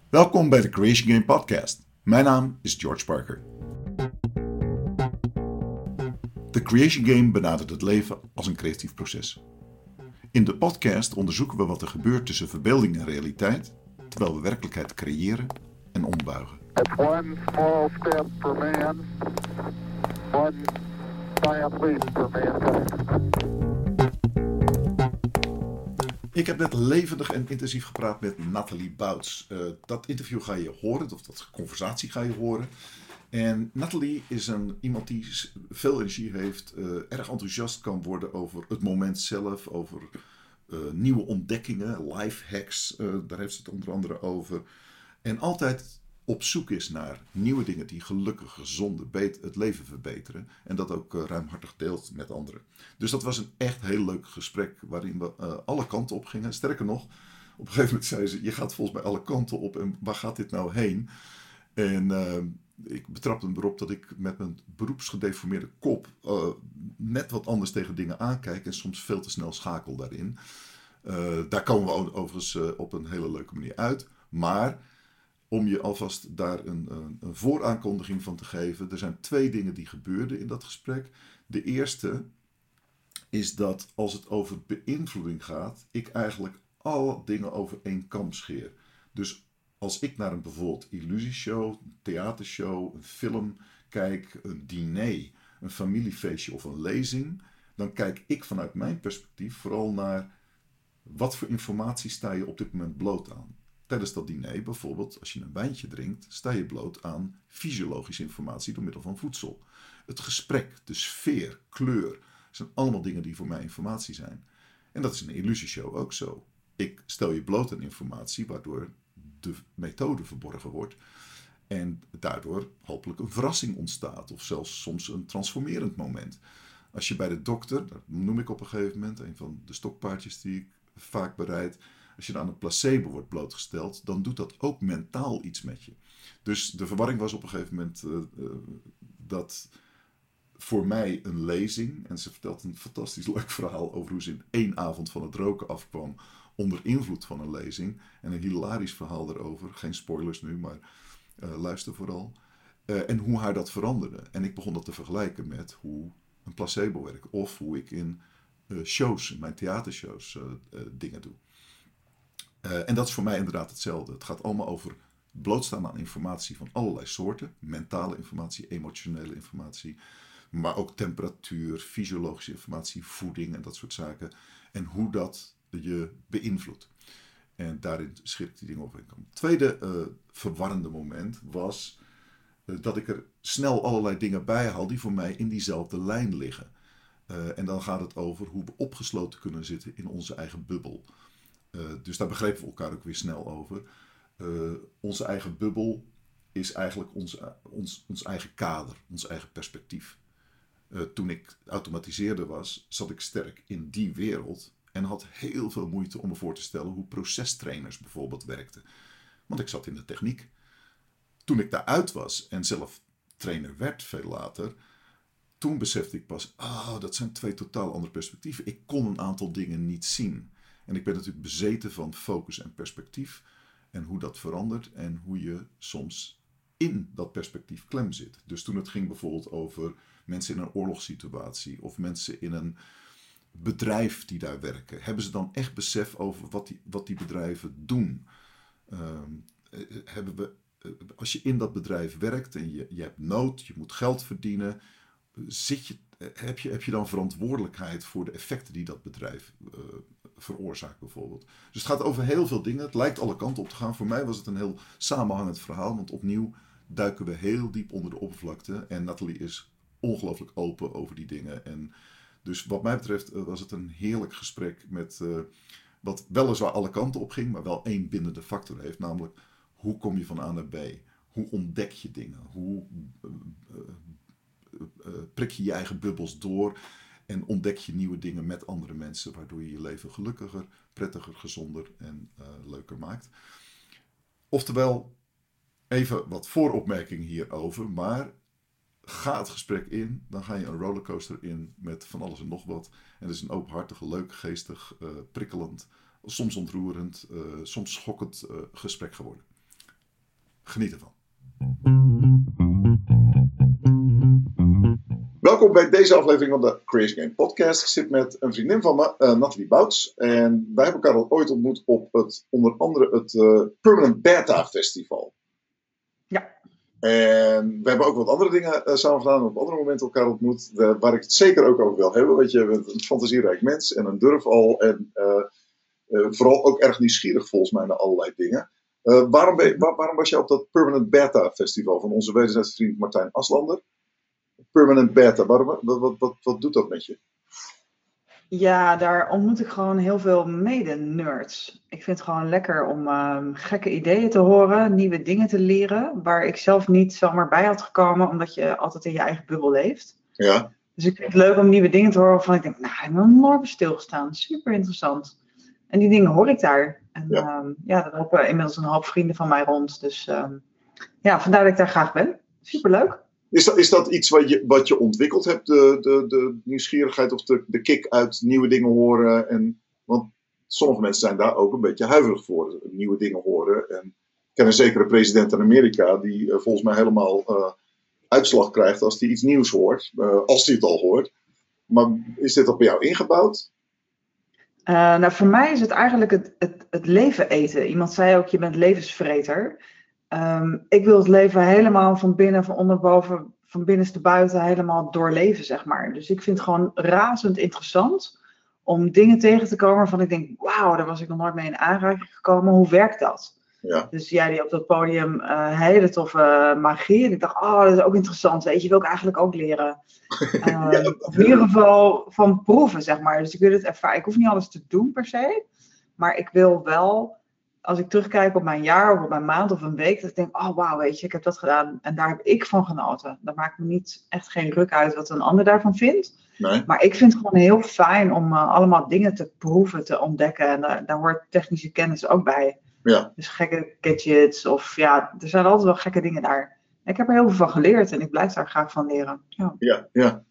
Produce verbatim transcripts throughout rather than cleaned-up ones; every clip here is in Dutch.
Welkom bij de Creation Game Podcast. Mijn naam is George Parker. De Creation Game benadert het leven als een creatief proces. In de podcast onderzoeken we wat er gebeurt tussen verbeelding en realiteit, terwijl we werkelijkheid creëren en ombuigen. It's one small step for man, one giant leap for mankind. Ik heb net levendig en intensief gepraat met Nathalie Bouts. Uh, dat interview ga je horen, of dat conversatie ga je horen. En Nathalie is een, iemand die veel energie heeft, uh, erg enthousiast kan worden over het moment zelf, over uh, nieuwe ontdekkingen, life hacks, uh, daar heeft ze het onder andere over. En altijd op zoek is naar nieuwe dingen die gelukkig, gezonde, beter, het leven verbeteren. En dat ook uh, ruimhartig deelt met anderen. Dus dat was een echt heel leuk gesprek waarin we uh, alle kanten op gingen. Sterker nog, op een gegeven moment zei ze, je gaat volgens mij alle kanten op en waar gaat dit nou heen? En uh, ik betrapte hem erop dat ik met mijn beroepsgedeformeerde kop uh, net wat anders tegen dingen aankijk en soms veel te snel schakel daarin. Uh, daar komen we overigens uh, op een hele leuke manier uit. Maar om je alvast daar een, een, een vooraankondiging van te geven. Er zijn twee dingen die gebeurden in dat gesprek. De eerste is dat als het over beïnvloeding gaat, ik eigenlijk alle dingen over één kam scheer. Dus als ik naar een bijvoorbeeld illusieshow, een theatershow, een film kijk, een diner, een familiefeestje of een lezing, dan kijk ik vanuit mijn perspectief vooral naar wat voor informatie sta je op dit moment bloot aan. Tijdens dat diner bijvoorbeeld, als je een wijntje drinkt, sta je bloot aan fysiologische informatie door middel van voedsel. Het gesprek, de sfeer, kleur, zijn allemaal dingen die voor mij informatie zijn. En dat is in een illusieshow ook zo. Ik stel je bloot aan informatie waardoor de methode verborgen wordt. En daardoor hopelijk een verrassing ontstaat. Of zelfs soms een transformerend moment. Als je bij de dokter, dat noem ik op een gegeven moment, een van de stokpaardjes die ik vaak bereid. Als je aan een placebo wordt blootgesteld, dan doet dat ook mentaal iets met je. Dus de verwarring was op een gegeven moment uh, uh, dat voor mij een lezing, en ze vertelt een fantastisch leuk verhaal over hoe ze in één avond van het roken afkwam onder invloed van een lezing. En een hilarisch verhaal erover, geen spoilers nu, maar uh, luister vooral. Uh, en hoe haar dat veranderde. En ik begon dat te vergelijken met hoe een placebo werkt. Of hoe ik in uh, shows, in mijn theatershows, uh, uh, dingen doe. Uh, en dat is voor mij inderdaad hetzelfde. Het gaat allemaal over blootstaan aan informatie van allerlei soorten. Mentale informatie, emotionele informatie. Maar ook temperatuur, fysiologische informatie, voeding en dat soort zaken. En hoe dat je beïnvloedt. En daarin schrik ik die dingen op. Het tweede uh, verwarrende moment was uh, dat ik er snel allerlei dingen bij haal die voor mij in diezelfde lijn liggen. Uh, en dan gaat het over hoe we opgesloten kunnen zitten in onze eigen bubbel. Uh, dus daar begrepen we elkaar ook weer snel over. Uh, onze eigen bubbel is eigenlijk ons, ons, ons eigen kader, ons eigen perspectief. Uh, toen ik automatiseerder was, zat ik sterk in die wereld en had heel veel moeite om me voor te stellen hoe procestrainers bijvoorbeeld werkten. Want ik zat in de techniek. Toen ik daaruit was en zelf trainer werd veel later, toen besefte ik pas, oh, dat zijn twee totaal andere perspectieven. Ik kon een aantal dingen niet zien. En ik ben natuurlijk bezeten van focus en perspectief en hoe dat verandert en hoe je soms in dat perspectief klem zit. Dus toen het ging bijvoorbeeld over mensen in een oorlogssituatie of mensen in een bedrijf die daar werken, hebben ze dan echt besef over wat die, wat die bedrijven doen? Uh, hebben we, als je in dat bedrijf werkt en je, je hebt nood, je moet geld verdienen, zit je, heb, je, heb je dan verantwoordelijkheid voor de effecten die dat bedrijf uh, veroorzaakt bijvoorbeeld. Dus het gaat over heel veel dingen. Het lijkt alle kanten op te gaan. Voor mij was het een heel samenhangend verhaal, want opnieuw duiken we heel diep onder de oppervlakte. En Nathalie is ongelooflijk open over die dingen. En dus wat mij betreft uh, was het een heerlijk gesprek met uh, wat weliswaar alle kanten op ging, maar wel één bindende factor heeft. Namelijk, hoe kom je van A naar B? Hoe ontdek je dingen? Hoe uh, uh, uh, prik je je eigen bubbels door? En ontdek je nieuwe dingen met andere mensen, waardoor je je leven gelukkiger, prettiger, gezonder en uh, leuker maakt. Oftewel, even wat vooropmerking hierover, maar ga het gesprek in, dan ga je een rollercoaster in met van alles en nog wat. En het is een openhartig, leuk, geestig, uh, prikkelend, soms ontroerend, uh, soms schokkend uh, gesprek geworden. Geniet ervan. Welkom bij deze aflevering van de Crazy Game Podcast. Ik zit met een vriendin van me, uh, Nathalie Bouts. En wij hebben elkaar al ooit ontmoet op het, onder andere het uh, Permanent Beta Festival. Ja. En we hebben ook wat andere dingen uh, samen gedaan, op andere momenten elkaar ontmoet, uh, waar ik het zeker ook over wil hebben. Want je bent een fantasierijk mens en een durfal en uh, uh, vooral ook erg nieuwsgierig volgens mij naar allerlei dingen. Uh, waarom, ben, waar, waarom was jij op dat Permanent Beta Festival van onze wederzijdse vriend Martijn Aslander? Permanent Beta, waarom, wat, wat, wat, wat doet dat met je? Ja, daar ontmoet ik gewoon heel veel mede-nerds. Ik vind het gewoon lekker om um, gekke ideeën te horen, nieuwe dingen te leren, waar ik zelf niet zomaar bij had gekomen, omdat je altijd in je eigen bubbel leeft. Ja. Dus ik vind het leuk om nieuwe dingen te horen waarvan ik denk, nou, ik heb nog nooit bij stilgestaan. Super interessant. En die dingen hoor ik daar. En ja, um, ja daar lopen inmiddels een hoop vrienden van mij rond. Dus um, ja, vandaar dat ik daar graag ben. Superleuk. Is dat, is dat iets wat je, wat je ontwikkeld hebt, de, de, de nieuwsgierigheid of de, de kick uit nieuwe dingen horen? En, want sommige mensen zijn daar ook een beetje huiverig voor, nieuwe dingen horen. En ik ken een zekere president in Amerika die uh, volgens mij helemaal uh, uitslag krijgt als hij iets nieuws hoort. Uh, als hij het al hoort. Maar is dit ook bij jou ingebouwd? Uh, nou, voor mij is het eigenlijk het, het, het leven eten. Iemand zei ook, je bent levensvreter. Um, ik wil het leven helemaal van binnen, van onderboven, van binnenste buiten helemaal doorleven, zeg maar. Dus ik vind het gewoon razend interessant om dingen tegen te komen waarvan ik denk, wauw, daar was ik nog nooit mee in aanraking gekomen. Hoe werkt dat? Ja. Dus jij die op dat podium uh, hele toffe uh, magie. En ik dacht, oh, dat is ook interessant. Weet je, wil ik eigenlijk ook leren. Uh, ja. Of in ieder geval van proeven, zeg maar. Dus ik wil het ervaren. Ik hoef niet alles te doen per se. Maar ik wil wel, als ik terugkijk op mijn jaar of op mijn maand of een week, dat ik denk, oh wauw, weet je, ik heb dat gedaan. En daar heb ik van genoten. Dat maakt me niet echt geen ruk uit wat een ander daarvan vindt. Nee. Maar ik vind het gewoon heel fijn om uh, allemaal dingen te proeven, te ontdekken. En uh, daar hoort technische kennis ook bij. Ja. Dus gekke gadgets of ja, er zijn altijd wel gekke dingen daar. Ik heb er heel veel van geleerd en ik blijf daar graag van leren. Ja, ja. ja.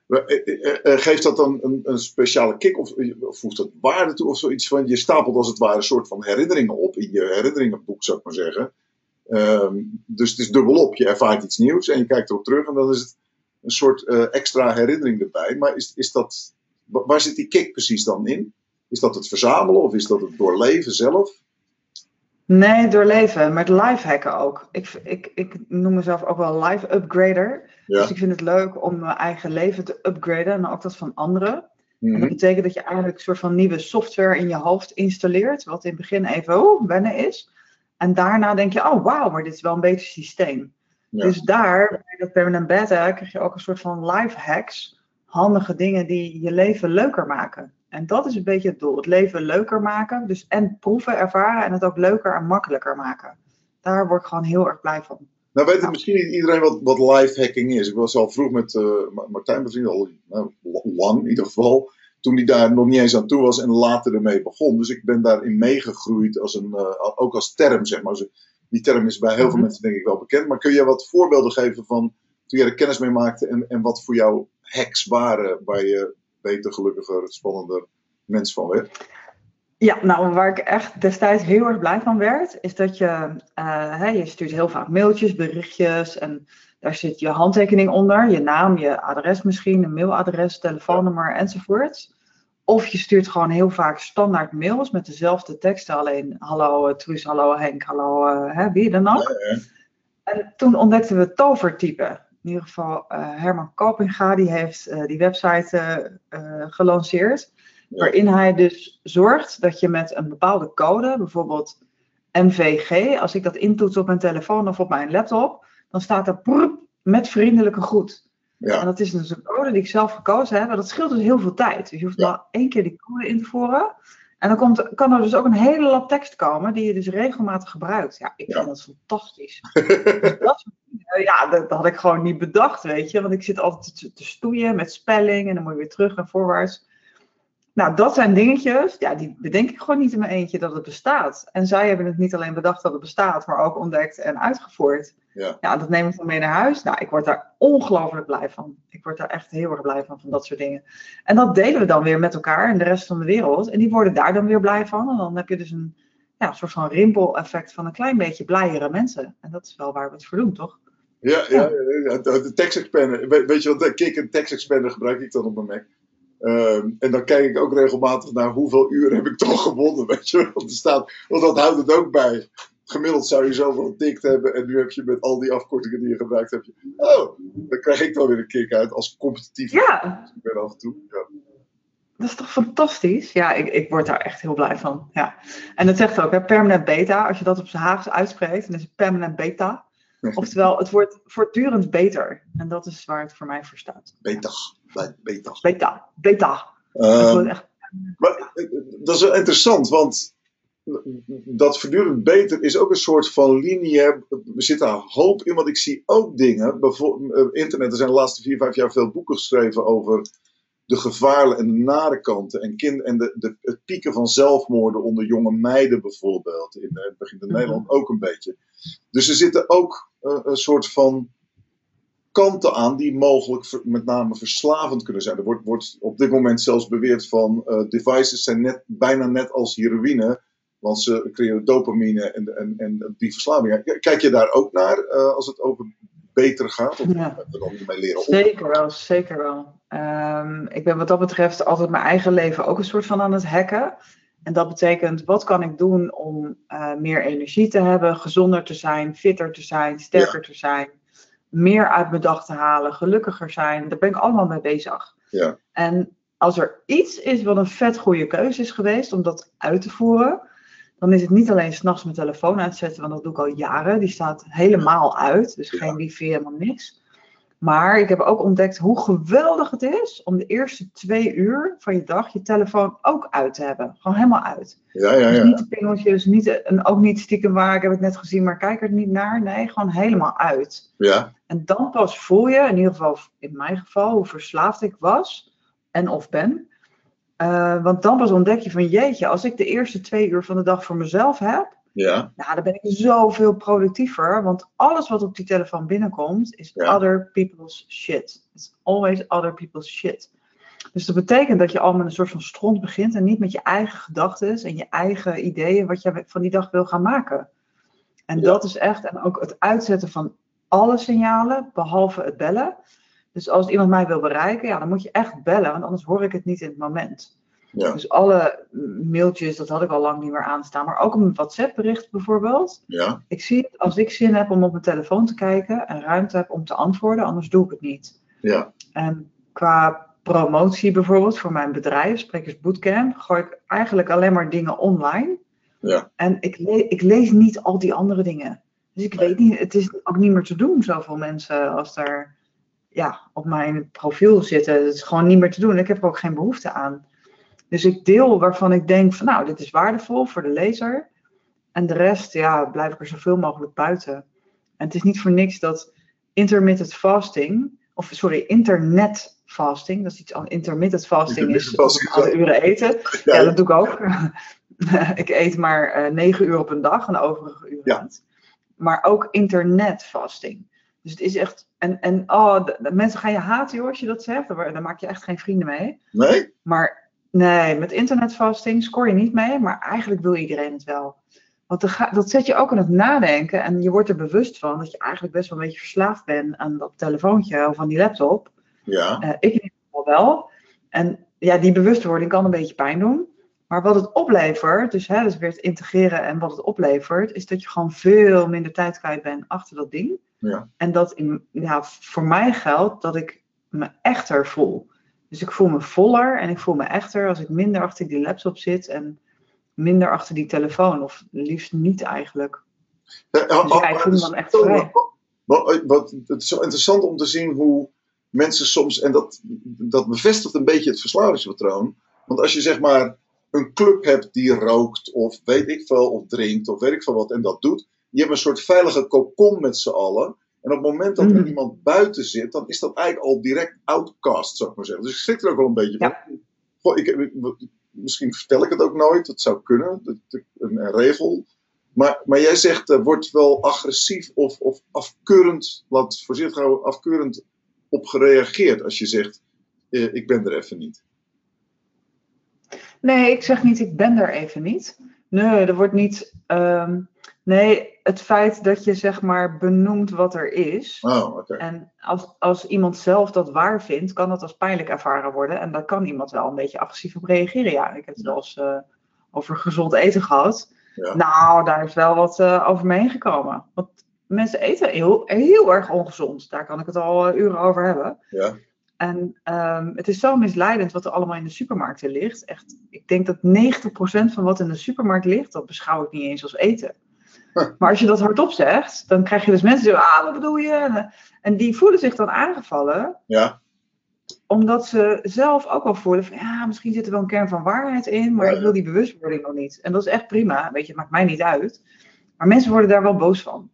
Geeft dat dan een, een speciale kick of, of voegt dat waarde toe of zoiets van, je stapelt als het ware een soort van herinneringen op in je herinneringenboek, zou ik maar zeggen. Um, dus het is dubbelop, je ervaart iets nieuws en je kijkt erop terug en dan is het een soort uh, extra herinnering erbij. Maar is, is dat, waar zit die kick precies dan in? Is dat het verzamelen of is dat het doorleven zelf? Nee, doorleven, met lifehacken ook. Ik, ik, ik noem mezelf ook wel life upgrader. Ja. Dus ik vind het leuk om mijn eigen leven te upgraden en ook dat van anderen. Mm-hmm. En dat betekent dat je eigenlijk een soort van nieuwe software in je hoofd installeert, wat in het begin even oh, wennen is. En daarna denk je, oh wauw, maar dit is wel een beter systeem. Ja. Dus daar, bij dat Permanent Beta, krijg je ook een soort van life hacks, handige dingen die je leven leuker maken. En dat is een beetje het doel. Het leven leuker maken. Dus en proeven, ervaren en het ook leuker en makkelijker maken. Daar word ik gewoon heel erg blij van. Nou weet ja. misschien niet iedereen wat, wat lifehacking is. Ik was al vroeg met uh, Martijn bevriend, al nou, lang in ieder geval. Toen hij daar nog niet eens aan toe was en later ermee begon. Dus ik ben daarin meegegroeid als een, uh, ook als term, zeg maar. Dus die term is bij heel mm-hmm. veel mensen denk ik wel bekend. Maar kun je wat voorbeelden geven van toen jij er kennis mee maakte en, en wat voor jou hacks waren waar je beter, gelukkiger, spannender mens van werd? Ja, nou waar ik echt destijds heel erg blij van werd, is dat je, uh, hè, je stuurt heel vaak mailtjes, berichtjes en daar zit je handtekening onder, je naam, je adres misschien, een mailadres, telefoonnummer enzovoort. Of je stuurt gewoon heel vaak standaard mails met dezelfde teksten, alleen hallo uh, Truus, hallo Henk, hallo uh, hè, wie dan ook. Ja, ja. En toen ontdekten we tovertypen. In ieder geval uh, Herman Kopinga, die heeft uh, die website uh, uh, gelanceerd. Ja. Waarin hij dus zorgt dat je met een bepaalde code, bijvoorbeeld M V G, als ik dat intoets op mijn telefoon of op mijn laptop, dan staat er prrp, met vriendelijke groet. Ja. En dat is dus een code die ik zelf gekozen heb. En dat scheelt dus heel veel tijd. Dus je hoeft ja. maar één keer die code in te voeren. En dan komt, kan er dus ook een hele lap tekst komen die je dus regelmatig gebruikt. Ja, ik ja. vind dat fantastisch. Dus dat, ja, dat, dat had ik gewoon niet bedacht, weet je. Want ik zit altijd te, te stoeien met spelling en dan moet je weer terug en voorwaarts. Nou, dat zijn dingetjes, ja, die bedenk ik gewoon niet in mijn eentje dat het bestaat. En zij hebben het niet alleen bedacht dat het bestaat, maar ook ontdekt en uitgevoerd. Ja, ja dat neem ik dan mee naar huis. Nou, ik word daar ongelooflijk blij van. Ik word daar echt heel erg blij van, van dat soort dingen. En dat delen we dan weer met elkaar en de rest van de wereld. En die worden daar dan weer blij van. En dan heb je dus een ja, een soort van rimpel-effect van een klein beetje blijere mensen. En dat is wel waar we het voor doen, toch? Ja, ja, ja, de TextExpander. Weet, weet je wat, Kik en TextExpander gebruik ik dan op mijn Mac. Um, en dan kijk ik ook regelmatig naar hoeveel uur heb ik toch gewonnen, weet je. Want, er staat, want dat houdt het ook bij. Gemiddeld zou je zoveel getikt hebben en nu heb je met al die afkortingen die je gebruikt hebt. Oh, dan krijg ik dan weer een kick uit als competitief. Ja. Ik ben af en toe. Ja. Dat is toch fantastisch? Ja, ik, ik word daar echt heel blij van. Ja. En het zegt ook, hè, permanent beta. Als je dat op zijn Haags uitspreekt, dan is het permanent beta. Oftewel, het wordt voortdurend beter. En dat is waar het voor mij voor staat. Beta. Beta. Beta. Beta. Um, echt... maar, dat is wel interessant, want dat voortdurend beter is ook een soort van lineair. Er zit daar hoop in, want ik zie ook dingen. Bijvoorbeeld internet, er zijn de laatste vier, vijf jaar veel boeken geschreven over de gevaarlijke en de nare kanten. En, kind, en de, de, het pieken van zelfmoorden onder jonge meiden bijvoorbeeld. In het begin in Nederland ook een beetje. Dus er zitten ook uh, een soort van kanten aan die mogelijk ver, met name verslavend kunnen zijn. Er wordt, wordt op dit moment zelfs beweerd van uh, devices zijn net, bijna net als heroïne. Want ze creëren dopamine en, en, en die verslaving. Kijk je daar ook naar uh, als het over beter gaat? Of ja. we dan mee leren zeker wel, zeker wel. Um, ik ben wat dat betreft altijd mijn eigen leven ook een soort van aan het hacken. En dat betekent, wat kan ik doen om uh, meer energie te hebben, gezonder te zijn, fitter te zijn, sterker ja. te zijn, meer uit mijn dag te halen, gelukkiger zijn. Daar ben ik allemaal mee bezig. Ja. En als er iets is wat een vet goede keuze is geweest om dat uit te voeren, dan is het niet alleen 's nachts mijn telefoon uitzetten, want dat doe ik al jaren. Die staat helemaal uit, dus geen wifi, helemaal niks. Maar ik heb ook ontdekt hoe geweldig het is om de eerste twee uur van je dag je telefoon ook uit te hebben. Gewoon helemaal uit. Ja, ja, ja. Dus niet de pingeltjes, niet, en ook niet stiekem waar, ik heb het net gezien, maar kijk er niet naar. Nee, gewoon helemaal uit. Ja. En dan pas voel je, in ieder geval in mijn geval, hoe verslaafd ik was en of ben. Uh, want dan pas ontdek je van jeetje, als ik de eerste twee uur van de dag voor mezelf heb, ja. nou, dan ben ik zoveel productiever. Want alles wat op die telefoon binnenkomt is ja. other people's shit. It's always other people's shit. Dus dat betekent dat je al met een soort van stront begint en niet met je eigen gedachten en je eigen ideeën wat je van die dag wil gaan maken. En ja. dat is echt, en ook het uitzetten van alle signalen, behalve het bellen. Dus als iemand mij wil bereiken, ja, dan moet je echt bellen, want anders hoor ik het niet in het moment. Ja. Dus alle mailtjes, dat had ik al lang niet meer aanstaan. Maar ook een WhatsApp-bericht bijvoorbeeld. Ja. Ik zie het als ik zin heb om op mijn telefoon te kijken en ruimte heb om te antwoorden, anders doe ik het niet. Ja. En qua promotie bijvoorbeeld voor mijn bedrijf, Sprekers Bootcamp, gooi ik eigenlijk alleen maar dingen online. Ja. En ik, le- ik lees niet al die andere dingen. Dus ik weet niet, het is ook niet meer te doen, zoveel mensen als er ja, op mijn profiel zitten. Het is gewoon niet meer te doen. Ik heb er ook geen behoefte aan. Dus ik deel waarvan ik denk van nou, dit is waardevol voor de lezer. En de rest, ja, blijf ik er zoveel mogelijk buiten. En het is niet voor niks dat intermittent fasting, of sorry, internet fasting, dat is iets anders. Intermittent fasting is alle uren eten. Ja, ja, dat doe ik ook. Ik eet maar uh, negen uur op een dag en de overige uren ja. niet. Maar ook internet fasting. Dus het is echt, en, en oh, de, de mensen gaan je haten joh, als je dat zegt. Daar, daar maak je echt geen vrienden mee. Nee? Maar nee, met internetfasting scoor je niet mee, maar eigenlijk wil iedereen het wel. Want de, dat zet je ook aan het nadenken en je wordt er bewust van dat je eigenlijk best wel een beetje verslaafd bent aan dat telefoontje of aan die laptop. Ja. Uh, ik in ieder geval wel. En ja, die bewustwording kan een beetje pijn doen. Maar wat het oplevert, dus, hè, dus weer het integreren en wat het oplevert, is dat je gewoon veel minder tijd kwijt bent achter dat ding. Ja. En dat in, ja, voor mij geldt dat ik me echter voel. Dus ik voel me voller en ik voel me echter als ik minder achter die laptop zit en minder achter die telefoon. Of liefst niet eigenlijk. Ja, dus ja, ik voel me dan echt vrij. Wat, wat, het is zo interessant om te zien hoe mensen soms, en dat, dat bevestigt een beetje het verslavingspatroon. Want als je zeg maar een club hebt die rookt of weet ik veel, of drinkt of weet ik veel wat en dat doet. Je hebt een soort veilige cocon met z'n allen. En op het moment dat er mm. iemand buiten zit, dan is dat eigenlijk al direct outcast, zou ik maar zeggen. Dus ik schrik er ook wel een beetje van. Ja. Goh, ik, ik, misschien vertel ik het ook nooit, dat zou kunnen, dat, een, een regel. Maar, maar jij zegt, er uh, wordt wel agressief of, of afkeurend, laat voorzichtig houden, afkeurend op gereageerd als je zegt, uh, ik ben er even niet. Nee, ik zeg niet, ik ben er even niet. Nee, er wordt niet... Um, nee, het feit dat je zeg maar benoemt wat er is. Oh, oké. Okay. En als, als iemand zelf dat waar vindt, kan dat als pijnlijk ervaren worden. En daar kan iemand wel een beetje agressief op reageren. Ja, ik heb het wel eens uh, over gezond eten gehad. Ja. Nou, daar is wel wat uh, over me heen gekomen. Want mensen eten heel, heel erg ongezond. Daar kan ik het al uh, uren over hebben. Ja. En um, het is zo misleidend wat er allemaal in de supermarkten ligt. Echt, ik denk dat negentig procent van wat in de supermarkt ligt, dat beschouw ik niet eens als eten. Huh. Maar als je dat hardop zegt, dan krijg je dus mensen die zeggen, ah, wat bedoel je? En, en die voelen zich dan aangevallen. Ja. Omdat ze zelf ook wel voelen van, ja, misschien zit er wel een kern van waarheid in, maar ja, ik wil die bewustwording nog niet. En dat is echt prima, weet je, het maakt mij niet uit. Maar mensen worden daar wel boos van.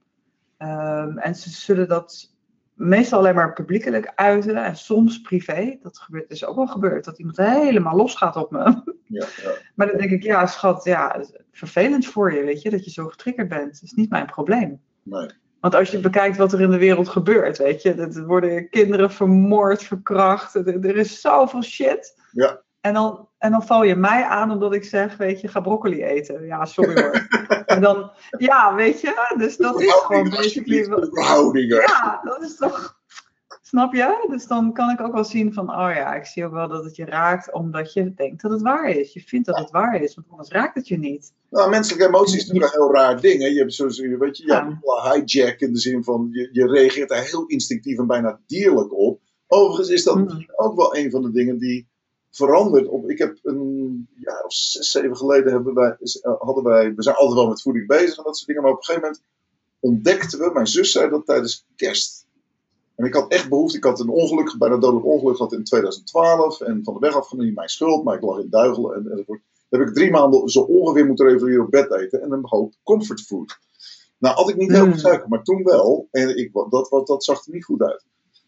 Um, en ze zullen dat meestal alleen maar publiekelijk uiten en soms privé. Dat gebeurt, is ook wel gebeurd, dat iemand helemaal losgaat op me. Ja, ja. Maar dan denk ik, ja schat, ja, vervelend voor je, weet je, dat je zo getriggerd bent. Dat is niet mijn probleem. Nee. Want als je bekijkt wat er in de wereld gebeurt, weet je, er worden kinderen vermoord, verkracht, er, er is zoveel shit. Ja. En dan, en dan val je mij aan omdat ik zeg, weet je, ga broccoli eten. Ja, sorry hoor. Maar dan, ja, weet je, dus dat is gewoon basically... Verhoudingen. Ja, dat is toch... Snap je? Dus dan kan ik ook wel zien van, oh ja, ik zie ook wel dat het je raakt omdat je denkt dat het waar is. Je vindt dat het waar is, want anders raakt het je niet. Nou, menselijke emoties is natuurlijk een heel raar ding. Hè? Je hebt zo'n, weet je, ja, ja. hijack in de zin van, je, je reageert daar heel instinctief en bijna dierlijk op. Overigens is dat hmm. ook wel een van de dingen die verandert. Op, ik heb een jaar of zes, zeven geleden hebben wij, hadden wij, we zijn altijd wel met voeding bezig en dat soort dingen, maar op een gegeven moment ontdekten we, mijn zus zei dat tijdens kerst. En ik had echt behoefte, ik had een ongeluk, bijna dodelijk ongeluk gehad in twintig twaalf en van de weg afgenomen, mijn schuld, maar ik lag in Duigelen en, enzovoort. Dan heb ik drie maanden zo ongeveer moeten revalideren op bed eten en een hoop comfortfood. Nou, had ik niet heel veel suiker, maar toen wel. En ik, dat, dat, dat zag er niet goed uit.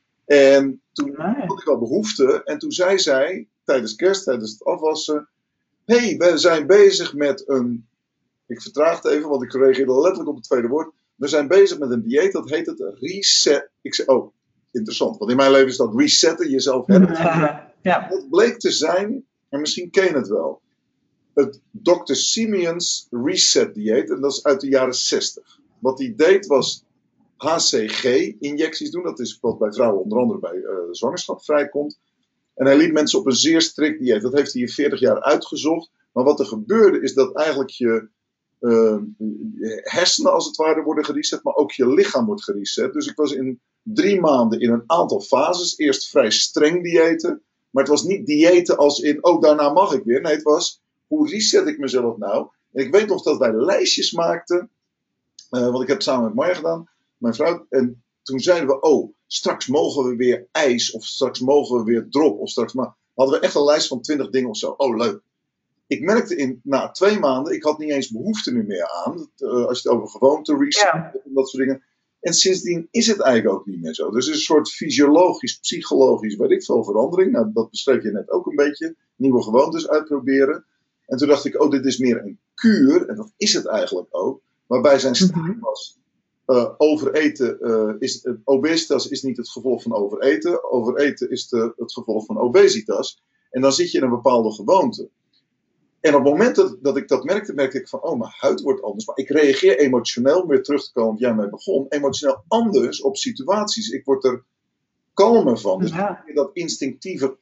En toen nee. had ik wel behoefte en toen zei zij, tijdens kerst, tijdens het afwassen, hé, hey, we zijn bezig met een, ik vertraag het even, want ik reageerde letterlijk op het tweede woord. We zijn bezig met een dieet, dat heet het reset. Ik zei, oh, interessant. Want in mijn leven is dat resetten, jezelf herbeginnen. Ja. Dat bleek te zijn, en misschien ken je het wel, het dokter Simeon's reset dieet. En dat is uit de jaren zestig. Wat hij deed was H C G-injecties doen. Dat is wat bij vrouwen onder andere bij uh, zwangerschap vrijkomt. En hij liet mensen op een zeer strikt dieet. Dat heeft hij in veertig jaar uitgezocht. Maar wat er gebeurde is dat eigenlijk je Uh, hersenen als het ware worden gereset, maar ook je lichaam wordt gereset. Dus ik was in drie maanden in een aantal fases. Eerst vrij streng diëten, maar het was niet diëten als in, oh daarna mag ik weer. Nee, het was, hoe reset ik mezelf nou? En ik weet nog dat wij lijstjes maakten, uh, want ik heb het samen met Marja gedaan, mijn vrouw, en toen zeiden we, oh, straks mogen we weer ijs, of straks mogen we weer drop, of straks ma- hadden we echt een lijst van twintig dingen of zo. Oh, leuk. Ik merkte in, na twee maanden, ik had niet eens behoefte nu meer aan. Uh, als je het over gewoonte reset ja. en dat soort dingen. En sindsdien is het eigenlijk ook niet meer zo. Dus het is een soort fysiologisch, psychologisch, weet ik veel, verandering. Nou, dat beschreef je net ook een beetje. Nieuwe gewoontes uitproberen. En toen dacht ik, oh, dit is meer een kuur. En dat is het eigenlijk ook. Waarbij zijn stelling was, uh, overeten, uh, is, uh, obesitas is niet het gevolg van overeten. Overeten is de, het gevolg van obesitas. En dan zit je in een bepaalde gewoonte. En op het moment dat, dat ik dat merkte, merkte ik van, oh, mijn huid wordt anders. Maar ik reageer emotioneel, om weer terug te komen wat jij mee begon, emotioneel anders op situaties. Ik word er kalmer van. Dus ja. dat instinctieve...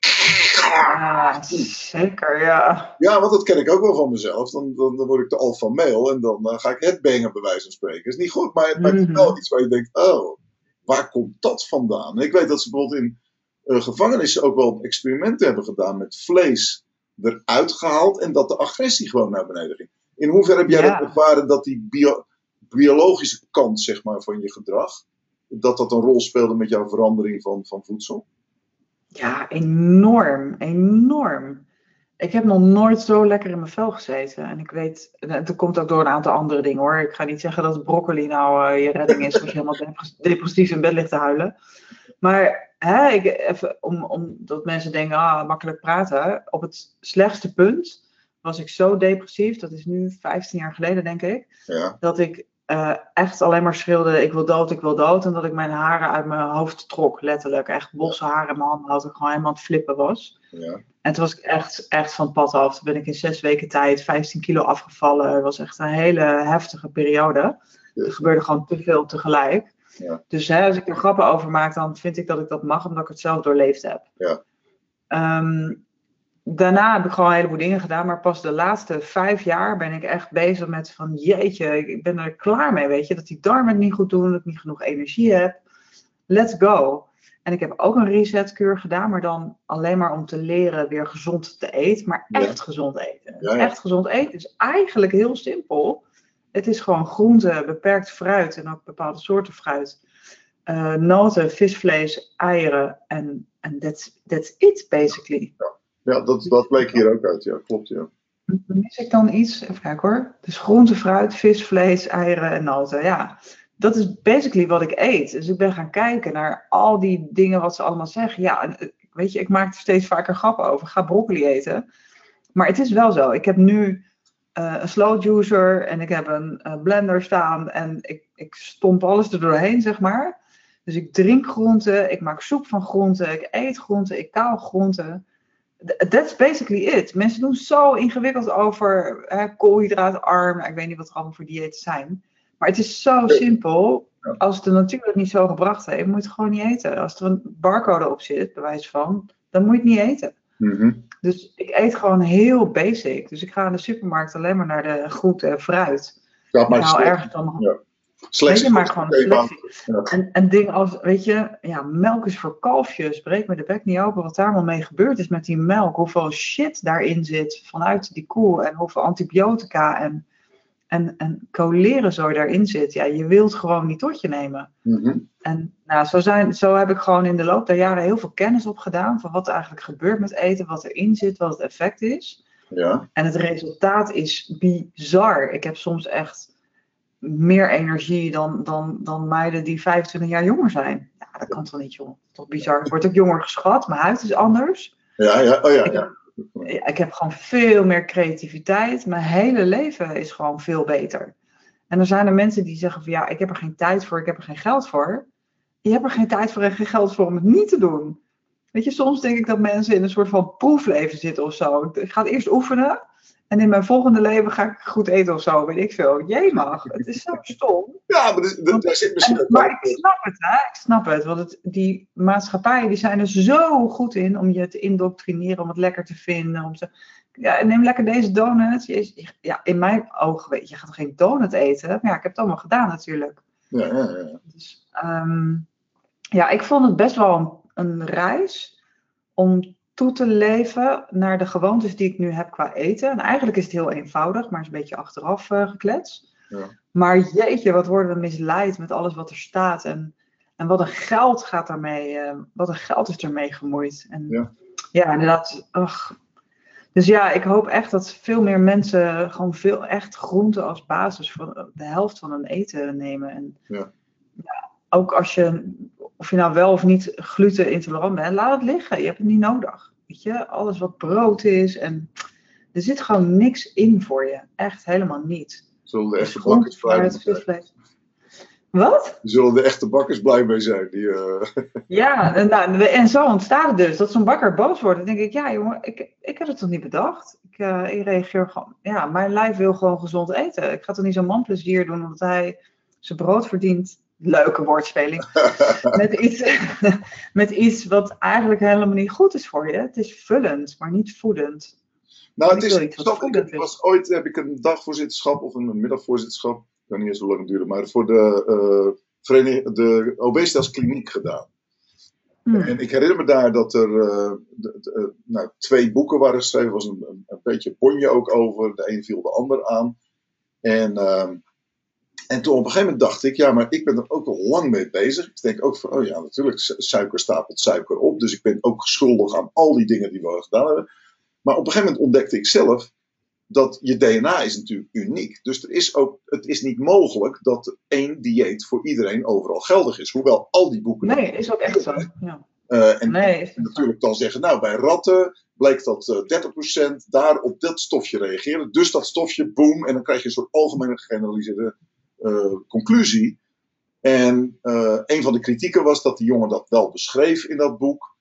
Ja, zeker, ja. Ja, want dat ken ik ook wel van mezelf. Dan, dan, dan word ik de alpha male en dan uh, ga ik het bangen bij wijze van spreken. Dat is niet goed, maar het mm-hmm. is wel iets waar je denkt, oh, waar komt dat vandaan? En ik weet dat ze bijvoorbeeld in uh, gevangenissen ook wel experimenten hebben gedaan met vlees eruit gehaald en dat de agressie gewoon naar beneden ging. In hoeverre heb jij ja. dat ervaren dat die bio- biologische kant, zeg maar, van je gedrag, dat dat een rol speelde met jouw verandering van, van voedsel? Ja, enorm, enorm. Ik heb nog nooit zo lekker in mijn vel gezeten. En ik weet, dat komt ook door een aantal andere dingen hoor. Ik ga niet zeggen dat broccoli nou uh, je redding is als je helemaal depressief in bed ligt te huilen. Maar hè, ik, even, om, omdat mensen denken, ah, makkelijk praten. Op het slechtste punt was ik zo depressief, dat is nu vijftien jaar geleden denk ik. Ja. Dat ik uh, echt alleen maar schreeuwde, ik wil dood, ik wil dood. En dat ik mijn haren uit mijn hoofd trok, letterlijk. Echt bosse haren in mijn handen had, ik gewoon helemaal aan het flippen was. Ja. En toen was ik echt, echt van het pad af. Toen ben ik in zes weken tijd vijftien kilo afgevallen. Het was echt een hele heftige periode. Ja. Er gebeurde gewoon te veel tegelijk. Ja. Dus hè, als ik er grappen over maak, dan vind ik dat ik dat mag, omdat ik het zelf doorleefd heb. Ja. Um, daarna heb ik gewoon een heleboel dingen gedaan. Maar pas de laatste vijf jaar ben ik echt bezig met van jeetje, ik ben er klaar mee, weet je. Dat die darmen het niet goed doen, dat ik niet genoeg energie heb. Let's go. En ik heb ook een resetkuur gedaan, maar dan alleen maar om te leren weer gezond te eten. Maar echt ja. gezond eten. Ja, ja. Echt gezond eten is eigenlijk heel simpel. Het is gewoon groente, beperkt fruit en ook bepaalde soorten fruit. Uh, noten, visvlees, eieren en that's, that's it basically. Ja, ja dat, dat bleek hier ook uit. Ja, klopt ja. Mis ik dan iets? Even kijken hoor. Dus groente, fruit, visvlees, eieren en noten. Ja, dat is basically wat ik eet. Dus ik ben gaan kijken naar al die dingen wat ze allemaal zeggen. Ja, weet je, ik maak er steeds vaker grappen over. Ga broccoli eten. Maar het is wel zo. Ik heb nu uh, een slow juicer en ik heb een uh, blender staan. En ik, ik stomp alles er doorheen, zeg maar. Dus ik drink groenten, ik maak soep van groenten, ik eet groenten, ik kauw groenten. That's basically it. Mensen doen zo ingewikkeld over hè, koolhydraatarm. Ik weet niet wat er allemaal voor diëten zijn. Maar het is zo simpel. Als het de natuur het niet zo gebracht heeft, moet je het gewoon niet eten. Als er een barcode op zit, bewijs van, dan moet je het niet eten. Mm-hmm. Dus ik eet gewoon heel basic. Dus ik ga in de supermarkt alleen maar naar de groente en fruit. Ja, maar ik hou ergens dan... Ja. Selectie, maar gewoon een selectie. Ja. En, en ding als, weet je, ja, melk is voor kalfjes. Breek me de bek niet open wat daar allemaal mee gebeurd is met die melk. Hoeveel shit daarin zit vanuit die koe. En hoeveel antibiotica en, en, en choleren zo daarin zit. Ja, je wilt gewoon niet tot je nemen. Mm-hmm. En nou, zo, zijn, zo heb ik gewoon in de loop der jaren heel veel kennis opgedaan. Van wat er eigenlijk gebeurt met eten, wat erin zit, wat het effect is. Ja. En het resultaat is bizar. Ik heb soms echt... meer energie dan, dan, dan meiden die vijfentwintig jaar jonger zijn. Ja, dat kan toch niet, joh. Toch bizar. Ik word ook jonger geschat. Mijn huid is anders. Ja, ja, oh ja. Ik heb, ja, ik heb gewoon veel meer creativiteit. Mijn hele leven is gewoon veel beter. En er zijn er mensen die zeggen van ja, ik heb er geen tijd voor, ik heb er geen geld voor. Je hebt er geen tijd voor en geen geld voor om het niet te doen. Weet je, soms denk ik dat mensen in een soort van proefleven zitten of zo. Ik ga het eerst oefenen. En in mijn volgende leven ga ik goed eten of zo, weet ik veel. Jee mag, het is zo stom. Ja, maar dus, want, daar zit misschien... En, maar ik snap het, hè. Ik snap het. Want het, die maatschappijen die zijn er zo goed in om je te indoctrineren, om het lekker te vinden. Om te, ja, neem lekker deze donut. Je, ja, in mijn ogen, weet je, je gaat toch geen donut eten? Maar ja, ik heb het allemaal gedaan natuurlijk. Ja, ja, ja. Dus, um, ja, ik vond het best wel een, een reis om toe te leven naar de gewoontes die ik nu heb qua eten. En eigenlijk is het heel eenvoudig, maar is een beetje achteraf uh, gekletst. Ja. Maar jeetje, wat worden we misleid met alles wat er staat. En, en wat een geld gaat daarmee, uh, wat een geld is ermee gemoeid. En ja, ja inderdaad. Ugh. Dus ja, ik hoop echt dat veel meer mensen gewoon veel echt groente als basis voor de helft van hun eten nemen. En ja. Ja, ook als je, of je nou wel of niet gluten intolerant bent, laat het liggen. Je hebt het niet nodig. Weet je, alles wat brood is en er zit gewoon niks in voor je. Echt helemaal niet. Zullen de echte bakkers blij mee zijn? Wat? Zullen de echte bakkers blij mee zijn? Die, uh... Ja, en, nou, en zo ontstaat het dus. Dat zo'n bakker boos wordt. Dan denk ik, ja jongen, ik, ik heb het toch niet bedacht. Ik, uh, ik reageer gewoon, ja, mijn lijf wil gewoon gezond eten. Ik ga toch niet zo'n man plezier doen omdat hij zijn brood verdient. Leuke woordspeling. met, iets, met iets wat eigenlijk helemaal niet goed is voor je. Het is vullend, maar niet voedend. Nou, het is, ik, stop, ik heb, was ooit heb ik een dagvoorzitterschap of een middagvoorzitterschap, ik weet niet eens hoe lang het duurde, maar voor de, uh, vereniging, de obesitaskliniek gedaan. Hmm. En ik herinner me daar dat er uh, de, de, nou, twee boeken waren geschreven. Er was een, een, een beetje ponje ook over. De een viel de ander aan. En... Uh, En toen op een gegeven moment dacht ik, ja, maar ik ben er ook al lang mee bezig. Ik denk ook van, oh ja, natuurlijk, suiker stapelt suiker op. Dus ik ben ook schuldig aan al die dingen die we gedaan hebben. Maar op een gegeven moment ontdekte ik zelf dat je D N A is natuurlijk uniek. Dus er is ook, het is niet mogelijk dat één dieet voor iedereen overal geldig is. Hoewel al die boeken... Nee, is ook echt zo. Ja. Uh, en nee, is natuurlijk dan zeggen, nou, bij ratten bleek dat uh, dertig procent daar op dat stofje reageren. Dus dat stofje, boom, en dan krijg je een soort algemene gegeneraliseerde... Uh, conclusie. En uh, een van de kritieken was dat die jongen dat wel beschreef in dat boek.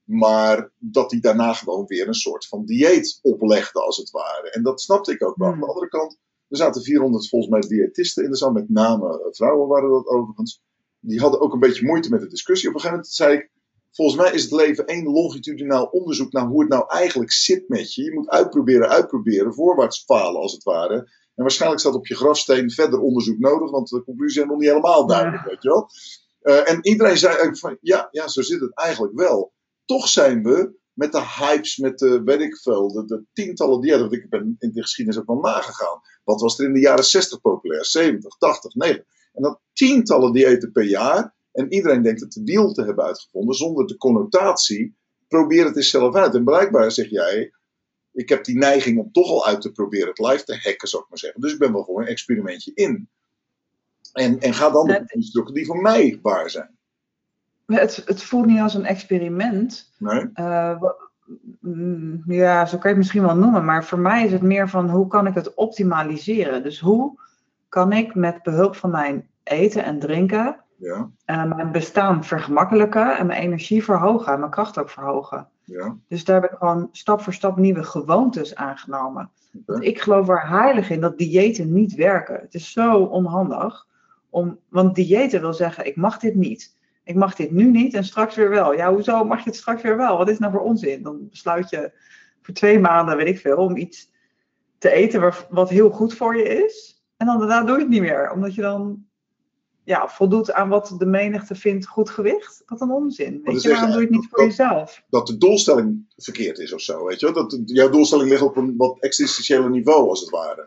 Maar dat hij daarna gewoon weer een soort van dieet oplegde, als het ware. En dat snapte ik ook wel. Hmm. Aan de andere kant, er zaten vierhonderd volgens mij diëtisten in de zaal, met name vrouwen waren dat overigens. Die hadden ook een beetje moeite met de discussie. Op een gegeven moment zei ik, volgens mij is het leven één longitudinaal onderzoek naar hoe het nou eigenlijk zit met je. Je moet uitproberen, uitproberen, voorwaarts falen als het ware. En waarschijnlijk staat op je grafsteen verder onderzoek nodig, want de conclusie is nog niet helemaal duidelijk, Ja. weet je wel. Uh, en iedereen zei eigenlijk van, ja, ja, zo zit het eigenlijk wel. Toch zijn we met de hypes, met de, weet ik veel, de, de tientallen diëten, want ik ben in de geschiedenis ook wel nagegaan. Wat was er in de jaren zestig populair, zeventig, tachtig, negentig. En dan tientallen diëten per jaar. En iedereen denkt het wiel te hebben uitgevonden, zonder de connotatie. Probeer het eens zelf uit. En blijkbaar zeg jij, ik heb die neiging om toch al uit te proberen het live te hacken, zou ik maar zeggen. Dus ik ben wel voor een experimentje in. En, en ga dan de conclusies drukken die voor mij waar zijn. Het, het voelt niet als een experiment. Nee? Uh, ja, zo kan je het misschien wel noemen. Maar voor mij is het meer van, hoe kan ik het optimaliseren? Dus hoe kan ik met behulp van mijn eten en drinken Ja. uh, mijn bestaan vergemakkelijken en mijn energie verhogen en mijn kracht ook verhogen. Ja. Dus daar heb ik gewoon stap voor stap nieuwe gewoontes aangenomen. Okay. Want ik geloof er heilig in dat diëten niet werken. Het is zo onhandig. Om, want diëten wil zeggen, ik mag dit niet. Ik mag dit nu niet en straks weer wel. Ja, hoezo mag je het straks weer wel? Wat is nou voor onzin? Dan besluit je voor twee maanden, weet ik veel, om iets te eten wat heel goed voor je is. En dan daarna doe je het niet meer. Omdat je dan ja, voldoet aan wat de menigte vindt goed gewicht. Wat een onzin. Weet je, waarom doe je het niet voor dat, jezelf? Dat de doelstelling verkeerd is of zo, weet je wel? Dat jouw doelstelling ligt op een wat existentiële niveau, als het ware.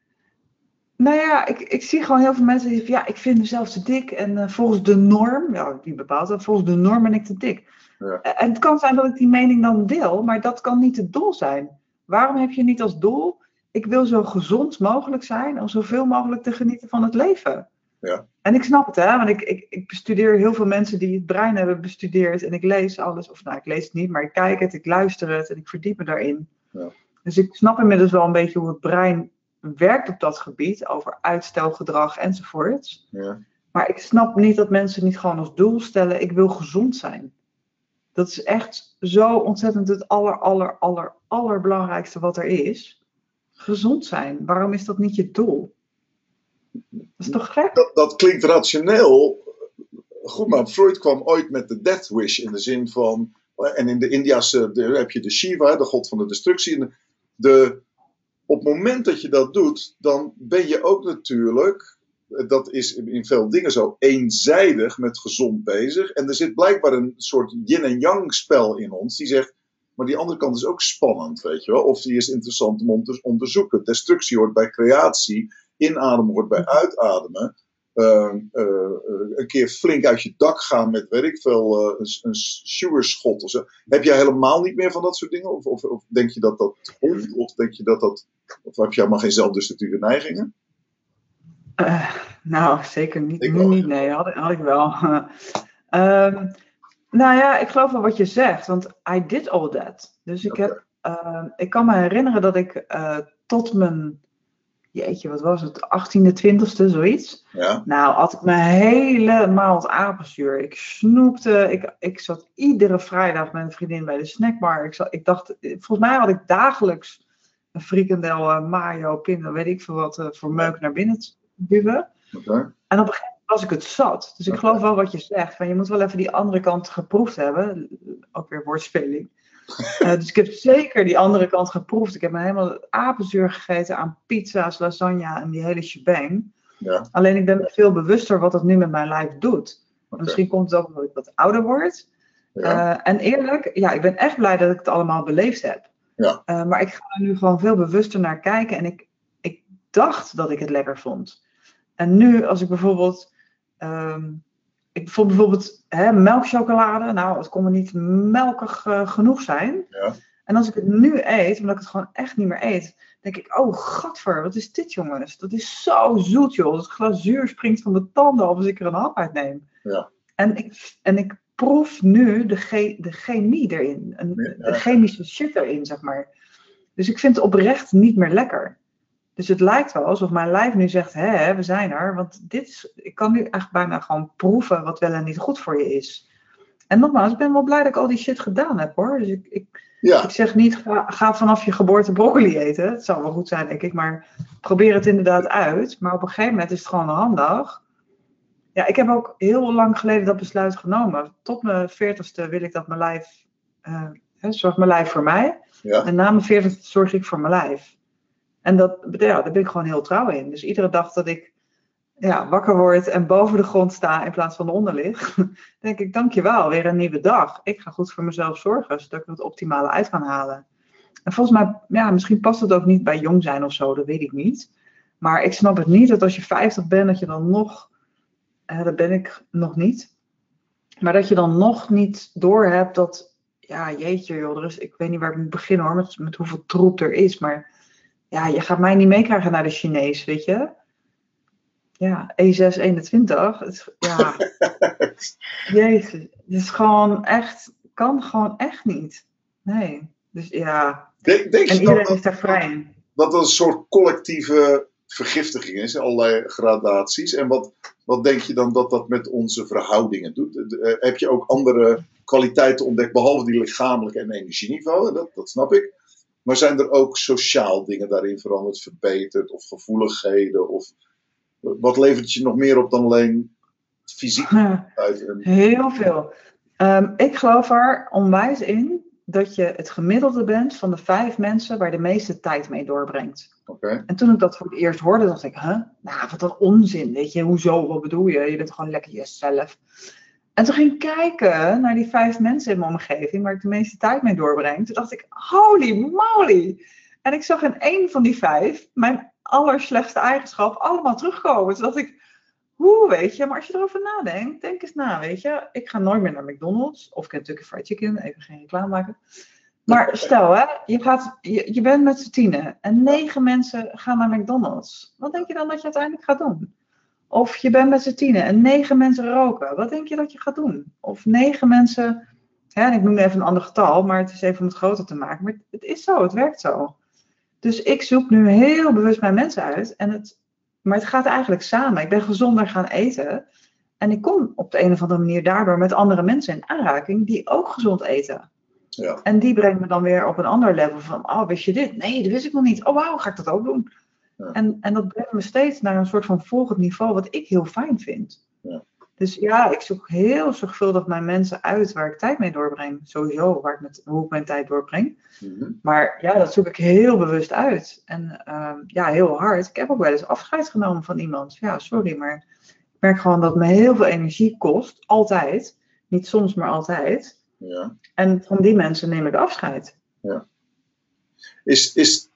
Nou ja, ik, ik zie gewoon heel veel mensen die zeggen, ja, ik vind mezelf te dik. En uh, volgens de norm, ja, wie bepaalt dat? Volgens de norm ben ik te dik. Ja. En het kan zijn dat ik die mening dan deel, maar dat kan niet het doel zijn. Waarom heb je niet als doel, ik wil zo gezond mogelijk zijn om zoveel mogelijk te genieten van het leven? Ja. En ik snap het, hè, want ik, ik, ik bestudeer heel veel mensen die het brein hebben bestudeerd en ik lees alles, of nou, ik lees het niet, maar ik kijk het, ik luister het en ik verdiep me daarin. Ja. Dus ik snap inmiddels wel een beetje hoe het brein werkt op dat gebied, over uitstelgedrag enzovoorts. Ja. Maar ik snap niet dat mensen niet gewoon als doel stellen, ik wil gezond zijn. Dat is echt zo ontzettend het aller, aller, aller, allerbelangrijkste wat er is. Gezond zijn. Waarom is dat niet je doel? Dat is toch gek? Dat, dat klinkt rationeel. Goed, maar Freud kwam ooit met de death wish in de zin van, en in de Indiase de, heb je de Shiva, de god van de destructie. En de, de, op het moment dat je dat doet, dan ben je ook natuurlijk, dat is in veel dingen zo, eenzijdig met gezond bezig. En er zit blijkbaar een soort yin en yang spel in ons, die zegt, maar die andere kant is ook spannend, weet je wel. Of die is interessant om te onderzoeken. Destructie hoort bij creatie, inademen hoort bij uitademen. Uh, uh, uh, een keer flink uit je dak gaan met, weet ik veel, uh, een, een sugarschot of zo. Heb jij helemaal niet meer van dat soort dingen? Of, of, of denk je dat dat hoeft? Of denk je dat dat, of heb je helemaal geen zelfdestructieve neigingen? Uh, nou, zeker niet. Ik nu wel, niet, ja. nee, had, had ik wel. um, nou ja, ik geloof wel wat je zegt, want I did all that. Dus ik, Oké. heb, uh, ik kan me herinneren dat ik uh, tot mijn, jeetje, wat was het, achttiende, twintigste, zoiets. Ja. Nou, had ik me helemaal het apenzuur. Ik snoepte, ik, ik zat iedere vrijdag met een vriendin bij de snackbar. Ik, zat, ik dacht, volgens mij had ik dagelijks een frikandel, uh, mayo, pinda, weet ik veel wat, uh, voor meuk naar binnen te duwen. Okay. En op een gegeven moment was ik het zat. Dus ik Okay. geloof wel wat je zegt. Van je moet wel even die andere kant geproefd hebben. Ook weer woordspeling. uh, dus ik heb zeker die andere kant geproefd. Ik heb me helemaal het apenzuur gegeten aan pizza's, lasagne en die hele shebang. Ja. Alleen ik ben me veel bewuster wat het nu met mijn lijf doet. Okay. Misschien komt het ook omdat ik wat ouder word. Ja. Uh, en eerlijk, ja, ik ben echt blij dat ik het allemaal beleefd heb. Ja. Uh, maar ik ga er nu gewoon veel bewuster naar kijken. En ik, ik dacht dat ik het lekker vond. En nu, als ik bijvoorbeeld, um, ik vond bijvoorbeeld hè, melkchocolade, nou, het kon me niet melkig uh, genoeg zijn. Ja. En als ik het nu eet, omdat ik het gewoon echt niet meer eet, denk ik, oh gadver, wat is dit jongens? Dat is zo zoet joh, het glazuur springt van de tanden af als ik er een hap uit neem. Ja. En, ik, en ik proef nu de, ge, de chemie erin, een, Ja. de chemische shit erin, zeg maar. Dus ik vind het oprecht niet meer lekker. Dus het lijkt wel alsof mijn lijf nu zegt, hé, we zijn er. Want dit is, ik kan nu echt bijna gewoon proeven wat wel en niet goed voor je is. En nogmaals, ik ben wel blij dat ik al die shit gedaan heb hoor. Dus ik, ik, Ja. ik zeg niet, ga, ga vanaf je geboorte broccoli eten. Het zou wel goed zijn, denk ik. Maar probeer het inderdaad uit. Maar op een gegeven moment is het gewoon handig. Ja, ik heb ook heel lang geleden dat besluit genomen. Tot mijn veertigste wil ik dat mijn lijf... Uh, zorg mijn lijf voor mij. Ja. En na mijn veertigste zorg ik voor mijn lijf. En dat, ja, daar ben ik gewoon heel trouw in. Dus iedere dag dat ik ja, wakker word en boven de grond sta in plaats van onder lig, denk ik, dankjewel, weer een nieuwe dag. Ik ga goed voor mezelf zorgen, zodat ik het optimale uit kan halen. En volgens mij, ja, misschien past het ook niet bij jong zijn of zo, dat weet ik niet. Maar ik snap het niet dat als je vijftig bent, dat je dan nog, eh, dat ben ik nog niet, maar dat je dan nog niet doorhebt dat, ja, jeetje joh, er is, ik weet niet waar ik moet beginnen hoor, met, met hoeveel troep er is, maar ja, je gaat mij niet meekrijgen naar de Chinees, weet je. Ja, E zes eenentwintig. Het is, ja. Jezus. Het is gewoon echt, kan gewoon echt niet. Nee. Dus ja. Denk, denk en je iedereen dat, is daar vrij in. Dat dat een soort collectieve vergiftiging is, allerlei gradaties. En wat, wat denk je dan dat dat met onze verhoudingen doet? Uh, heb je ook andere kwaliteiten ontdekt, behalve die lichamelijke en energieniveau? Dat, dat snap ik. Maar zijn er ook sociaal dingen daarin veranderd, verbeterd, of gevoeligheden? Of wat levert het je nog meer op dan alleen fysiek? Ja, uit en... Heel veel. Um, ik geloof er onwijs in dat je het gemiddelde bent van de vijf mensen waar de meeste tijd mee doorbrengt. Okay. En toen ik dat voor het eerst hoorde, dacht ik, huh? Nou, wat een onzin, weet je, hoezo, wat bedoel je? Je bent gewoon lekker jezelf. En toen ging ik kijken naar die vijf mensen in mijn omgeving waar ik de meeste tijd mee doorbreng. Toen dacht ik, holy moly! En ik zag in één van die vijf mijn allerslechtste eigenschap allemaal terugkomen. Toen dacht ik, hoe, weet je, maar als je erover nadenkt, denk eens na, weet je. Ik ga nooit meer naar McDonald's of Kentucky Fried Chicken, even geen reclame maken. Maar stel, hè, je, gaat, je, je bent met z'n tienen en negen mensen gaan naar McDonald's. Wat denk je dan dat je uiteindelijk gaat doen? Of je bent met z'n tienen en negen mensen roken. Wat denk je dat je gaat doen? Of negen mensen, hè, ik noem even een ander getal, maar het is even om het groter te maken. Maar het is zo, het werkt zo. Dus ik zoek nu heel bewust mijn mensen uit. En het, maar het gaat eigenlijk samen. Ik ben gezonder gaan eten. En ik kom op de een of andere manier daardoor met andere mensen in aanraking die ook gezond eten. Ja. En die brengt me dan weer op een ander level van, oh, wist je dit? Nee, dat wist ik nog niet. Oh, wauw, ga ik dat ook doen? Ja. En, en dat brengt me steeds naar een soort van volgend niveau, wat ik heel fijn vind. Ja. Dus ja, ik zoek heel zorgvuldig mijn mensen uit waar ik tijd mee doorbreng. Sowieso, waar ik met, hoe ik mijn tijd doorbreng. Mm-hmm. Maar ja, dat zoek ik heel bewust uit. En uh, ja, heel hard. Ik heb ook wel eens afscheid genomen van iemand. Ja, sorry, maar ik merk gewoon dat het me heel veel energie kost. Altijd. Niet soms, maar altijd. Ja. En van die mensen neem ik afscheid. Ja. Is, is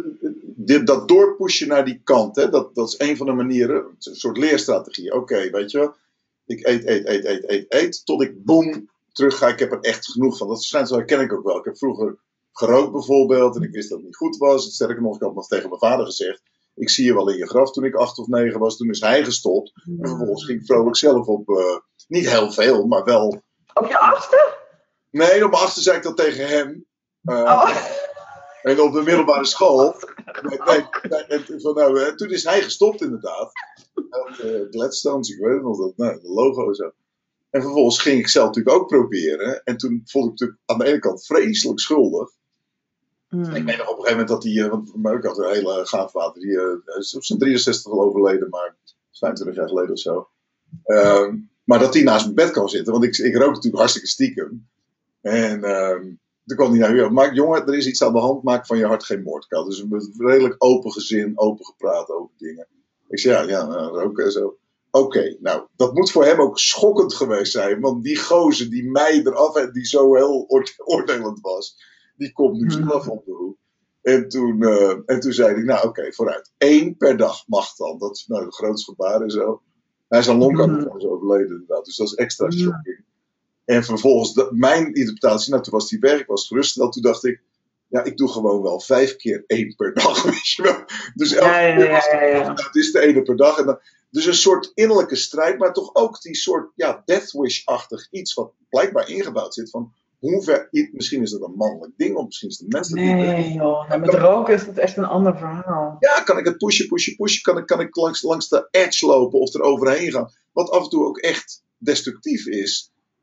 dit, dat doorpushen naar die kant, hè? Dat, dat is een van de manieren, een soort leerstrategie. Oké, okay, weet je wel, ik eet, eet, eet, eet, eet, eet, tot ik boem, terug ga. Ik heb er echt genoeg van. Dat schijnt, dat ken ik ook wel. Ik heb vroeger gerookt bijvoorbeeld en ik wist dat het niet goed was. Sterker nog, ik had nog tegen mijn vader gezegd, ik zie je wel in je graf toen ik acht of negen was. Toen is hij gestopt en vervolgens ging ik vrolijk zelf op, uh, niet heel veel, maar wel... Op je achtste? Nee, op mijn achtste zei ik dat tegen hem. Uh, oh. En op de middelbare school. Nee, nee, nee, van, nou, hè, toen is hij gestopt inderdaad. Uh, Gladstones, ik weet het nog, dat, nou, de logo en zo. En vervolgens ging ik zelf natuurlijk ook proberen. En toen vond ik natuurlijk aan de ene kant vreselijk schuldig. Mm. Ik weet nog op een gegeven moment dat hij, uh, want maar ik had een hele gaaf vader, die uh, is op zijn drieënzestig al overleden, maar vijfentwintig jaar geleden of zo. Uh, maar dat hij naast mijn bed kan zitten, want ik, ik rook natuurlijk hartstikke stiekem. En uh, toen kwam hij naar huur. Maar jongen, er is iets aan de hand, maak van je hart geen moordkuil. Dus een redelijk open gezin, open gepraat over dingen. Ik zei, ja, ja, nou, roken en zo. Oké, okay, nou, dat moet voor hem ook schokkend geweest zijn. Want die gozer die mij eraf had, die zo heel oordelend was, die komt nu zelf op de hoek. En toen, uh, en toen zei hij, nou oké, okay, vooruit. Eén per dag mag dan. Dat is nou de grootste gebaar en zo. Hij is aan longkanker van zo overleden inderdaad. Dus dat is extra shocking. En vervolgens, de, mijn interpretatie, nou toen was die werk, was gerustgesteld. Toen dacht ik, ja, ik doe gewoon wel vijf keer één per dag, weet je wel. Dus elke ja, ja, keer was ja, ja, ja. nou, het is de ene per dag. En dan, dus een soort innerlijke strijd, maar toch ook die soort, ja, death wish-achtig iets wat blijkbaar ingebouwd zit van, hoe ver, misschien is dat een mannelijk ding, of misschien is het een menselijk ding. Nee joh, nou, met roken is het echt een ander verhaal. Ja, kan ik het pushen, pushen, pushen, kan ik, kan ik langs, langs de edge lopen of er overheen gaan. Wat af en toe ook echt destructief is.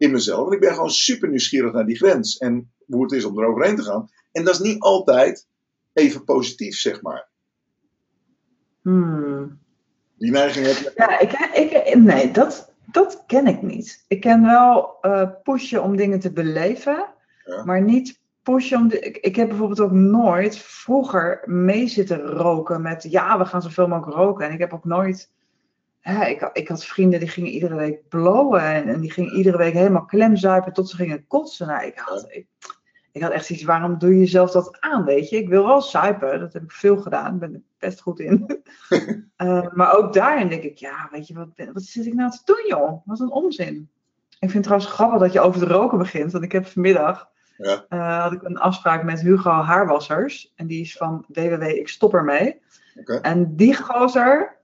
in mezelf. Want ik ben gewoon super nieuwsgierig naar die grens. En hoe het is om er overheen te gaan. En dat is niet altijd even positief, zeg maar. Hmm. Die neiging heb je. Ja, ik, ik, nee, dat, dat ken ik niet. Ik ken wel uh, pushen om dingen te beleven, Ja. maar niet pushen om... De, ik, ik heb bijvoorbeeld ook nooit vroeger mee zitten roken met... Ja, we gaan zoveel mogelijk roken. En ik heb ook nooit... Ja, ik, ik had vrienden die gingen iedere week blowen en, en die gingen iedere week helemaal klemzuipen tot ze gingen kotsen. Nou, ik had... Ik, Ik had echt zoiets, waarom doe je jezelf dat aan, weet je? Ik wil wel suipen, dat heb ik veel gedaan, daar ben ik best goed in. uh, maar ook daarin denk ik, ja, weet je, wat, wat zit ik nou te doen, joh? Wat een onzin. Ik vind het trouwens grappig dat je over het roken begint, want ik heb vanmiddag, Ja. uh, had ik een afspraak met Hugo Haarwassers, en die is van w w w Ik Stop Ermee. Okay. En die gozer,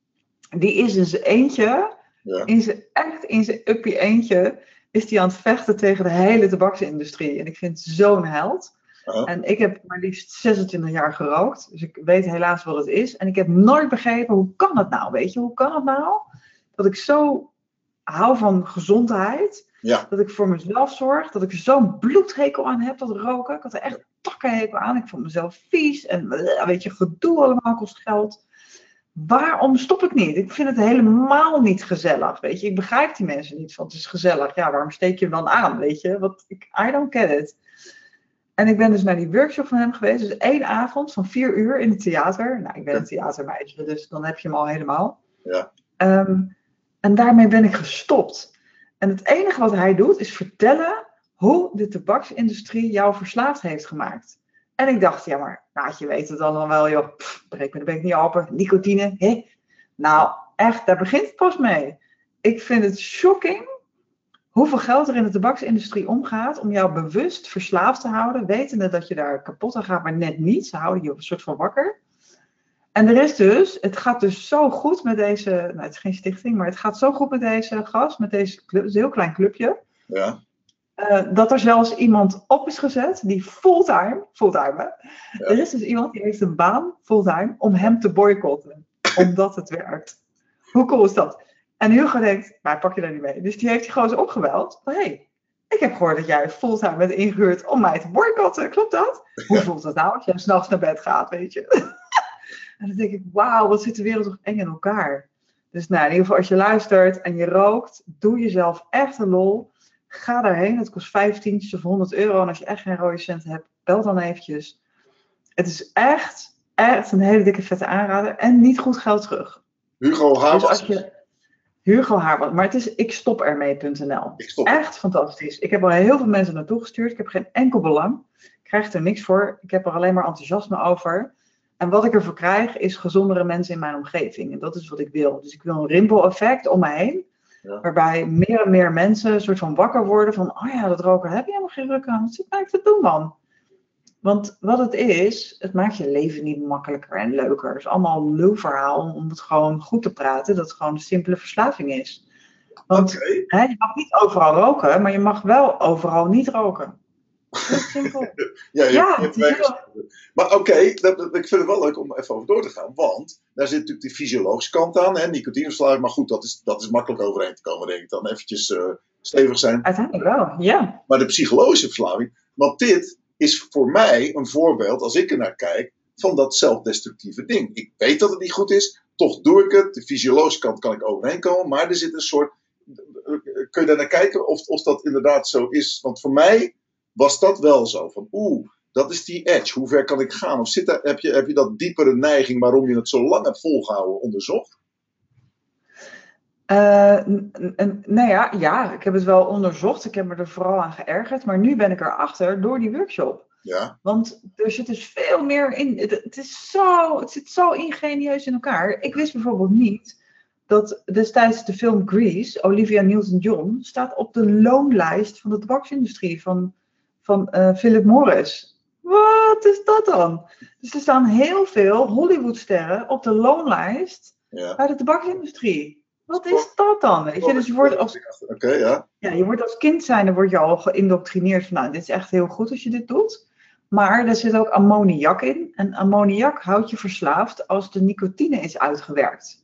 die is in zijn eentje, Ja. in zijn, echt in zijn uppie eentje, is die aan het vechten tegen de hele tabaksindustrie. En ik vind het zo'n held. Uh-huh. En ik heb maar liefst zesentwintig jaar gerookt. Dus ik weet helaas wat het is. En ik heb nooit begrepen, hoe kan het nou? Weet je, hoe kan het nou? Dat ik zo hou van gezondheid. Ja. Dat ik voor mezelf zorg. Dat ik zo'n bloedhekel aan heb, dat roken. Ik had er echt takkenhekel aan. Ik vond mezelf vies. En weet je, gedoe allemaal kost geld. Waarom stop ik niet? Ik vind het helemaal niet gezellig, weet je. Ik begrijp die mensen niet van, het is gezellig. Ja, waarom steek je hem dan aan, weet je? Wat, ik, I don't get it. En ik ben dus naar die workshop van hem geweest. Dus één avond van vier uur in het theater. Nou, ik ben een theatermeisje, dus dan heb je hem al helemaal. Ja. Um, en daarmee ben ik gestopt. En het enige wat hij doet, is vertellen hoe de tabaksindustrie jou verslaafd heeft gemaakt. En ik dacht, ja maar, nou, je weet het dan wel, joh, pff, breek me de bek niet open, nicotine, hè? Nou, echt, daar begint het pas mee. Ik vind het shocking hoeveel geld er in de tabaksindustrie omgaat om jou bewust verslaafd te houden, wetende dat je daar kapot aan gaat, maar net niet. Ze houden je op een soort van wakker. En er is dus, het gaat dus zo goed met deze, nou het is geen stichting, maar het gaat zo goed met deze gast, met deze club, het is een heel klein clubje. Ja. Uh, dat er zelfs iemand op is gezet die fulltime, fulltime hè? Ja. Er is dus iemand die heeft een baan fulltime om hem te boycotten. Omdat het werkt. Hoe cool is dat? En Hugo denkt, maar pak je daar niet mee. Dus die heeft die gozer opgebeld. Hé, hey, ik heb gehoord dat jij fulltime bent ingehuurd om mij te boycotten. Klopt dat? Hoe ja. voelt dat nou als jij 's nachts naar bed gaat, weet je? En dan denk ik, wauw, wat zit de wereld toch eng in elkaar. Dus nou, in ieder geval als je luistert en je rookt, doe jezelf echt een lol. Ga daarheen, het kost vijftien of honderd euro. En als je echt geen rode cent hebt, bel dan eventjes. Het is echt, echt een hele dikke vette aanrader. En niet goed geld terug. Hugo Haarwassers. Dus je, Hugo Haarwassers. Maar het is ik stop ermee punt n l. Echt fantastisch. Ik heb al heel veel mensen naartoe gestuurd. Ik heb geen enkel belang. Ik krijg er niks voor. Ik heb er alleen maar enthousiasme over. En wat ik ervoor krijg, is gezondere mensen in mijn omgeving. En dat is wat ik wil. Dus ik wil een rimpel-effect om me heen. Ja. Waarbij meer en meer mensen een soort van wakker worden van, oh ja, dat roken, heb je helemaal geen ruk aan. Wat zit nou te doen, man? Want wat het is, het maakt je leven niet makkelijker en leuker. Het is allemaal een lulverhaal om het gewoon goed te praten, dat het gewoon een simpele verslaving is. Want okay. hè, je mag niet overal roken, maar je mag wel overal niet roken. Dat is simpel. ja, je, ja, je hebt heel... Maar oké, okay, ik vind het wel leuk om even over door te gaan. Want daar zit natuurlijk die fysiologische kant aan. Hè, nicotineverslaving, maar goed, dat is, dat is makkelijk overeen te komen, denk ik. Dan eventjes uh, stevig zijn. Uiteindelijk wel, ja. Maar de psychologische verslaving, want dit is voor mij een voorbeeld, als ik er naar kijk, van dat zelfdestructieve ding. Ik weet dat het niet goed is, toch doe ik het. De fysiologische kant kan ik overheen komen, maar er zit een soort... Kun je daar naar kijken of, of dat inderdaad zo is? Want voor mij was dat wel zo. Van oeh, dat is die edge. Hoe ver kan ik gaan? Of zit daar, heb, je, heb je dat diepere neiging waarom je het zo lang hebt volgehouden onderzocht? Uh, n- n- nou ja, ja, ik heb het wel onderzocht. Ik heb me er vooral aan geërgerd. Maar nu ben ik erachter door die workshop. Ja. Want er zit dus veel meer in. Het, het, is zo, het zit zo ingenieus in elkaar. Ik wist bijvoorbeeld niet dat destijds de film Grease, Olivia Newton-John, staat op de loonlijst van de tabaksindustrie van, van uh, Philip Morris. Wat is dat dan? Dus er staan heel veel Hollywoodsterren op de loonlijst ja. bij de tabaksindustrie. Wat is dat dan? Weet je? Dus je wordt als, okay, ja. Ja, je wordt als kind zijnde word je al geïndoctrineerd van, nou, dit is echt heel goed als je dit doet. Maar er zit ook ammoniak in. En ammoniak houdt je verslaafd als de nicotine is uitgewerkt.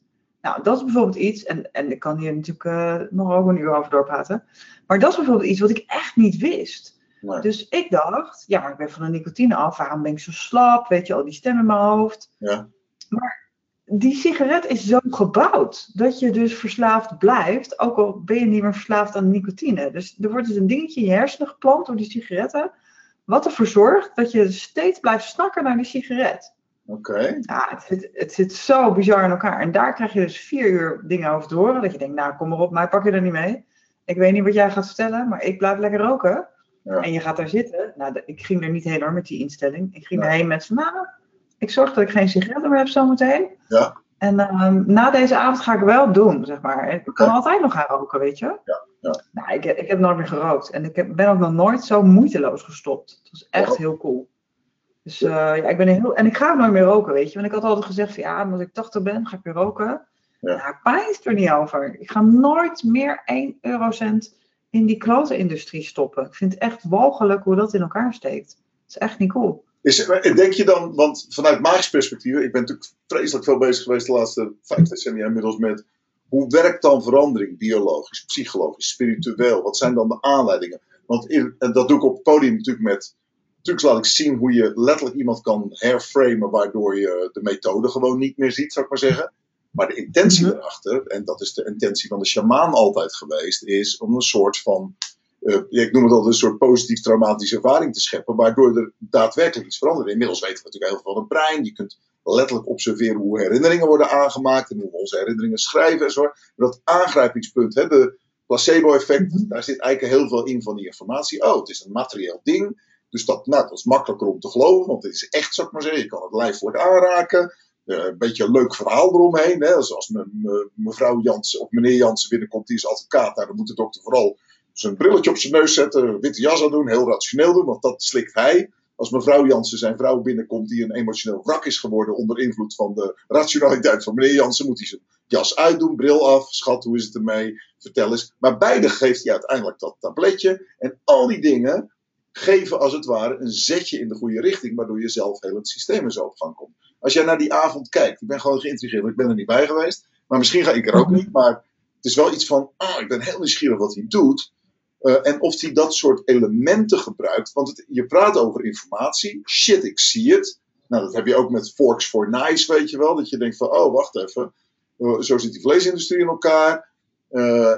Nou, dat is bijvoorbeeld iets, en, en ik kan hier natuurlijk uh, nog ook een uur over doorpraten, maar dat is bijvoorbeeld iets wat ik echt niet wist. Nee. Dus ik dacht, ja, maar ik ben van de nicotine af, waarom ben ik zo slap, weet je, al die stem in mijn hoofd. Ja. Maar die sigaret is zo gebouwd, dat je dus verslaafd blijft, ook al ben je niet meer verslaafd aan nicotine. Dus er wordt dus een dingetje in je hersenen geplant door die sigaretten, wat ervoor zorgt dat je steeds blijft snakken naar die sigaret. Oké. Okay. Ja, het zit, het zit zo bizar in elkaar. En daar krijg je dus vier uur dingen over te horen. Dat je denkt, nou kom maar op, mij pak je er niet mee. Ik weet niet wat jij gaat vertellen, maar ik blijf lekker roken. Ja. En je gaat daar zitten. Nou, de, ik ging er niet heen hoor, met die instelling. Ik ging ja. erheen met van, nou, ik zorg dat ik geen sigaretten meer heb zometeen. Ja. En uh, na deze avond ga ik wel doen, zeg maar. Ik kan okay. altijd nog gaan roken, weet je. Ja. Ja. Nou, ik, ik heb nooit meer gerookt. En ik heb, ben ook nog nooit zo moeiteloos gestopt. Het was echt oh. heel cool. Dus uh, ja, ik ben heel... En ik ga ook nooit meer roken, weet je. Want ik had altijd gezegd van ja, als ik tachtig ben, ga ik weer roken. Ja. Nou, ik pijnst er niet over. Ik ga nooit meer één eurocent in die klote industrie stoppen. Ik vind het echt walgelijk hoe dat in elkaar steekt. Het is echt niet cool. Is, denk je dan, want vanuit magisch perspectief, ik ben natuurlijk vreselijk veel bezig geweest de laatste vijf decennia inmiddels met hoe werkt dan verandering, biologisch, psychologisch, spiritueel? Wat zijn dan de aanleidingen? Want in, en dat doe ik op het podium natuurlijk met, natuurlijk laat ik zien hoe je letterlijk iemand kan herframen, waardoor je de methode gewoon niet meer ziet, zou ik maar zeggen. Maar de intentie mm-hmm. erachter, en dat is de intentie van de sjamaan altijd geweest, is om een soort van, uh, ik noem het altijd een soort positief traumatische ervaring te scheppen, waardoor er daadwerkelijk iets verandert. Inmiddels weten we natuurlijk heel veel van het brein. Je kunt letterlijk observeren hoe herinneringen worden aangemaakt en hoe we onze herinneringen schrijven en zo. Maar dat aangrijpingspunt, hè, de placebo-effect, mm-hmm. daar zit eigenlijk heel veel in van die informatie. Oh, het is een materieel ding. Dus dat, nou, dat is makkelijker om te geloven, want het is echt, zou ik maar zeggen. Je kan het lijfelijk aanraken. Uh, een beetje een leuk verhaal eromheen. Hè? Zoals me, me, mevrouw Jansen of meneer Jansen binnenkomt, die is advocaat. Nou, dan moet de dokter vooral zijn brilletje op zijn neus zetten, een witte jas aan doen, heel rationeel doen, want dat slikt hij. Als mevrouw Jansen zijn vrouw binnenkomt die een emotioneel wrak is geworden onder invloed van de rationaliteit van meneer Jansen, moet hij zijn jas uitdoen, bril af, schat, hoe is het ermee, vertel eens. Maar beide geeft hij uiteindelijk dat tabletje. En al die dingen geven als het ware een zetje in de goede richting, waardoor je zelf heel het systeem in zijn op gang komt. Als jij naar die avond kijkt, ik ben gewoon geïntrigeerd, ik ben er niet bij geweest, maar misschien ga ik er ook niet, maar het is wel iets van, ah, ik ben heel nieuwsgierig wat hij doet. Uh, en of hij dat soort elementen gebruikt. Want het, je praat over informatie. Shit, ik zie het. Nou, dat heb je ook met Forks for Knives, weet je wel. Dat je denkt van, oh, wacht even. Uh, zo zit die vleesindustrie in elkaar. Uh,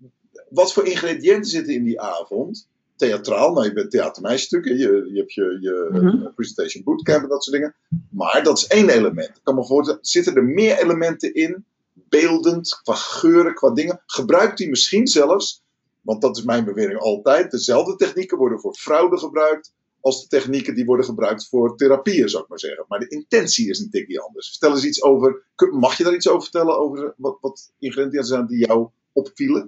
wat voor ingrediënten zitten in die avond? Theatraal, nou je bent theatermeisstukken. Je, je hebt je, je mm-hmm. uh, presentation bootcamp en dat soort dingen. Maar dat is één element. Ik kan me voorstellen, zitten er meer elementen in? Beeldend, qua geuren, qua dingen. Gebruikt hij misschien zelfs... Want dat is mijn bewering altijd. Dezelfde technieken worden voor fraude gebruikt als de technieken die worden gebruikt voor therapieën, zou ik maar zeggen. Maar de intentie is een tikje anders. Vertel eens iets over, mag je daar iets over vertellen, over wat, wat ingrediënten zijn die jou opvielen?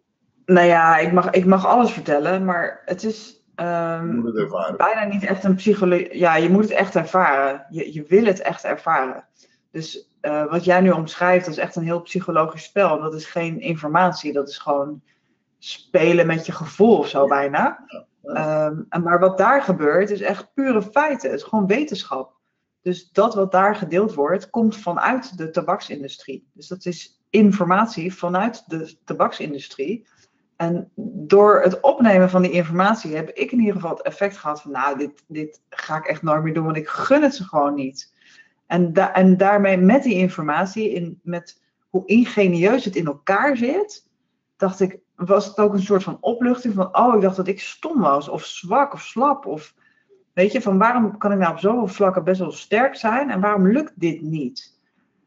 Nou ja, ik mag, ik mag alles vertellen, maar het is um, je moet het ervaren. Bijna niet echt een psychologie. Ja, je moet het echt ervaren. Je, je wil het echt ervaren. Dus uh, wat jij nu omschrijft, dat is echt een heel psychologisch spel. Dat is geen informatie, dat is gewoon spelen met je gevoel of zo bijna. Ja, ja. Um, maar wat daar gebeurt is echt pure feiten. Het is gewoon wetenschap. Dus dat wat daar gedeeld wordt, komt vanuit de tabaksindustrie. Dus dat is informatie vanuit de tabaksindustrie. En door het opnemen van die informatie heb ik in ieder geval het effect gehad van, nou, dit, dit ga ik echt nooit meer doen, want ik gun het ze gewoon niet. En, da- en daarmee met die informatie, in, met hoe ingenieus het in elkaar zit, dacht ik, was het ook een soort van opluchting van, oh, ik dacht dat ik stom was, of zwak, of slap, of weet je, van waarom kan ik nou op zoveel vlakken best wel sterk zijn, en waarom lukt dit niet?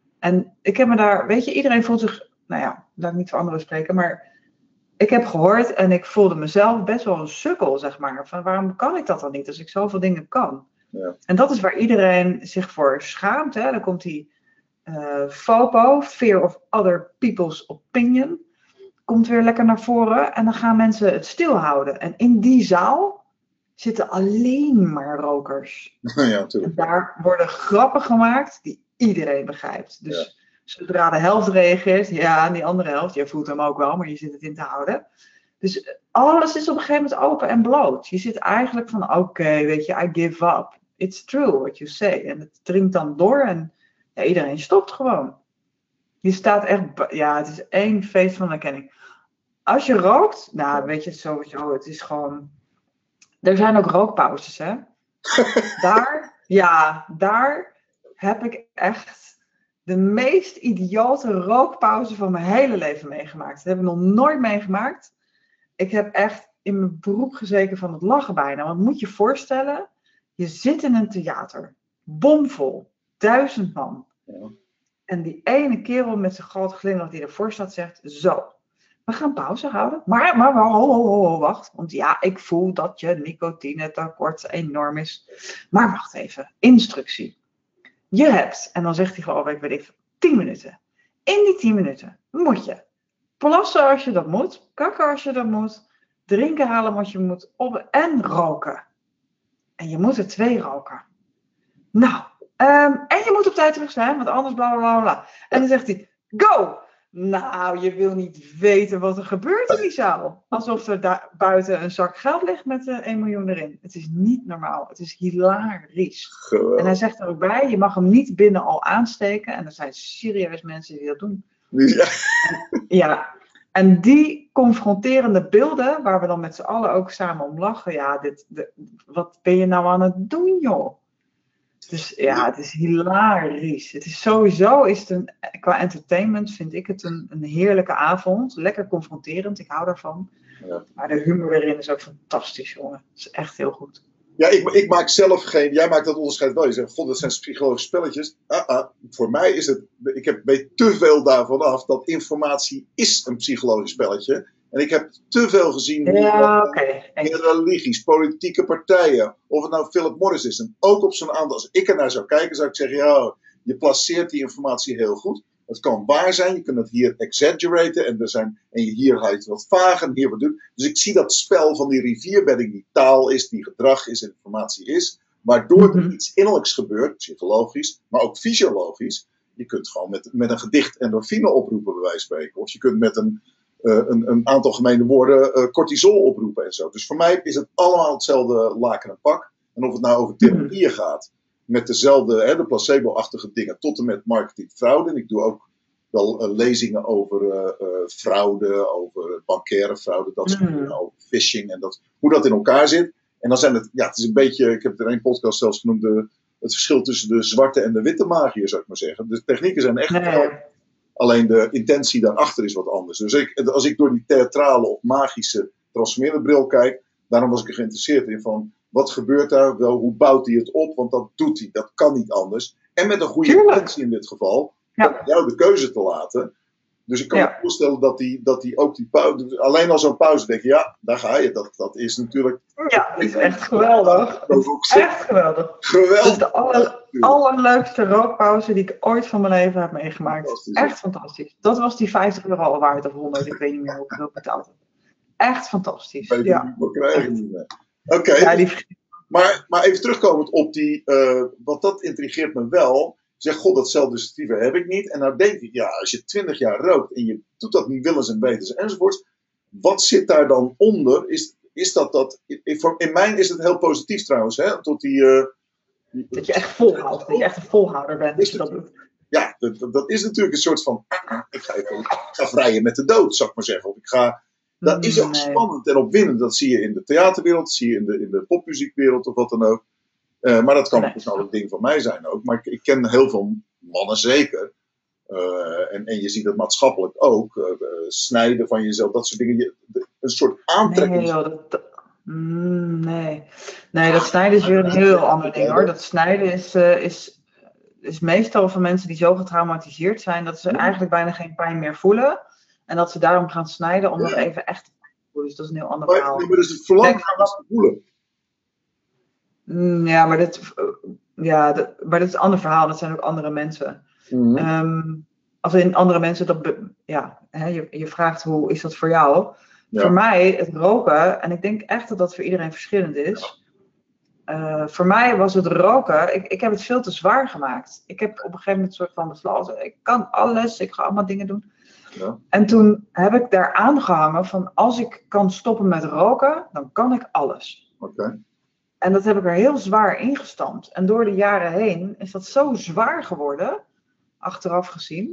En ik heb me daar, weet je, iedereen voelt zich, nou ja, laat ik niet voor anderen spreken, maar ik heb gehoord en ik voelde mezelf best wel een sukkel, zeg maar, van waarom kan ik dat dan niet, als ik zoveel dingen kan? Ja. En dat is waar iedereen zich voor schaamt, hè. Dan komt die uh, FOPO, Fear of Other People's Opinion, komt weer lekker naar voren en dan gaan mensen het stilhouden. En in die zaal zitten alleen maar rokers. Ja, en daar worden grappen gemaakt die iedereen begrijpt. Dus ja. Zodra de helft reageert, ja, en die andere helft, je voelt hem ook wel, maar je zit het in te houden. Dus alles is op een gegeven moment open en bloot. Je zit eigenlijk van, oké, okay, weet je, I give up. It's true what you say. En het dringt dan door en ja, iedereen stopt gewoon. Je staat echt, ba- ja, het is één feest van herkenning. Als je rookt, nou weet je sowieso, het is gewoon, er zijn ook rookpauzes, hè. Daar, ja, daar heb ik echt de meest idiote rookpauze van mijn hele leven meegemaakt. Dat heb ik nog nooit meegemaakt. Ik heb echt in mijn broek gezeken van het lachen bijna. Want moet je je voorstellen, je zit in een theater, bomvol, duizend man. Ja. En die ene kerel met zijn grote glimlach die ervoor staat zegt, zo, we gaan pauze houden. Maar, maar, maar ho, ho, ho, ho, wacht. Want ja, ik voel dat je nicotinetekort enorm is. Maar wacht even, instructie. Je hebt, en dan zegt hij gewoon, ik weet ik, tien minuten. In die tien minuten moet je plassen als je dat moet, kakken als je dat moet, drinken halen wat je moet, op en roken. En je moet er twee roken. Nou, um, en je moet op tijd terug zijn, want anders bla bla bla bla. En dan zegt hij, go! Nou, je wil niet weten wat er gebeurt in die zaal. Alsof er daar buiten een zak geld ligt met uh, één miljoen erin. Het is niet normaal. Het is hilarisch. Geweldig. En hij zegt er ook bij, je mag hem niet binnen al aansteken. En er zijn serieus mensen die dat doen. Ja. Ja, en die confronterende beelden, waar we dan met z'n allen ook samen om lachen. Ja, dit, de, wat ben je nou aan het doen, joh? Dus ja, het is hilarisch. Het is sowieso, is het een, qua entertainment vind ik het een, een heerlijke avond. Lekker confronterend, ik hou daarvan. Ja. Maar de humor erin is ook fantastisch, jongen. Het is echt heel goed. Ja, ik, ik maak zelf geen... Jij maakt dat onderscheid wel. Je zegt, god, dat zijn psychologische spelletjes. Ah, ah, voor mij is het... Ik heb, weet te veel daarvan af dat informatie is een psychologisch spelletje. En ik heb te veel gezien... hoe Ja, dat, oké. Okay. in religies, politieke partijen. Of het nou Philip Morris is. En ook op zo'n aantal... Als ik er naar zou kijken, zou ik zeggen... Ja, je placeert die informatie heel goed. Het kan waar zijn. Je kunt het hier exaggeraten. En, er zijn, en hier haal je het wat vaag. En hier wat doen. Dus ik zie dat spel van die rivierbedding. Die taal is, die gedrag is, informatie is. Waardoor er Mhm. iets innerlijks gebeurt. Psychologisch. Maar ook fysiologisch. Je kunt gewoon met, met een gedicht endorfine oproepen, bij wijze van spreken. Of je kunt met een, uh, een, een aantal gemene woorden uh, cortisol oproepen en zo. Dus voor mij is het allemaal hetzelfde laken en pak. En of het nou over therapieën gaat. Met dezelfde, hè, de placebo-achtige dingen. Tot en met marketingfraude. En ik doe ook wel uh, lezingen over uh, uh, fraude. Over bankaire fraude. Dat soort Mhm. dingen. Over phishing. En dat, hoe dat in elkaar zit. En dan zijn het, ja, het is een beetje, ik heb het in één podcast zelfs genoemd, de, het verschil tussen de zwarte en de witte magier, zou ik maar zeggen. De technieken zijn echt Nee. hetzelfde. Alleen de intentie daarachter is wat anders. Dus ik, als ik door die theatrale of magische transformerende bril kijk, daarom was ik er geïnteresseerd in van, wat gebeurt daar wel, hoe bouwt hij het op, want dat doet hij, dat kan niet anders. En met een goede Tuurlijk. intentie in dit geval, Ja. om jou de keuze te laten. Dus ik kan Ja. me voorstellen dat hij dat die ook die pauze, alleen al zo'n pauze denk je, ja, daar ga je, dat, dat is natuurlijk... Ja, het is echt geweldig. Dat is ook zeker Echt geweldig. Dat is geweldig. de aller, allerleukste rookpauze die ik ooit van mijn leven heb meegemaakt. Fantastisch. Echt fantastisch. Dat was die vijftig euro al waard of honderd. Ik weet niet meer hoeveel ik betaald heb. Echt fantastisch. Weet je Ja, niet meer krijgen niet meer. Oké, ja die, maar, maar even terugkomend op die, uh, want dat intrigeert me wel. Je zegt, god, dat zelfdestructieve heb ik niet. En nou denk ik, ja, als je twintig jaar rookt en je doet dat niet willens en wetens enzovoorts. Wat zit daar dan onder? Is, is dat dat, in, in mijn is het heel positief trouwens, hè, tot die... Uh, die dat je echt volhoudt. Dat je echt een volhouder bent. Dat je dat doet. Ja, dat, dat, dat is natuurlijk een soort van, ik ga, even, ik ga vrijen met de dood, zou ik maar zeggen. Of ik ga... Dat is ook Nee. spannend en opwindend. Dat zie je in de theaterwereld, dat zie je in de, in de popmuziekwereld of wat dan ook. Uh, maar dat kan Nee. dus nou een ding van mij zijn ook. Maar ik, ik ken heel veel mannen zeker. Uh, en, en je ziet het maatschappelijk ook. Uh, uh, snijden van jezelf, dat soort dingen. Je, de, een soort aantrekking. Nee, joh, dat, dat- mm, nee. nee, dat snijden is weer een heel ander ding hoor. Dat snijden is, uh, is, is meestal van mensen die zo getraumatiseerd zijn dat ze eigenlijk bijna geen pijn meer voelen. En dat ze daarom gaan snijden om nog even echt te voelen. Dus dat is een heel ander Maar, verhaal. nee, maar dus het verlangen Kijk, naar te voelen. Mm, Ja, maar dit, uh, ja, dat, maar dat is een ander verhaal. Dat zijn ook andere mensen. Mm-hmm. Ehm, als in andere mensen dat, be- ja, hè, je, je vraagt hoe is dat voor jou? Ja. Voor mij, het roken, en ik denk echt dat dat voor iedereen verschillend is. Uh, voor mij was het roken, ik, ik heb het veel te zwaar gemaakt. Ik heb op een gegeven moment een soort van besloten, ik kan alles, ik ga allemaal dingen doen. Ja. En toen heb ik daar aangehangen van, als ik kan stoppen met roken, dan kan ik alles. Oké. Okay. En dat heb ik er heel zwaar ingestampt. En door de jaren heen is dat zo zwaar geworden, achteraf gezien,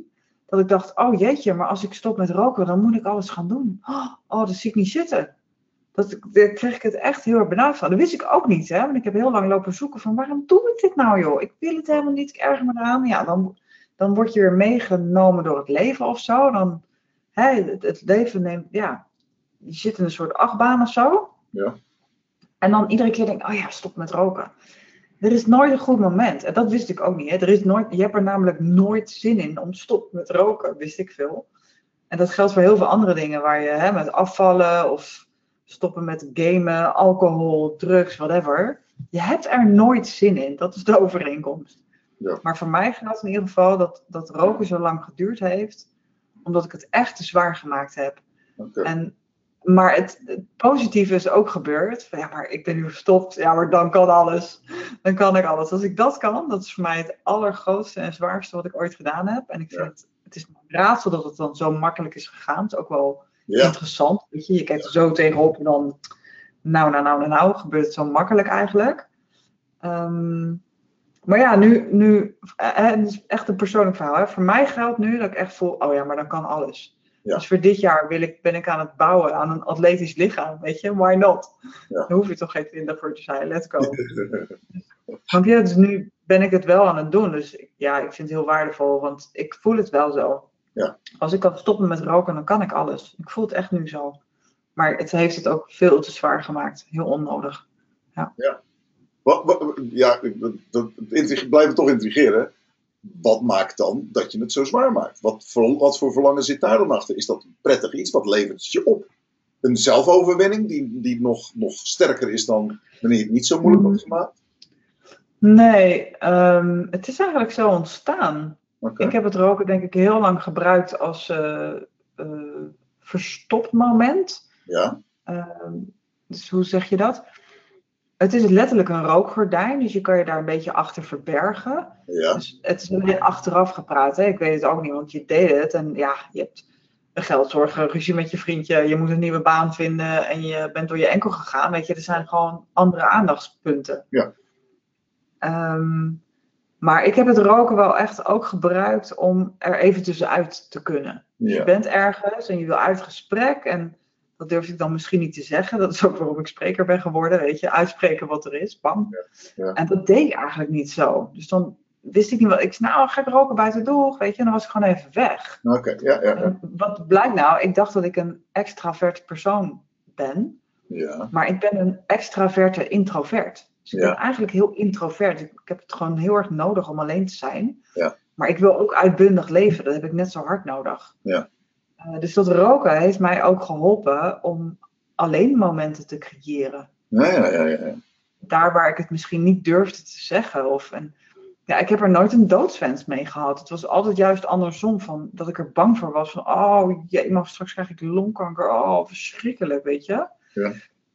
Dat ik dacht, oh jeetje, maar als ik stop met roken, dan moet ik alles gaan doen. Oh, dat zie ik niet zitten. Dat, daar kreeg ik het echt heel erg benauwd van. Dat wist ik ook niet, hè. Want ik heb heel lang lopen zoeken van, waarom doe ik dit nou, joh? Ik wil het helemaal niet, ik erger me eraan. Ja, dan, dan word je weer meegenomen door het leven of zo. Dan, hè, het, het leven neemt, ja, je zit in een soort achtbaan of zo. Ja. En dan iedere keer denk ik, oh ja, stop met roken. Er is nooit een goed moment. En dat wist ik ook niet. Hè. Er is nooit, je hebt er namelijk nooit zin in om te stoppen met roken, wist ik veel. En dat geldt voor heel veel andere dingen. Waar je hè, met afvallen of stoppen met gamen, alcohol, drugs, whatever. Je hebt er nooit zin in. Dat is de overeenkomst. Ja. Maar voor mij geldt in ieder geval dat, dat roken zo lang geduurd heeft. Omdat ik het echt te zwaar gemaakt heb. Okay. En Maar het, het positieve is ook gebeurd. Ja, maar ik ben nu gestopt. Ja, maar dan kan alles. Dan kan ik alles. Als ik dat kan, dat is voor mij het allergrootste en zwaarste wat ik ooit gedaan heb. En ik vind Ja. het, het is een raadsel dat het dan zo makkelijk is gegaan. Het is ook wel Ja. interessant. Weet je, je kijkt er zo tegenop en dan, nou, nou, nou, nou, nou, gebeurt het zo makkelijk eigenlijk. Um, maar ja, nu, nu eh, het is echt een persoonlijk verhaal. Hè. Voor mij geldt nu dat ik echt voel, oh ja, maar dan kan alles. Ja. Dus voor dit jaar wil ik, ben ik aan het bouwen aan een atletisch lichaam, weet je, why not? Ja. Daar hoef je toch geen twintig voor te zijn, let's go. Want ja, dus nu ben ik het wel aan het doen, dus ja, ik vind het heel waardevol, want ik voel het wel zo. Ja. Als ik kan stoppen met roken, dan kan ik alles. Ik voel het echt nu zo. Maar het heeft het ook veel te zwaar gemaakt, heel onnodig. Ja. Ja, wat, wat, ja dat, dat, het blijft me toch intrigeren. Wat maakt dan dat je het zo zwaar maakt? Wat voor, wat voor verlangen zit daar dan achter? Is dat een prettig iets? Wat levert het je op? Een zelfoverwinning die, die nog, nog sterker is dan wanneer je het niet zo moeilijk wordt gemaakt? Nee, um, het is eigenlijk zo ontstaan. Okay. Ik heb het roken denk ik heel lang gebruikt als uh, uh, verstopmoment. Ja. Uh, dus hoe zeg je dat? Het is letterlijk een rookgordijn, dus je kan je daar een beetje achter verbergen. Ja. Dus het is alleen achteraf gepraat, hè? Ik weet het ook niet, want je deed het en ja, je hebt een geldzorgen, ruzie met je vriendje, je moet een nieuwe baan vinden en je bent door je enkel gegaan. Weet je, er zijn gewoon andere aandachtspunten. Ja. Um, maar ik heb het roken wel echt ook gebruikt om er even tussenuit te kunnen. Dus Ja. je bent ergens en je wil uit gesprek en dat durf ik dan misschien niet te zeggen. Dat is ook waarom ik spreker ben geworden, weet je. Uitspreken wat er is, bam. Ja, ja. En dat deed ik eigenlijk niet zo. Dus dan wist ik niet wat. Ik zei, nou, ga ik roken buiten de doeg, weet je. En dan was ik gewoon even weg. Oké, okay, ja, ja, ja. En wat blijkt nou? Ik dacht dat ik een extraverte persoon ben. Ja. Maar ik ben een extraverte introvert. Dus ik Ja. ben eigenlijk heel introvert. Ik heb het gewoon heel erg nodig om alleen te zijn. Ja. Maar ik wil ook uitbundig leven. Dat heb ik net zo hard nodig. Ja. Uh, dus dat roken heeft mij ook geholpen om alleen momenten te creëren. Ja, ja, ja, ja. Daar waar ik het misschien niet durfde te zeggen. Of een, ja, ik heb er nooit een doodswens mee gehad. Het was altijd juist andersom. Van, dat ik er bang voor was. Van, oh jee, maar straks krijg ik longkanker. Oh, verschrikkelijk, weet je. Ja,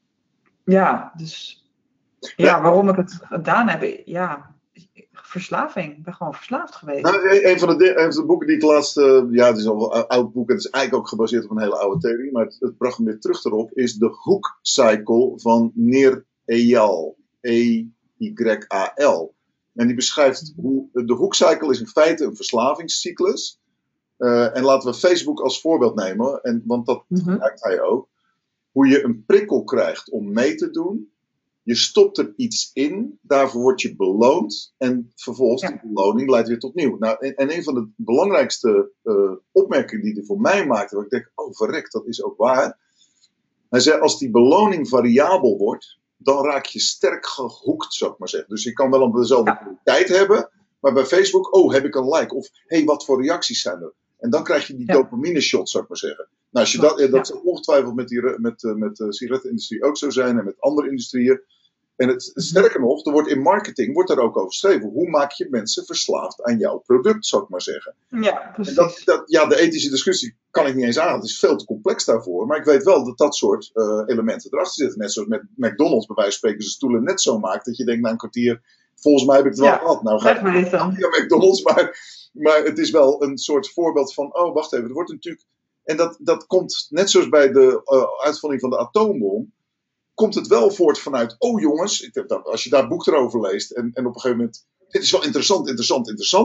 ja dus ja, ja, waarom ik het gedaan heb. Ja, verslaving. Ik ben gewoon verslaafd geweest. Nou, een, van de, een van de boeken die ik laatst... Uh, ja, het is al wel een oud boek. En het is eigenlijk ook gebaseerd op een hele oude theorie. Maar het, het bracht me weer terug erop. Is de Hook Cycle van Nir Eyal. E Y A L. En die beschrijft hoe... De Hook Cycle is in feite een verslavingscyclus. Uh, en laten we Facebook als voorbeeld nemen. En, want dat Mm-hmm. gebruikt hij ook. Hoe je een prikkel krijgt om mee te doen. Je stopt er iets in, daarvoor word je beloond en vervolgens ja. die beloning leidt weer tot nieuw. Nou, en, en een van de belangrijkste uh, opmerkingen die hij voor mij maakte, waar ik denk, oh verrek, dat is ook waar. Hij zei, als die beloning variabel wordt, dan raak je sterk gehoekt, zou ik maar zeggen. Dus je kan wel een dezelfde ja. kwaliteit hebben, maar bij Facebook, oh, heb ik een like? Of, hé, hey, wat voor reacties zijn er? En dan krijg je die ja. dopamine shot, zou ik maar zeggen. Nou, als je dat, dat zal ongetwijfeld met, die, met, met de sigarettenindustrie ook zo zijn en met andere industrieën. En het, sterker nog, er wordt in marketing wordt er ook over geschreven. Hoe maak je mensen verslaafd aan jouw product, zou ik maar zeggen. Ja, precies. En dat, dat, ja, de ethische discussie kan ik niet eens aan. Het is veel te complex daarvoor. Maar ik weet wel dat dat soort uh, elementen erachter zitten. Net zoals met McDonald's bij wijze van spreken zijn stoelen net zo maakt. Dat je denkt na een kwartier, volgens mij heb ik het wel ja, gehad. Nou ga ik niet naar McDonald's, maar, maar het is wel een soort voorbeeld van, oh wacht even, er wordt natuurlijk... En dat, dat komt, net zoals bij de uh, uitvinding van de atoombom, komt het wel voort vanuit, oh jongens, ik heb dat, als je daar boek erover leest en, en op een gegeven moment, dit is wel interessant, interessant, interessant.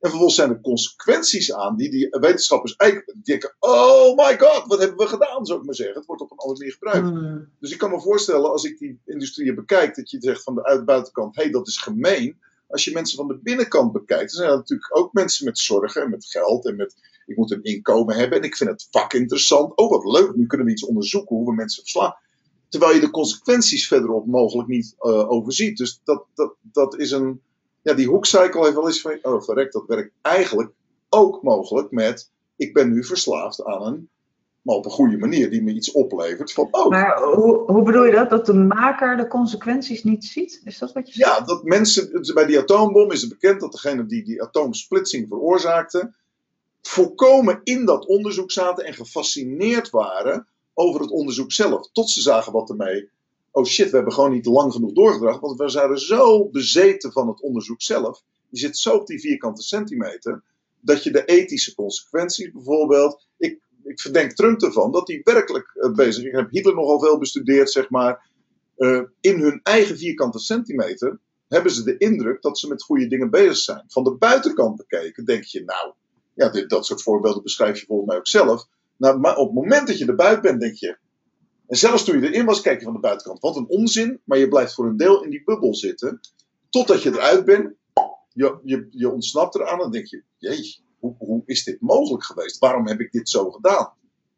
En vervolgens zijn er consequenties aan die die wetenschappers eigenlijk denken, oh my god, wat hebben we gedaan, zou ik maar zeggen. Het wordt op een andere manier gebruikt. Hmm. Dus ik kan me voorstellen, als ik die industrieën bekijk, dat je zegt van de uit- buitenkant, hé, hey, dat is gemeen. Als je mensen van de binnenkant bekijkt, dan zijn er natuurlijk ook mensen met zorgen en met geld en met, ik moet een inkomen hebben en ik vind het vak interessant. Oh, wat leuk, nu kunnen we iets onderzoeken hoe we mensen verslaan. Terwijl je de consequenties verderop mogelijk niet uh, overziet. Dus dat, dat, dat is een, ja, die hoekcycle heeft wel eens van, oh verrek, dat werkt eigenlijk ook mogelijk met, ik ben nu verslaafd aan een, maar op een goede manier, die me iets oplevert van, oh. Maar hoe, hoe bedoel je dat? Dat de maker de consequenties niet ziet? Is dat wat je zegt? Ja, dat mensen, bij die atoombom is het bekend dat degene die die atoomsplitsing veroorzaakte, volkomen in dat onderzoek zaten en gefascineerd waren over het onderzoek zelf. Tot ze zagen wat ermee, oh shit, we hebben gewoon niet lang genoeg doorgedragen, want we zijn zo bezeten van het onderzoek zelf. Je zit zo op die vierkante centimeter, dat je de ethische consequenties bijvoorbeeld, ik, ik verdenk Trump ervan, dat hij werkelijk uh, bezig is. Ik heb Hitler nogal veel bestudeerd, zeg maar. Uh, in hun eigen vierkante centimeter hebben ze de indruk dat ze met goede dingen bezig zijn. Van de buitenkant bekeken denk je, nou, ja, dit, dat soort voorbeelden beschrijf je volgens mij ook zelf. Nou, maar op het moment dat je erbij bent, denk je, en zelfs toen je erin was, kijk je van de buitenkant, wat een onzin, maar je blijft voor een deel in die bubbel zitten, totdat je eruit bent, je, je, je ontsnapt eraan en dan denk je, jee, hoe, hoe is dit mogelijk geweest? Waarom heb ik dit zo gedaan?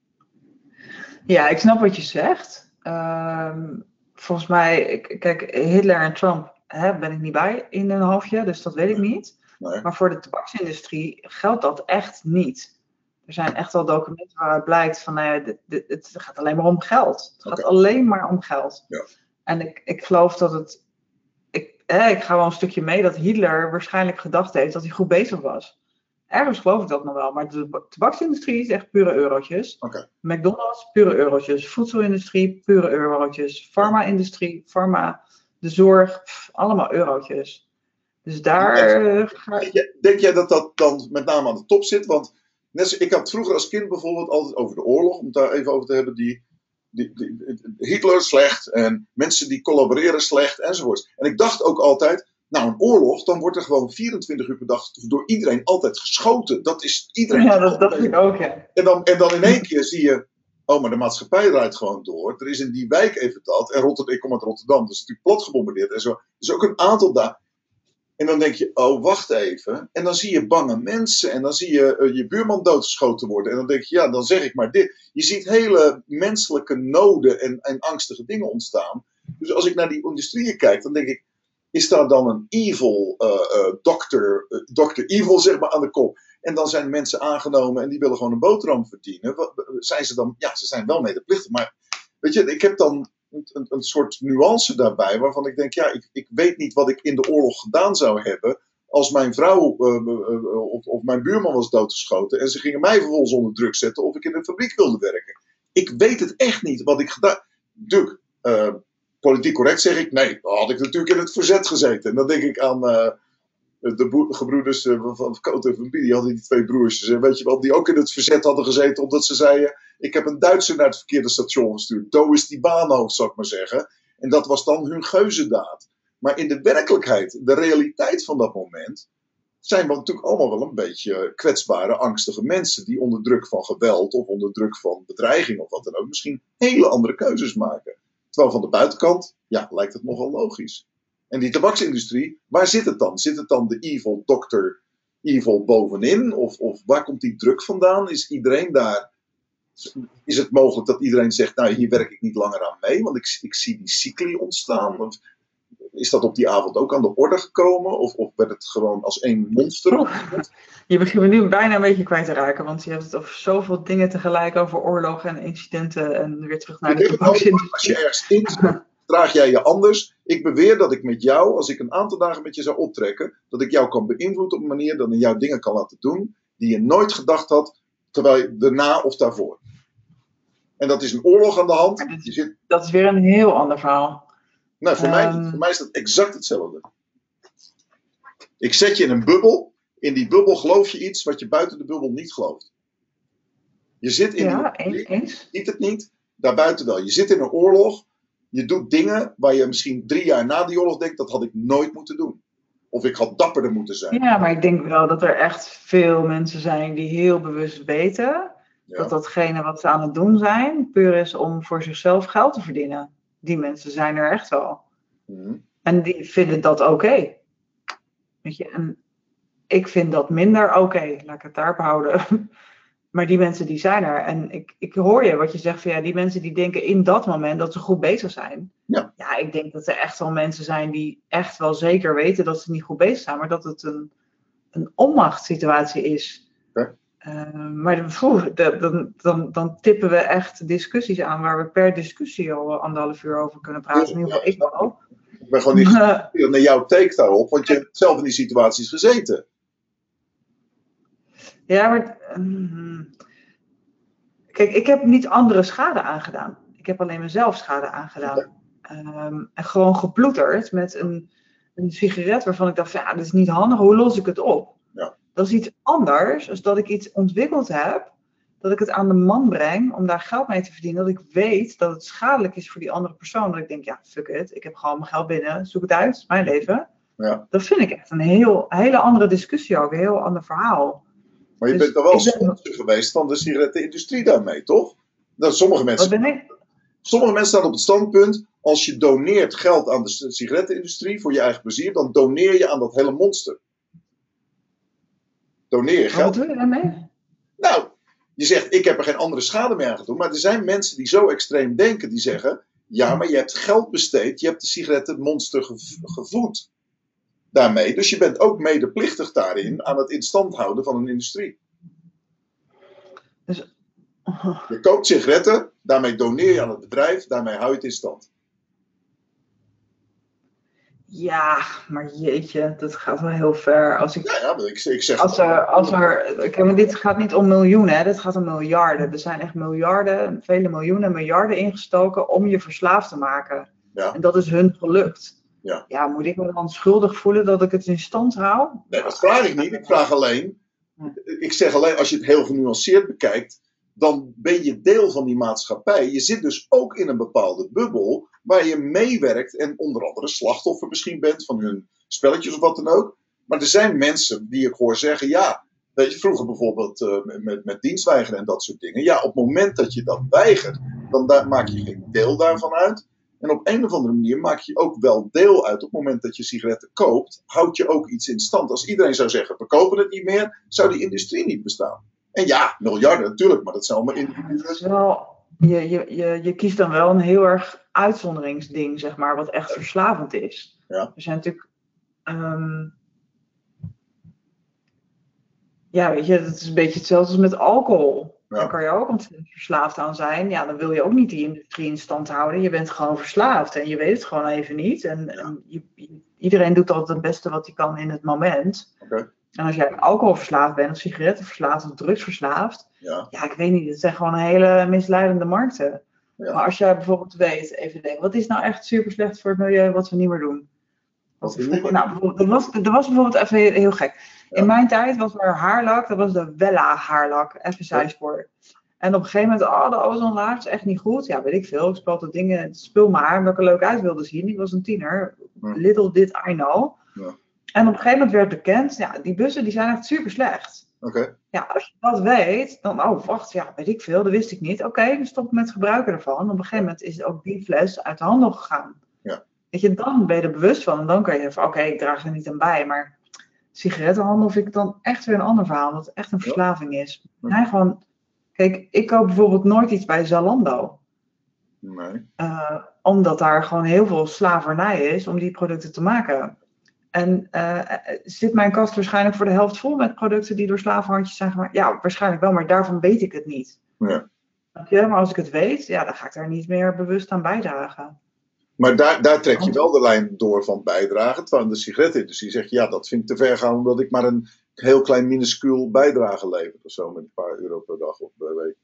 Ja, ik snap wat je zegt. Um, volgens mij, ik, kijk, Hitler en Trump hè, ben ik niet bij in een halfje, dus dat weet ik niet. Nee. Maar voor de tabaksindustrie geldt dat echt niet. Er zijn echt wel documenten waaruit blijkt van, nou ja, dit, dit, het gaat alleen maar om geld. Het gaat Okay. alleen maar om geld. Ja. En ik, ik geloof dat het, ik, hè, ik ga wel een stukje mee dat Hitler waarschijnlijk gedacht heeft dat hij goed bezig was. Ergens geloof ik dat nog wel, maar de tabaksindustrie is echt pure eurotjes. Okay. McDonald's, pure eurotjes. Voedselindustrie, pure eurotjes. Farma-industrie, farma, de zorg, pff, allemaal eurotjes. Dus daar... Uh, ga... denk, jij, denk jij dat dat dan met name aan de top zit? Want net zo, ik had vroeger als kind bijvoorbeeld altijd over de oorlog, om het daar even over te hebben, die, die, die, die Hitler slecht en mensen die collaboreren slecht enzovoort. En ik dacht ook altijd, nou een oorlog, dan wordt er gewoon vierentwintig uur per dag door iedereen altijd geschoten. Dat is iedereen. Ja, dat dacht ik ook, ja. En dan, en dan in één keer zie je, oh, maar de maatschappij draait gewoon door. Er is in die wijk even dat. En Rotterdam, ik kom uit Rotterdam, dat is natuurlijk plat gebombardeerd en zo. Dus ook een aantal dagen. En dan denk je, oh, wacht even. En dan zie je bange mensen. En dan zie je uh, je buurman doodgeschoten worden. En dan denk je, ja, dan zeg ik maar dit. Je ziet hele menselijke noden en, en angstige dingen ontstaan. Dus als ik naar die industrieën kijk, dan denk ik, is daar dan een evil uh, uh, dokter, uh, dokter evil, zeg maar, aan de kop. En dan zijn mensen aangenomen en die willen gewoon een boterham verdienen. Zijn ze dan, ja, ze zijn wel medeplichtig. Maar weet je, ik heb dan een, een, een soort nuance daarbij waarvan ik denk, ja, ik, ik weet niet wat ik in de oorlog gedaan zou hebben als mijn vrouw uh, uh, of, of mijn buurman was doodgeschoten en ze gingen mij vervolgens onder druk zetten of ik in een fabriek wilde werken. Ik weet het echt niet wat ik gedaan heb. Uh, politiek correct zeg ik, nee, dan had ik natuurlijk in het verzet gezeten. En dan denk ik aan uh, de boe- gebroeders uh, van Cote en Van Bie, die hadden die twee broertjes, uh, weet je wel, die ook in het verzet hadden gezeten, omdat ze zeiden, ik heb een Duitser naar het verkeerde station gestuurd. Do is die baanhoofd, zou ik maar zeggen. En dat was dan hun geuzendaad. Maar in de werkelijkheid, de realiteit van dat moment, zijn we natuurlijk allemaal wel een beetje kwetsbare, angstige mensen, die onder druk van geweld, of onder druk van bedreiging, of wat dan ook, misschien hele andere keuzes maken. Terwijl van de buitenkant, ja, lijkt het nogal logisch. En die tabaksindustrie, waar zit het dan? Zit het dan de evil dokter, evil bovenin? Of, of waar komt die druk vandaan? Is iedereen daar? Is het mogelijk dat iedereen zegt, nou hier werk ik niet langer aan mee, want ik, ik zie die cycli ontstaan? Of is dat op die avond ook aan de orde gekomen? Of, of werd het gewoon als één monster? Je begint me nu bijna een beetje kwijt te raken, want je hebt het over zoveel dingen tegelijk, over oorlogen en incidenten en weer terug naar de tabaksindustrie. Als je ergens in zit, draag jij je anders. Ik beweer dat ik met jou, als ik een aantal dagen met je zou optrekken, dat ik jou kan beïnvloeden op een manier dat ik jou dingen kan laten doen die je nooit gedacht had, terwijl je daarna of daarvoor. En dat is een oorlog aan de hand. Dat is, je zit... dat is weer een heel ander verhaal. Nee, voor, um... mij, voor mij is dat exact hetzelfde. Ik zet je in een bubbel. In die bubbel geloof je iets wat je buiten de bubbel niet gelooft. Je zit in ja, die... eens, eens. Je ziet het niet, daarbuiten wel. Je zit in een oorlog. Je doet dingen waar je misschien drie jaar na die oorlog denkt, dat had ik nooit moeten doen. Of ik had dapperder moeten zijn. Ja, maar ik denk wel dat er echt veel mensen zijn die heel bewust weten Ja. dat datgene wat ze aan het doen zijn, puur is om voor zichzelf geld te verdienen. Die mensen zijn er echt wel. Mhm. En die vinden dat oké. Weet je, en ik vind dat minder oké. Laat ik het daarop houden. Maar die mensen die zijn er. En ik, ik hoor je wat je zegt van ja, die mensen die denken in dat moment dat ze goed bezig zijn. Ja. Ja, ik denk dat er echt wel mensen zijn die echt wel zeker weten dat ze niet goed bezig zijn. Maar dat het een, een onmachtssituatie is. Oké. Uh, maar poeh, de, dan, dan, dan tippen we echt discussies aan waar we per discussie al anderhalf uur over kunnen praten. In ieder geval ik wel. Ik ben gewoon niet nieuwsgierig naar jouw take daarop, want je hebt zelf in die situaties gezeten. Ja, maar um, kijk, ik heb niet andere schade aangedaan. Ik heb alleen mezelf schade aangedaan. Um, en gewoon geploeterd met een, een sigaret waarvan ik dacht, van, ja, dat is niet handig. Hoe los ik het op? Ja. Dat is iets anders dan dat ik iets ontwikkeld heb, dat ik het aan de man breng om daar geld mee te verdienen. Dat ik weet dat het schadelijk is voor die andere persoon. Dat ik denk, ja, fuck it. Ik heb gewoon mijn geld binnen. Zoek het uit. Mijn leven. Ja. Dat vind ik echt een heel, hele andere discussie ook. Een heel ander verhaal. Maar je Dus bent er wel ik ben- sponsor geweest van de sigarettenindustrie daarmee, toch? Dat sommige, Wat mensen, ben ik? sommige mensen staan op het standpunt, als je doneert geld aan de sigarettenindustrie voor je eigen plezier, dan doneer je aan dat hele monster. Doneer je Wat geld. doe je daarmee? Nou, je zegt, ik heb er geen andere schade mee aangedaan. Maar er zijn mensen die zo extreem denken, die zeggen, ja, maar je hebt geld besteed, je hebt de sigarettenmonster gev- gevoed daarmee. Dus je bent ook medeplichtig daarin aan het in stand houden van een industrie. Dus, Je koopt sigaretten, daarmee doneer je aan het bedrijf, daarmee hou je het in stand. ja, maar jeetje, dat gaat wel heel ver. Als ik Ja, ja, maar ik, ik zeg... Als er, als er, kijk, maar dit gaat niet om miljoenen, hè, dit gaat om miljarden. Er zijn echt miljarden, vele miljoenen, miljarden ingestoken om je verslaafd te maken. Ja. En dat is hun gelukt. Ja. Ja, moet ik me dan schuldig voelen dat ik het in stand hou? Nee, dat vraag ik niet. Ik vraag alleen... Ik zeg alleen, als je het heel genuanceerd bekijkt, dan ben je deel van die maatschappij. Je zit dus ook in een bepaalde bubbel waar je meewerkt en onder andere slachtoffer misschien bent van hun spelletjes of wat dan ook. Maar er zijn mensen die ik hoor zeggen, ja, weet je, vroeger bijvoorbeeld uh, met, met dienstweigeren en dat soort dingen. Ja, op het moment dat je dat weigert, dan daar maak je geen deel daarvan uit. En op een of andere manier maak je ook wel deel uit. Op het moment dat je sigaretten koopt, houd je ook iets in stand. Als iedereen zou zeggen, we kopen het niet meer, zou die industrie niet bestaan. En ja, miljarden natuurlijk, maar dat zijn allemaal individuen. Het is wel, je, je, je, je kiest dan wel een heel erg uitzonderingsding, zeg maar, wat echt verslavend is. Ja. Er zijn natuurlijk... Um, ja, weet je, het is een beetje hetzelfde als met alcohol. Ja. Daar kan je ook ontzettend verslaafd aan zijn. Ja, dan wil je ook niet die industrie in stand houden. Je bent gewoon verslaafd en je weet het gewoon even niet. En, Ja. en je, je, iedereen doet altijd het beste wat hij kan in het moment. Oké. En als jij alcoholverslaafd bent, of sigarettenverslaafd, of drugsverslaafd. Ja. Ja, ik weet niet. Het zijn gewoon hele misleidende markten. Ja. Maar als jij bijvoorbeeld weet, even denken, wat is nou echt super slecht voor het milieu wat we niet meer doen? Wat Want we niet meer nou, bijvoorbeeld, er, was, er was bijvoorbeeld even heel, heel gek. Ja. In mijn tijd was er haarlak, dat was de Wella haarlak, even zijspoor. En op een gegeven moment, oh, de ozonlaag is echt niet goed. Ja, weet ik veel. Ik speelde dingen, spul maar, omdat ik er leuk uit wilde zien. Ik was een tiener. Hm. Little did I know. Ja. En op een gegeven moment werd bekend, ja, die bussen die zijn echt super slecht. Oké. Ja, als je dat weet, dan, oh, wacht, ja, weet ik veel, dat wist ik niet. Oké, okay, dan stop ik met het gebruiken ervan. Op een gegeven moment is ook die fles uit de handel gegaan. Ja. Weet je, dan ben je er bewust van. En dan kan je even, oké, okay, ik draag er niet aan bij. Maar sigarettenhandel vind ik dan echt weer een ander verhaal. Dat het echt een verslaving is. Ja. Hij gewoon, kijk, ik koop bijvoorbeeld nooit iets bij Zalando. Nee. Uh, omdat daar gewoon heel veel slavernij is om die producten te maken. En uh, zit mijn kast waarschijnlijk voor de helft vol met producten die door slavenhandjes zijn gemaakt? Ja, waarschijnlijk wel, maar daarvan weet ik het niet. Ja. Ja, maar als ik het weet, ja, dan ga ik daar niet meer bewust aan bijdragen. Maar daar, daar trek je wel de lijn door van bijdragen. Terwijl de sigarettenindustrie zegt, ja, dat vind ik te ver gaan, omdat ik maar een heel klein minuscuul bijdrage lever. Of zo, met een paar euro per dag of per week.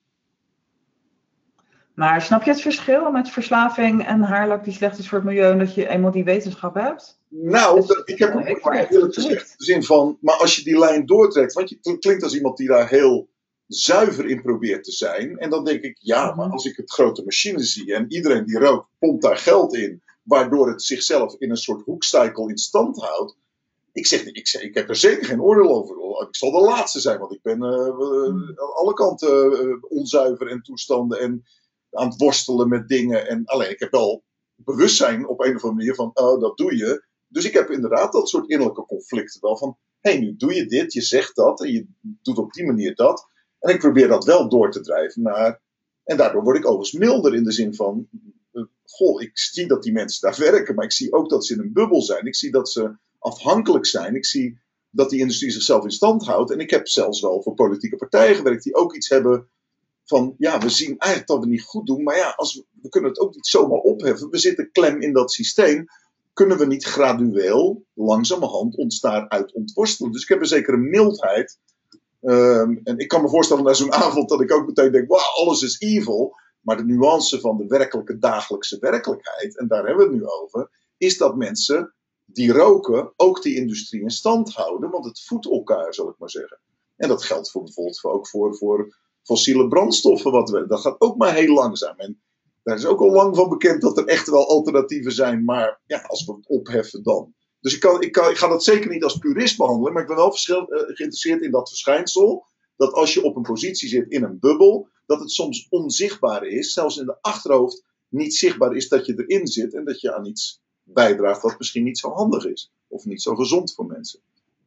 Maar snap je het verschil met verslaving en haarlak die slecht is voor het milieu, en dat je eenmaal die wetenschap hebt? Nou, Dus, dat, ik heb ja, ook ik word echt eerlijk verliefd. gezegd de zin van, maar als je die lijn doortrekt, want je klinkt als iemand die daar heel zuiver in probeert te zijn. En dan denk ik, ja, maar als ik het grote machine zie en iedereen die rookt, pompt daar geld in, waardoor het zichzelf in een soort hoekcycle in stand houdt. Ik zeg, ik, zeg, ik heb er zeker geen oordeel over. Ik zal de laatste zijn, want ik ben uh, uh, aan alle kanten uh, onzuiver en toestanden en aan het worstelen met dingen. En alleen, ik heb wel bewustzijn op een of andere manier van, oh, dat doe je. Dus ik heb inderdaad dat soort innerlijke conflicten wel van, hé, hey, nu doe je dit, je zegt dat en je doet op die manier dat. En ik probeer dat wel door te drijven naar, en daardoor word ik overigens milder in de zin van, uh, goh, ik zie dat die mensen daar werken, maar ik zie ook dat ze in een bubbel zijn. Ik zie dat ze afhankelijk zijn. Ik zie dat die industrie zichzelf in stand houdt. En ik heb zelfs wel voor politieke partijen gewerkt die ook iets hebben van, ja, we zien eigenlijk dat we het niet goed doen, maar ja, als we, we kunnen het ook niet zomaar opheffen. We zitten klem in dat systeem. Kunnen we niet gradueel, langzamerhand ons daaruit ontworstelen? Dus ik heb een zekere mildheid. Um, en ik kan me voorstellen na zo'n avond dat ik ook meteen denk, wauw, alles is evil. Maar de nuance van de werkelijke dagelijkse werkelijkheid, en daar hebben we het nu over, is dat mensen die roken ook die industrie in stand houden, want het voedt elkaar, zal ik maar zeggen. En dat geldt voor bijvoorbeeld voor, ook voor, voor fossiele brandstoffen. Wat we, dat gaat ook maar heel langzaam. En daar is ook al lang van bekend dat er echt wel alternatieven zijn, maar ja, als we het opheffen dan. Dus ik, kan, ik, kan, ik ga dat zeker niet als purist behandelen, maar ik ben wel verschil, uh, geïnteresseerd in dat verschijnsel, dat als je op een positie zit in een bubbel, dat het soms onzichtbaar is, zelfs in de achterhoofd niet zichtbaar is dat je erin zit en dat je aan iets bijdraagt wat misschien niet zo handig is. Of niet zo gezond voor mensen.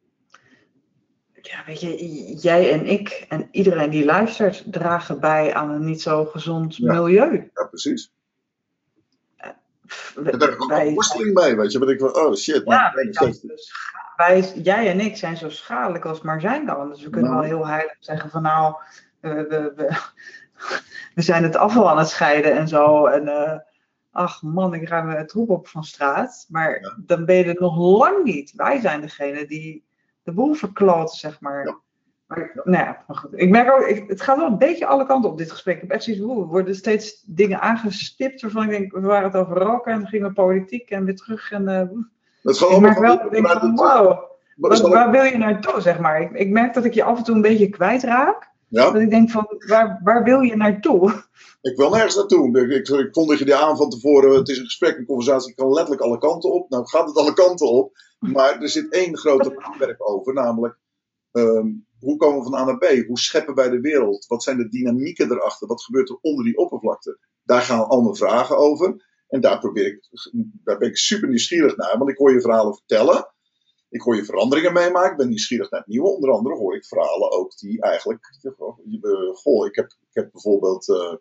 Ja, weet je, jij en ik en iedereen die luistert dragen bij aan een niet zo gezond ja. milieu. Ja, precies. Uh, en daar heb ik ook een worsteling bij, weet je. Want ik van, oh shit. Ja, wij, dus, wij, jij en ik zijn zo schadelijk als het maar zijn kan. Dus we kunnen nou. wel heel heilig zeggen van nou, uh, we, we, we zijn het afval aan het scheiden en zo. En uh, ach man, ik ruim het troep op van straat. Maar ja. dan ben je er nog lang niet. Wij zijn degene die de boel verkloten, zeg maar. Ja. Maar, nou ja, maar goed. Ik merk ook, ik, het gaat wel een beetje alle kanten op dit gesprek. Ik heb echt zoiets, er worden steeds dingen aangestipt waarvan ik denk, we waren het over roken en dan gingen we politiek en weer terug. En, uh, dat gaat ik merk wel, ik denk van, van, wow, wat, waar wil je naartoe, zeg maar? Ik, ik merk dat ik je af en toe een beetje kwijtraak. Ja? Dat ik denk van, waar, waar wil je naartoe? Ik wil nergens naartoe. Ik, ik, ik kondigde die aan van tevoren, het is een gesprek, een conversatie, ik kan letterlijk alle kanten op. Nou gaat het alle kanten op, maar er zit één grote onderwerp over, namelijk um, hoe komen we van A naar B? Hoe scheppen wij de wereld? Wat zijn de dynamieken erachter? Wat gebeurt er onder die oppervlakte? Daar gaan al mijn vragen over. En daar, probeer ik, daar ben ik super nieuwsgierig naar, want ik hoor je verhalen vertellen. Ik hoor je veranderingen meemaken. Ik ben nieuwsgierig naar het nieuwe. Onder andere hoor ik verhalen ook die eigenlijk... Uh, goh, ik heb, ik heb bijvoorbeeld... Uh,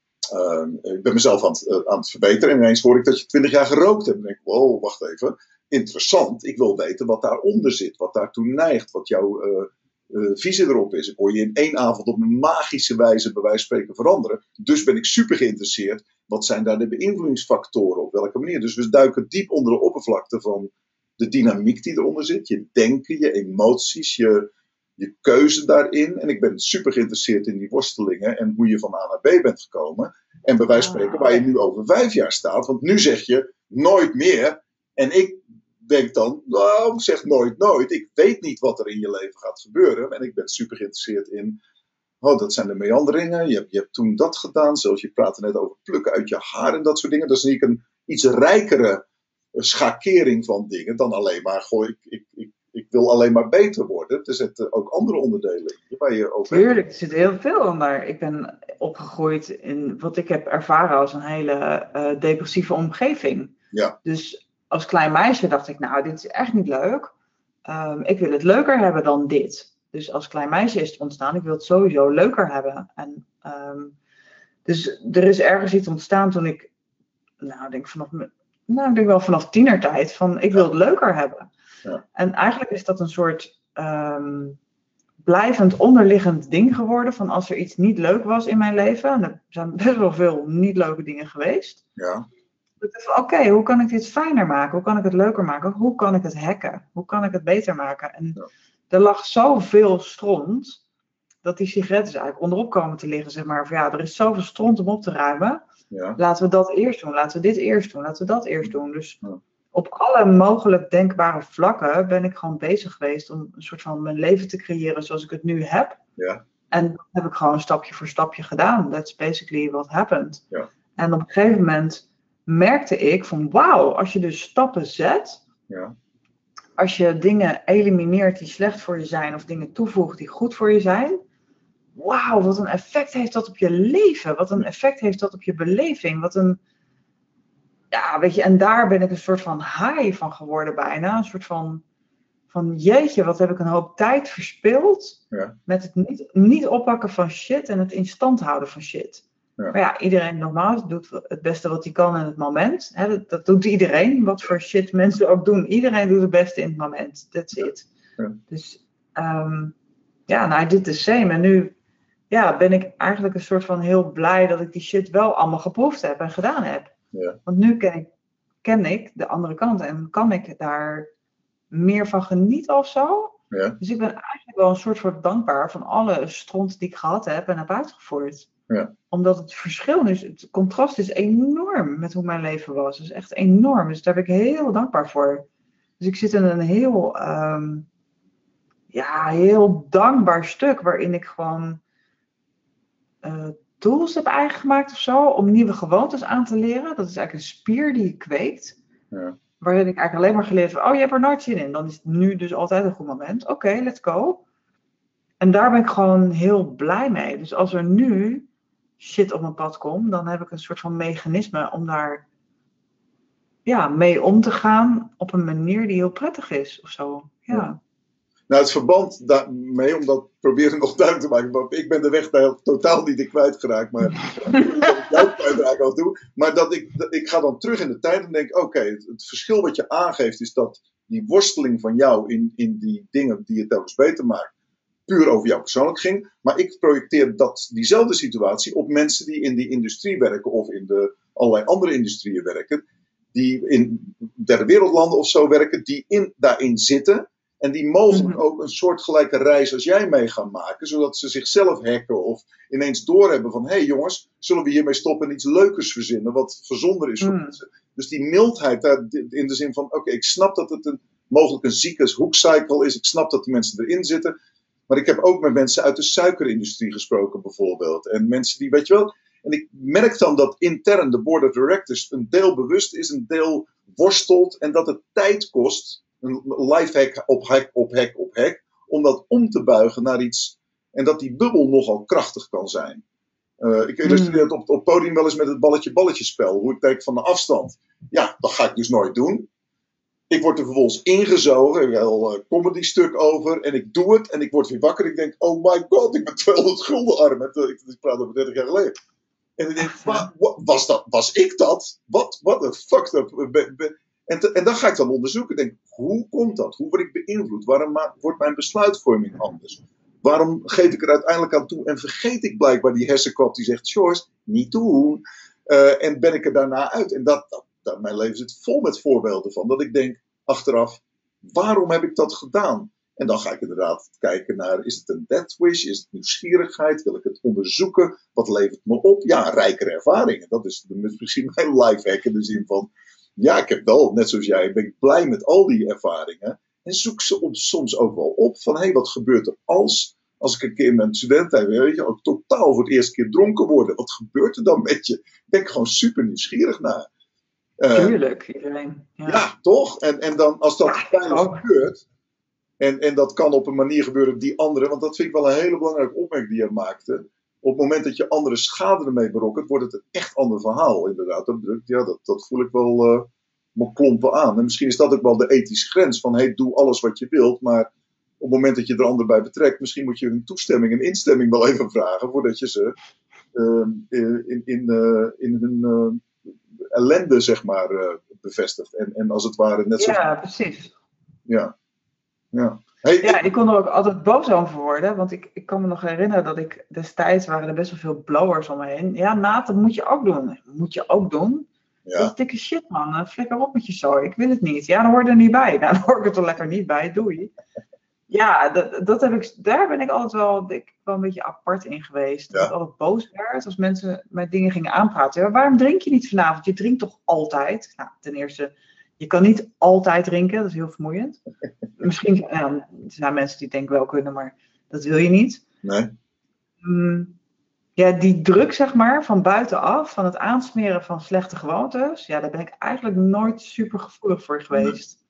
uh, ik ben mezelf aan het, uh, aan het verbeteren. En ineens hoor ik dat je twintig jaar gerookt hebt. En dan denk ik, wow, wacht even. Interessant. Ik wil weten wat daaronder zit. Wat daartoe neigt. Wat jouw uh, uh, visie erop is. Ik hoor je in één avond op een magische wijze bij wijze van spreken veranderen. Dus ben ik super geïnteresseerd. Wat zijn daar de beïnvloedingsfactoren? Op welke manier? Dus we duiken diep onder de oppervlakte van de dynamiek die eronder zit. Je denken, je emoties, je, je keuze daarin. En ik ben super geïnteresseerd in die worstelingen en hoe je van A naar B bent gekomen. En bij wijze van spreken waar je nu over vijf jaar staat. Want nu zeg je nooit meer. En ik denk dan, nou, zeg nooit nooit. Ik weet niet wat er in je leven gaat gebeuren. En ik ben super geïnteresseerd in, oh, dat zijn de meanderingen. Je hebt, je hebt toen dat gedaan. Zoals je praatte net over plukken uit je haar en dat soort dingen. Dat is niet een iets rijkere schakering van dingen dan alleen maar, goh, ik, ik, ik, ik wil alleen maar beter worden. Er zitten ook andere onderdelen in waar je over... Tuurlijk, er zit heel veel, maar ik ben opgegroeid in wat ik heb ervaren als een hele uh, depressieve omgeving. Ja. Dus als klein meisje dacht ik, nou, dit is echt niet leuk. Um, ik wil het leuker hebben dan dit. Dus als klein meisje is het ontstaan, ik wil het sowieso leuker hebben. En, um, dus er is ergens iets ontstaan toen ik, nou, ik denk vanaf Nou, ik denk wel vanaf tienertijd van ik wil het leuker hebben. Ja. En eigenlijk is dat een soort um, blijvend onderliggend ding geworden van als er iets niet leuk was in mijn leven. En er zijn best wel veel niet leuke dingen geweest. Ja. Oké, okay, hoe kan ik dit fijner maken? Hoe kan ik het leuker maken? Hoe kan ik het hacken? Hoe kan ik het beter maken? En ja. er lag zoveel stront dat die sigaretten eigenlijk onderop komen te liggen. Zeg maar. Van, ja, er is zoveel stront om op te ruimen. Ja. Laten we dat eerst doen, laten we dit eerst doen, laten we dat eerst doen. Dus ja. op alle mogelijk denkbare vlakken ben ik gewoon bezig geweest om een soort van mijn leven te creëren zoals ik het nu heb. Ja. En dat heb ik gewoon stapje voor stapje gedaan. That's basically what happened. Ja. En op een gegeven moment merkte ik van wauw, als je dus stappen zet, ja. als je dingen elimineert die slecht voor je zijn, of dingen toevoegt die goed voor je zijn, wauw, wat een effect heeft dat op je leven. Wat een effect heeft dat op je beleving. Wat een, ja, weet je, en daar ben ik een soort van high van geworden bijna. Een soort van, van jeetje, wat heb ik een hoop tijd verspild. Ja. Met het niet, niet oppakken van shit en het in stand houden van shit. Ja. Maar ja, iedereen nogmaals doet het beste wat hij kan in het moment. Hè, dat, dat doet iedereen, wat voor shit mensen ook doen. Iedereen doet het beste in het moment. That's it. Ja. Dus um, ja, nou, dit is same. En nu ja, ben ik eigenlijk een soort van heel blij dat ik die shit wel allemaal geproefd heb en gedaan heb. Ja. Want nu ken ik, ken ik de andere kant en kan ik daar meer van genieten of zo. Ja. Dus ik ben eigenlijk wel een soort van dankbaar van alle stront die ik gehad heb en heb uitgevoerd. Ja. Omdat het verschil is, het contrast is enorm met hoe mijn leven was. Het is echt enorm. Dus daar ben ik heel dankbaar voor. Dus ik zit in een heel, um, ja, heel dankbaar stuk waarin ik gewoon uh, tools heb eigen gemaakt of zo om nieuwe gewoontes aan te leren. Dat is eigenlijk een spier die je kweekt. Ja. Waarin ik eigenlijk alleen maar geleerd heb, oh, je hebt er nooit zin in. Dan is het nu dus altijd een goed moment. Oké, okay, let's go. En daar ben ik gewoon heel blij mee. Dus als er nu shit op mijn pad komt, dan heb ik een soort van mechanisme om daar ja, mee om te gaan op een manier die heel prettig is of zo. Ja. Ja. Nou, het verband daarmee, om dat proberen nog duidelijk te maken, want ik ben de weg daar totaal niet in kwijtgeraakt, maar ik jou kwijtraak al toe. Maar dat ik, dat ik ga dan terug in de tijd en denk, oké, okay, het, het verschil wat je aangeeft is dat die worsteling van jou in, in die dingen die het telkens beter maakt, puur over jou persoonlijk ging. Maar ik projecteer dat, diezelfde situatie op mensen die in die industrie werken of in de allerlei andere industrieën werken, die in derde wereldlanden of zo werken, die in, daarin zitten. En die mogelijk ook een soortgelijke reis als jij mee gaan maken. Zodat ze zichzelf hacken of ineens doorhebben van, hé hey jongens, zullen we hiermee stoppen en iets leukers verzinnen wat gezonder is voor Mm. mensen. Dus die mildheid daar, in de zin van, oké, okay, ik snap dat het een, mogelijk een zieke hoekcycle is. Ik snap dat de mensen erin zitten. Maar ik heb ook met mensen uit de suikerindustrie gesproken bijvoorbeeld. En mensen die, weet je wel. En ik merk dan dat intern de board of directors een deel bewust is, een deel worstelt. En dat het tijd kost, een lifehack op hack op hack op hack, om dat om te buigen naar iets. En dat die bubbel nogal krachtig kan zijn. Uh, ik illustreer het op, op het podium wel eens met het balletje-balletje spel. Hoe ik denk van de afstand. Ja, dat ga ik dus nooit doen. Ik word er vervolgens ingezogen. Ik heb een heel uh, comedy stuk over. En ik doe het. En ik word weer wakker. Ik denk, oh my god, ik ben tweehonderd gulden arm. Ik, ik praat over dertig jaar geleden. En ik denk, wa, wa, was, dat, was ik dat? Wat een fucked up. Be, be, en, te, en dan ga ik dan onderzoeken. Ik denk, hoe komt dat? Hoe word ik beïnvloed? Waarom ma- wordt mijn besluitvorming anders? Waarom geef ik er uiteindelijk aan toe? En vergeet ik blijkbaar die hersenkwap die zegt, George, niet doen. Uh, en ben ik er daarna uit? En dat, dat, dat, mijn leven zit vol met voorbeelden van. Dat ik denk, achteraf, waarom heb ik dat gedaan? En dan ga ik inderdaad kijken naar, is het een death wish? Is het nieuwsgierigheid? Wil ik het onderzoeken? Wat levert me op? Ja, rijkere ervaringen. Dat is misschien mijn lifehack in de zin van, ja, ik heb wel, net zoals jij, ben ik blij met al die ervaringen. En zoek ze op, soms ook wel op van, hé, hey, wat gebeurt er als, als ik een keer in mijn studententijd, weet je, ook totaal voor het eerste keer dronken worden. Wat gebeurt er dan met je? Ik ben gewoon super nieuwsgierig naar. Uh, Tuurlijk, iedereen. Ja, ja toch? En, en dan, als dat ja, gebeurt, en, en dat kan op een manier gebeuren die anderen, want dat vind ik wel een hele belangrijke opmerking die je maakte. Op het moment dat je andere schade ermee berokkent, wordt het een echt ander verhaal, inderdaad. Dat, ja, dat, dat voel ik wel, uh, wel klompen aan. En misschien is dat ook wel de ethische grens van, hey, doe alles wat je wilt, maar op het moment dat je er ander bij betrekt, misschien moet je hun toestemming en instemming wel even vragen, voordat je ze uh, in, in, uh, in hun uh, ellende, zeg maar, uh, bevestigt. En, en als het ware net zo. Ja, precies. Ja. Ja. Hey, ja, ik kon er ook altijd boos over worden. Want ik, ik kan me nog herinneren dat ik destijds waren er best wel veel blowers om me heen. Ja, Naat, dat moet je ook doen. Moet je ook doen. Ja. Dat is dikke shit, man. Flikker op met je zo. Ik wil het niet. Ja, dan hoor je er niet bij. Nou, dan hoor ik het er lekker niet bij. Doei. Ja, dat, dat heb ik, daar ben ik altijd wel, ik, wel een beetje apart in geweest. Dat ja. ik altijd boos werd als mensen met dingen gingen aanpraten. Ja, waarom drink je niet vanavond? Je drinkt toch altijd? Nou, ten eerste, je kan niet altijd drinken. Dat is heel vermoeiend. Misschien ja, er zijn mensen die denken wel kunnen, maar dat wil je niet. Nee. Um, ja, die druk, zeg maar, van buitenaf, van het aansmeren van slechte gewoontes. Ja, daar ben ik eigenlijk nooit super gevoelig voor geweest.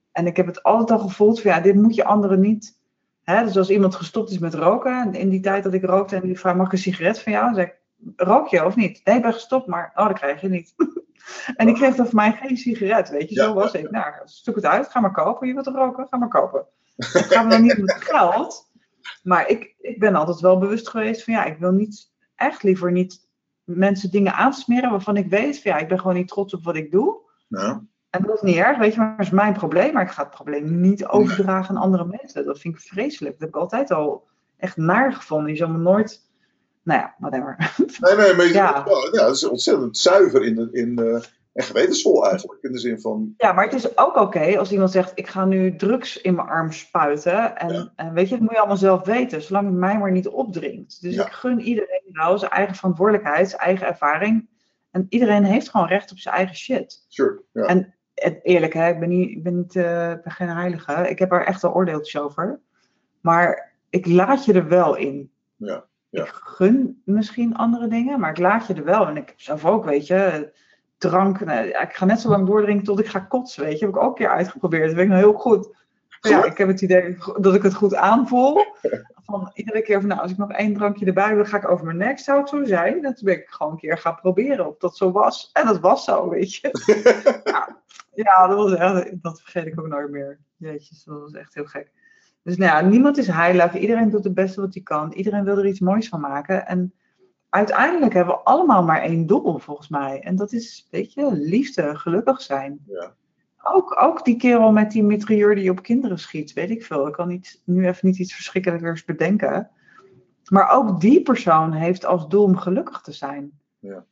En ik heb het altijd al gevoeld van ja, dit moet je anderen niet. Hè? Dus als iemand gestopt is met roken, in die tijd dat ik rookte en die vraagt, mag ik een sigaret van jou? Dan zeg ik, rook je of niet? Nee, ik ben gestopt, maar oh, dat krijg je niet. En die kreeg dan van mij geen sigaret, weet je. Ja, Zo was ja, ik. Nou, zoek het uit, ga maar kopen. Je wilt er roken, ga maar kopen. Dat gaan we dan niet met geld. Maar ik, ik ben altijd wel bewust geweest van ja, ik wil niet, echt liever niet mensen dingen aansmeren waarvan ik weet van ja, ik ben gewoon niet trots op wat ik doe. Ja. En dat is niet erg, weet je, maar dat is mijn probleem. Maar ik ga het probleem niet overdragen aan andere mensen. Dat vind ik vreselijk. Dat heb ik altijd al echt naar gevonden. Je zal me nooit, nou ja, whatever. Nee, nee, maar je, Ja. ja. Ja, het is ontzettend zuiver in, de, in uh, en gewetensvol eigenlijk. In de zin van, Ja, maar het is ook oké als iemand zegt, ik ga nu drugs in mijn arm spuiten. En, Ja. en weet je, dat moet je allemaal zelf weten, zolang het mij maar niet opdringt. Dus Ja. ik gun iedereen nou zijn eigen verantwoordelijkheid, zijn eigen ervaring. En iedereen heeft gewoon recht op zijn eigen shit. sure. Ja. En het, eerlijk, hè, ik ben, niet, ik ben, niet, uh, ik ben geen heilige. Ik heb er echt wel oordeeltjes over. Maar ik laat je er wel in. Ja. Ja. Ik gun misschien andere dingen, maar ik laat je er wel. En ik heb zelf ook, weet je, drank. Nou, ik ga net zo lang doordrinken tot ik ga kotsen, weet je. Heb ik ook een keer uitgeprobeerd. Dat weet ik nog heel goed. Ja, ik heb het idee dat ik het goed aanvoel. Van iedere keer van, nou, als ik nog één drankje erbij wil, ga ik over mijn nek. Zou het zo zijn? Dat ben ik gewoon een keer gaan proberen of dat zo was. En dat was zo, weet je. Ja, ja, dat was echt, dat vergeet ik ook nooit meer. Jeetjes, dat was echt heel gek. Dus nou ja, niemand is heilig. Iedereen doet het beste wat hij kan. Iedereen wil er iets moois van maken. En uiteindelijk hebben we allemaal maar één doel, volgens mij. En dat is, weet je, liefde, gelukkig zijn. Ja. Ook, ook die kerel met die mitrailleur die op kinderen schiet, weet ik veel. Ik kan niet, nu even niet iets verschrikkelijkers bedenken. Maar ook die persoon heeft als doel om gelukkig te zijn. Ja.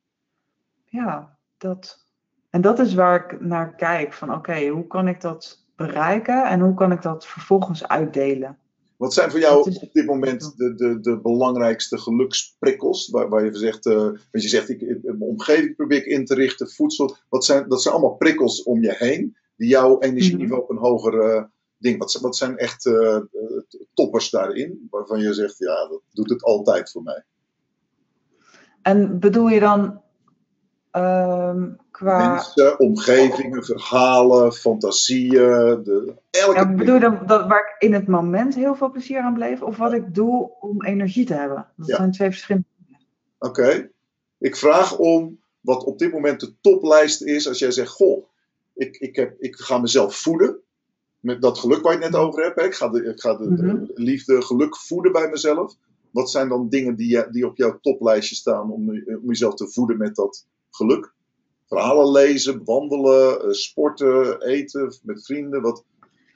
Ja, dat. En dat is waar ik naar kijk. Van oké, okay, hoe kan ik dat bereiken en hoe kan ik dat vervolgens uitdelen? Wat zijn voor jou is, op dit moment de, de, de belangrijkste geluksprikkels? Waar, waar je zegt, uh, want je zegt, ik, mijn omgeving probeer ik in te richten, voedsel. Wat zijn, dat zijn allemaal prikkels om je heen, die jouw energieniveau op een hoger uh, ding. Wat, wat zijn echt uh, toppers daarin, waarvan je zegt, ja, dat doet het altijd voor mij. En bedoel je dan um, qua... Mensen, omgevingen, verhalen, fantasieën. De, elke ja, bedoel je dan dat, waar ik in het moment heel veel plezier aan bleef? Of wat ik doe om energie te hebben? Dat ja. zijn twee verschillende dingen. Oké. Okay. Ik vraag om wat op dit moment de toplijst is. Als jij zegt, goh, ik, ik, heb, ik ga mezelf voeden. Met dat geluk waar je het net over hebt. Hè? Ik ga, de, ik ga de, Mm-hmm. de liefde, geluk voeden bij mezelf. Wat zijn dan dingen die, die op jouw toplijstje staan om, om jezelf te voeden met dat geluk? Verhalen lezen, wandelen, sporten, eten met vrienden. Wat...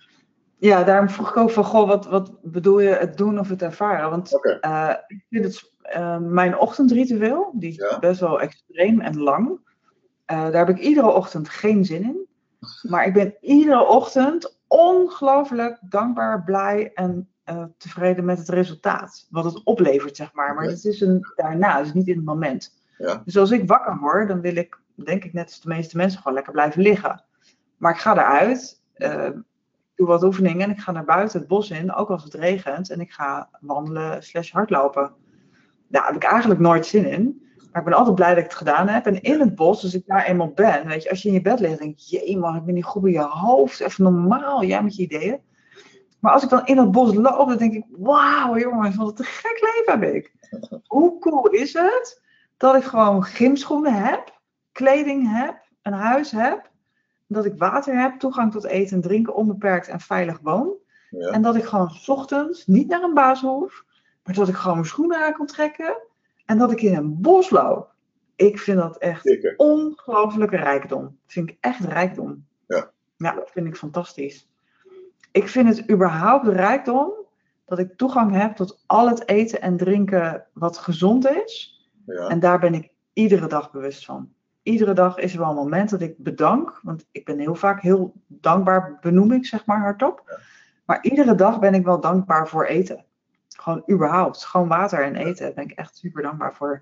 Ja, daarom vroeg ik ook van, goh, wat, wat bedoel je het doen of het ervaren? Want okay. uh, ik vind het, uh, mijn ochtendritueel, die is ja. best wel extreem en lang. Uh, daar heb ik iedere ochtend geen zin in. Maar ik ben iedere ochtend ongelooflijk dankbaar, blij en uh, tevreden met het resultaat. Wat het oplevert, zeg maar. Maar okay. het is een daarna, dus niet in het moment. Ja. Dus als ik wakker word, dan wil ik, denk ik net als de meeste mensen, gewoon lekker blijven liggen. Maar ik ga eruit, uh, ik doe wat oefeningen en ik ga naar buiten het bos in, ook als het regent. En ik ga wandelen slash hardlopen. Daar heb ik eigenlijk nooit zin in. Maar ik ben altijd blij dat ik het gedaan heb. En in het bos, als ik daar eenmaal ben, weet je, als je in je bed ligt, denk je, jee man, ik ben niet goed bij je hoofd. Even normaal, jij met je ideeën. Maar als ik dan in het bos loop, dan denk ik, wauw jongens, wat een gek leven heb ik. Hoe cool is het dat ik gewoon gymschoenen heb, kleding heb, een huis heb, dat ik water heb, toegang tot eten en drinken onbeperkt en veilig woon. Ja. En dat ik gewoon 's ochtends niet naar een baas hoef, maar dat ik gewoon mijn schoenen aan kan trekken en dat ik in een bos loop. Ik vind dat echt Zeker. ongelooflijke rijkdom. Dat vind ik echt rijkdom. Ja. Ja, dat vind ik fantastisch. Ik vind het überhaupt rijkdom dat ik toegang heb tot al het eten en drinken wat gezond is. Ja. En daar ben ik iedere dag bewust van. Iedere dag is er wel een moment dat ik bedank. Want ik ben heel vaak heel dankbaar, benoem ik zeg maar hardop. Ja. Maar iedere dag ben ik wel dankbaar voor eten. Gewoon überhaupt. Gewoon water en eten. Daar ben ik echt super dankbaar voor.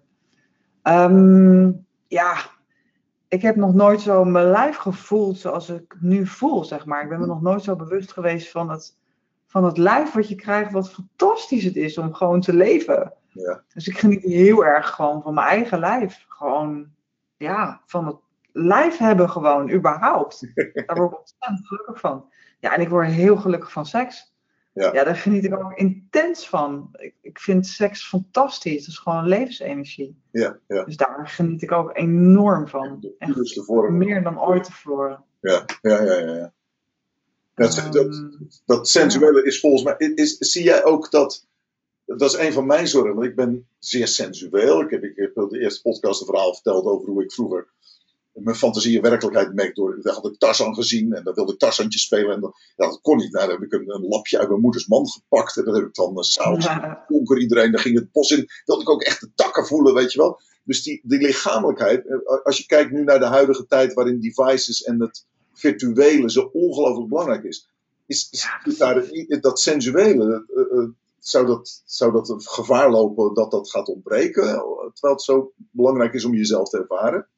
Um, ja, ik heb nog nooit zo mijn lijf gevoeld zoals ik nu voel, zeg maar. Ik ben me nog nooit zo bewust geweest van het, van het lijf wat je krijgt. Wat fantastisch het is om gewoon te leven. Ja. Dus ik geniet heel erg gewoon van mijn eigen lijf. Gewoon, ja, van het lijf hebben gewoon, überhaupt. Daar word ik ontzettend gelukkig van. Ja, en ik word heel gelukkig van seks. Ja. Ja, daar geniet ik ook intens van. Ik, ik vind seks fantastisch. Het is gewoon levensenergie. Ja, ja. Dus daar geniet ik ook enorm van. De Echt puurste vorm. meer dan ooit tevoren. Ja, ja, ja, ja. ja. Dat, Ehm, dat, dat sensuele is volgens mij. Is, zie jij ook dat. Dat is een van mijn zorgen, want ik ben zeer sensueel. Ik heb, ik heb de eerste podcast een verhaal verteld over hoe ik vroeger mijn fantasie en werkelijkheid merk door. Daar had ik Tarzan gezien en dan wilde ik Tarzantje spelen. En dan, ja, dat kon niet. Nou, dan heb ik een, een lapje uit mijn moeders mand gepakt en dat heb ik dan uh, saus. Ja. Donker iedereen, dan ging het bos in. Wilde ik ook echt de takken voelen, weet je wel. Dus die, die lichamelijkheid, als je kijkt nu naar de huidige tijd waarin devices en het virtuele zo ongelooflijk belangrijk is. Is, is, is daar het, dat sensuele, uh, uh, zou, dat, zou dat een gevaar lopen dat dat gaat ontbreken? Terwijl het zo belangrijk is om jezelf te ervaren?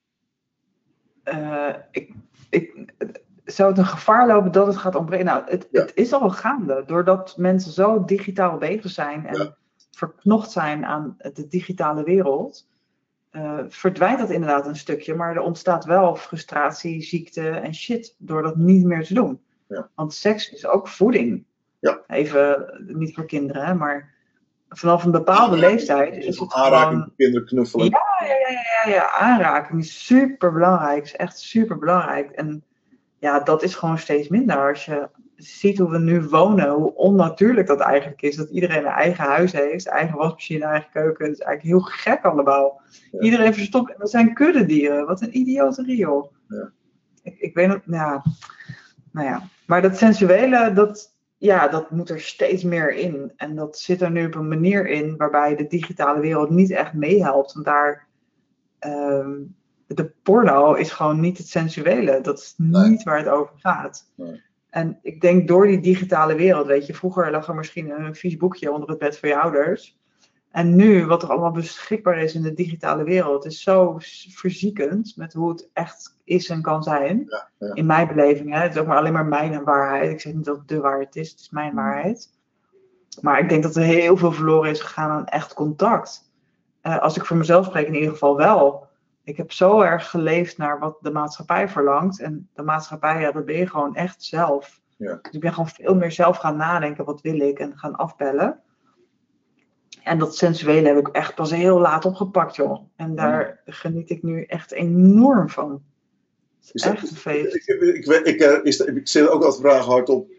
Uh, ik, ik, zou het een gevaar lopen dat het gaat ontbreken? Nou, het, Ja. het is al gaande. Doordat mensen zo digitaal bezig zijn en Ja. verknocht zijn aan de digitale wereld, uh, verdwijnt dat inderdaad een stukje. Maar er ontstaat wel frustratie, ziekte en shit door dat niet meer te doen. Ja. Want seks is ook voeding. Ja. Even, niet voor kinderen, hè, maar vanaf een bepaalde leeftijd is het Aanraking, gewoon... kinderen knuffelen. Ja, ja, ja, ja, ja, aanraking is super belangrijk. Is echt super belangrijk. En ja, dat is gewoon steeds minder. Als je ziet hoe we nu wonen, hoe onnatuurlijk dat eigenlijk is. Dat iedereen een eigen huis heeft, eigen wasmachine, eigen keuken. Dat is eigenlijk heel gek allemaal. Ja. Iedereen verstopt. We zijn kuddedieren. Wat een idioterie, joh. Ja. Ik, ik weet het, ja. Nou ja. Maar dat sensuele, dat, ja, dat moet er steeds meer in. En dat zit er nu op een manier in waarbij de digitale wereld niet echt meehelpt. Want daar, um, de porno is gewoon niet het sensuele. Dat is Nee. niet waar het over gaat. Nee. En ik denk door die digitale wereld, weet je, vroeger lag er misschien een vies boekje onder het bed van je ouders. En nu, wat er allemaal beschikbaar is in de digitale wereld, is zo verziekend met hoe het echt is en kan zijn. Ja, ja. In mijn beleving, hè. Het is ook maar alleen maar mijn waarheid. Ik zeg niet dat het de waarheid is, het is mijn waarheid. Maar ik denk dat er heel veel verloren is gegaan aan echt contact. Uh, als ik voor mezelf spreek, in ieder geval wel. Ik heb zo erg geleefd naar wat de maatschappij verlangt. En de maatschappij, ja, dat ben je gewoon echt zelf. Ja. Dus ik ben gewoon veel meer zelf gaan nadenken, wat wil ik, en gaan afbellen. En dat sensuele heb ik echt pas heel laat opgepakt, joh. En daar ja. geniet ik nu echt enorm van. Het is, is echt dat, een feest. Ik, ik, ik, ik, ik, is, ik zit ook altijd vragen hardop.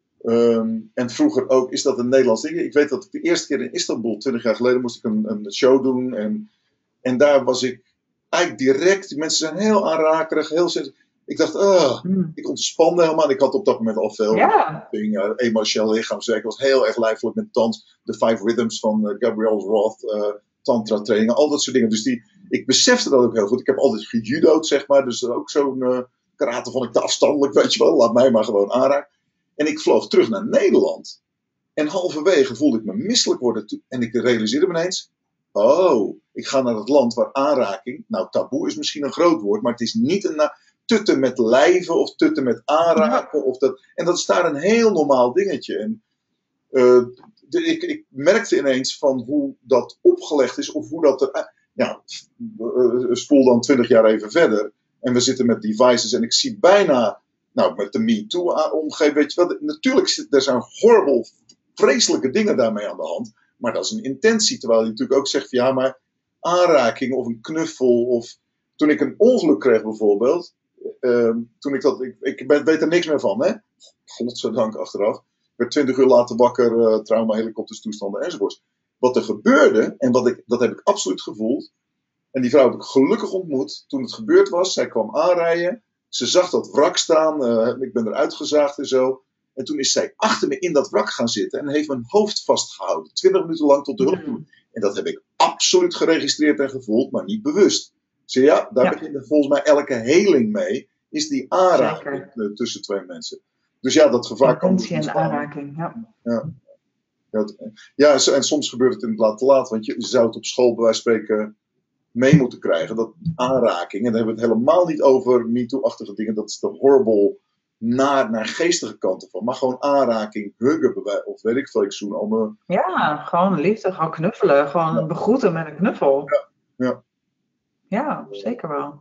Um, en vroeger ook, is dat een Nederlands ding? Ik weet dat ik de eerste keer in Istanbul, twintig jaar geleden, moest ik een, een show doen. En, en daar was ik eigenlijk direct, die mensen zijn heel aanrakerig, heel sensitief. Ik dacht, uh, hmm. ik ontspande helemaal. Ik had op dat moment al veel ja. dingen, emotioneel lichaamswerk. Ik was heel erg lijfelijk met dans. De Five Rhythms van uh, Gabrielle Roth, uh, tantra trainingen, al dat soort dingen. Dus die, ik besefte dat ook heel goed. Ik heb altijd gejudo'd, zeg maar. Dus er ook zo'n uh, karate vond ik te afstandelijk, weet je wel. Laat mij maar gewoon aanraken. En ik vloog terug naar Nederland. En halverwege voelde ik me misselijk worden. En ik realiseerde me ineens, oh, ik ga naar het land waar aanraking, nou taboe is misschien een groot woord, maar het is niet een tutten met lijven of tutten met aanraken. Of dat, en dat is daar een heel normaal dingetje. En uh, de, ik, ik merkte ineens van hoe dat opgelegd is, of hoe dat er, ja, uh, spoel dan twintig jaar even verder. En we zitten met devices en ik zie bijna, nou met de MeToo-omgeving, weet je wel, natuurlijk, er zijn horrible, vreselijke dingen daarmee aan de hand. Maar dat is een intentie, terwijl je natuurlijk ook zegt van ja, maar aanraking of een knuffel of... Toen ik een ongeluk kreeg bijvoorbeeld, uh, toen ik dat, ik, ik weet er niks meer van, hè. Godzijdank achteraf. Ik werd twintig uur later wakker, uh, trauma, helikopters, toestanden enzovoorts. Wat er gebeurde, en wat ik, dat heb ik absoluut gevoeld, en die vrouw heb ik gelukkig ontmoet, toen het gebeurd was, zij kwam aanrijden, ze zag dat wrak staan, uh, ik ben eruit gezaagd en zo. En toen is zij achter me in dat wrak gaan zitten en heeft mijn hoofd vastgehouden. Twintig minuten lang tot de hulp toe. En dat heb ik absoluut geregistreerd en gevoeld, maar niet bewust. Dus ja, daar ja. begint volgens mij elke heling mee, is die aanraking uh, tussen twee mensen. Dus ja, dat gevaar kan dus en aanraking, ja. Ja. Ja, ja, en soms gebeurt het inderdaad te laat, want je zou het op school bij wijze van spreken mee moeten krijgen. Dat aanraking, en dan hebben we het helemaal niet over MeToo-achtige dingen, dat is de horrible... Naar, naar geestige kanten van. Maar gewoon aanraking, huggen of weet ik veel, ik zoen allemaal. Ja, gewoon liefde, gewoon knuffelen. Gewoon ja. begroeten met een knuffel. Ja, ja. Ja, zeker wel.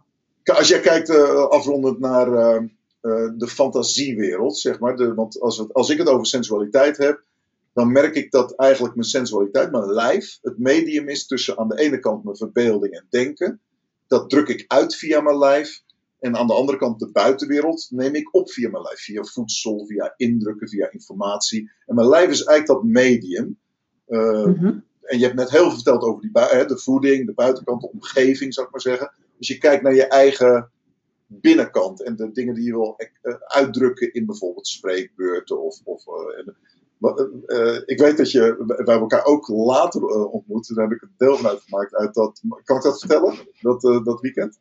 Als jij kijkt uh, afrondend naar uh, uh, de fantasiewereld, zeg maar. De, want als, het, als ik het over sensualiteit heb, dan merk ik dat eigenlijk mijn sensualiteit, mijn lijf, het medium is tussen aan de ene kant mijn verbeelding en denken. Dat druk ik uit via mijn lijf. En aan de andere kant de buitenwereld neem ik op via mijn lijf. Via voedsel, via indrukken, via informatie. En mijn lijf is eigenlijk dat medium. Uh, mm-hmm. En je hebt net heel veel verteld over die bui- hè, de voeding, de buitenkant, de omgeving, zou ik maar zeggen. Dus je kijkt naar je eigen binnenkant en de dingen die je wil uh, uitdrukken in bijvoorbeeld spreekbeurten. Of, of, uh, en, uh, uh, ik weet dat je, wij hebben elkaar ook later uh, ontmoet. Daar heb ik een deel van uitgemaakt. Uit dat, kan ik dat vertellen, dat, uh, dat weekend?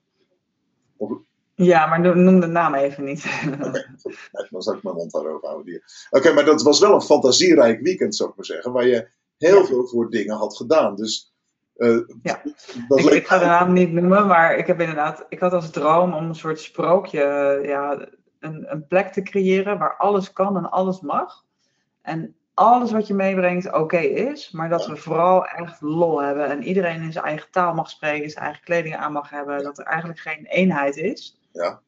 Of, ja, maar noem de naam even niet. Oké, okay, nee, dan zal ik mijn mond daarover houden. Oké, okay, maar dat was wel een fantasierijk weekend, zou ik maar zeggen. Waar je heel ja. veel voor dingen had gedaan. Dus, uh, ja. dat ik, ik ga de naam niet noemen, maar ik heb inderdaad, ik had als droom om een soort sprookje, ja, een, een plek te creëren waar alles kan en alles mag. En alles wat je meebrengt oké okay is, maar dat ja. we vooral echt lol hebben. En iedereen in zijn eigen taal mag spreken, zijn eigen kleding aan mag hebben. Ja. Dat er eigenlijk geen eenheid is. Ja.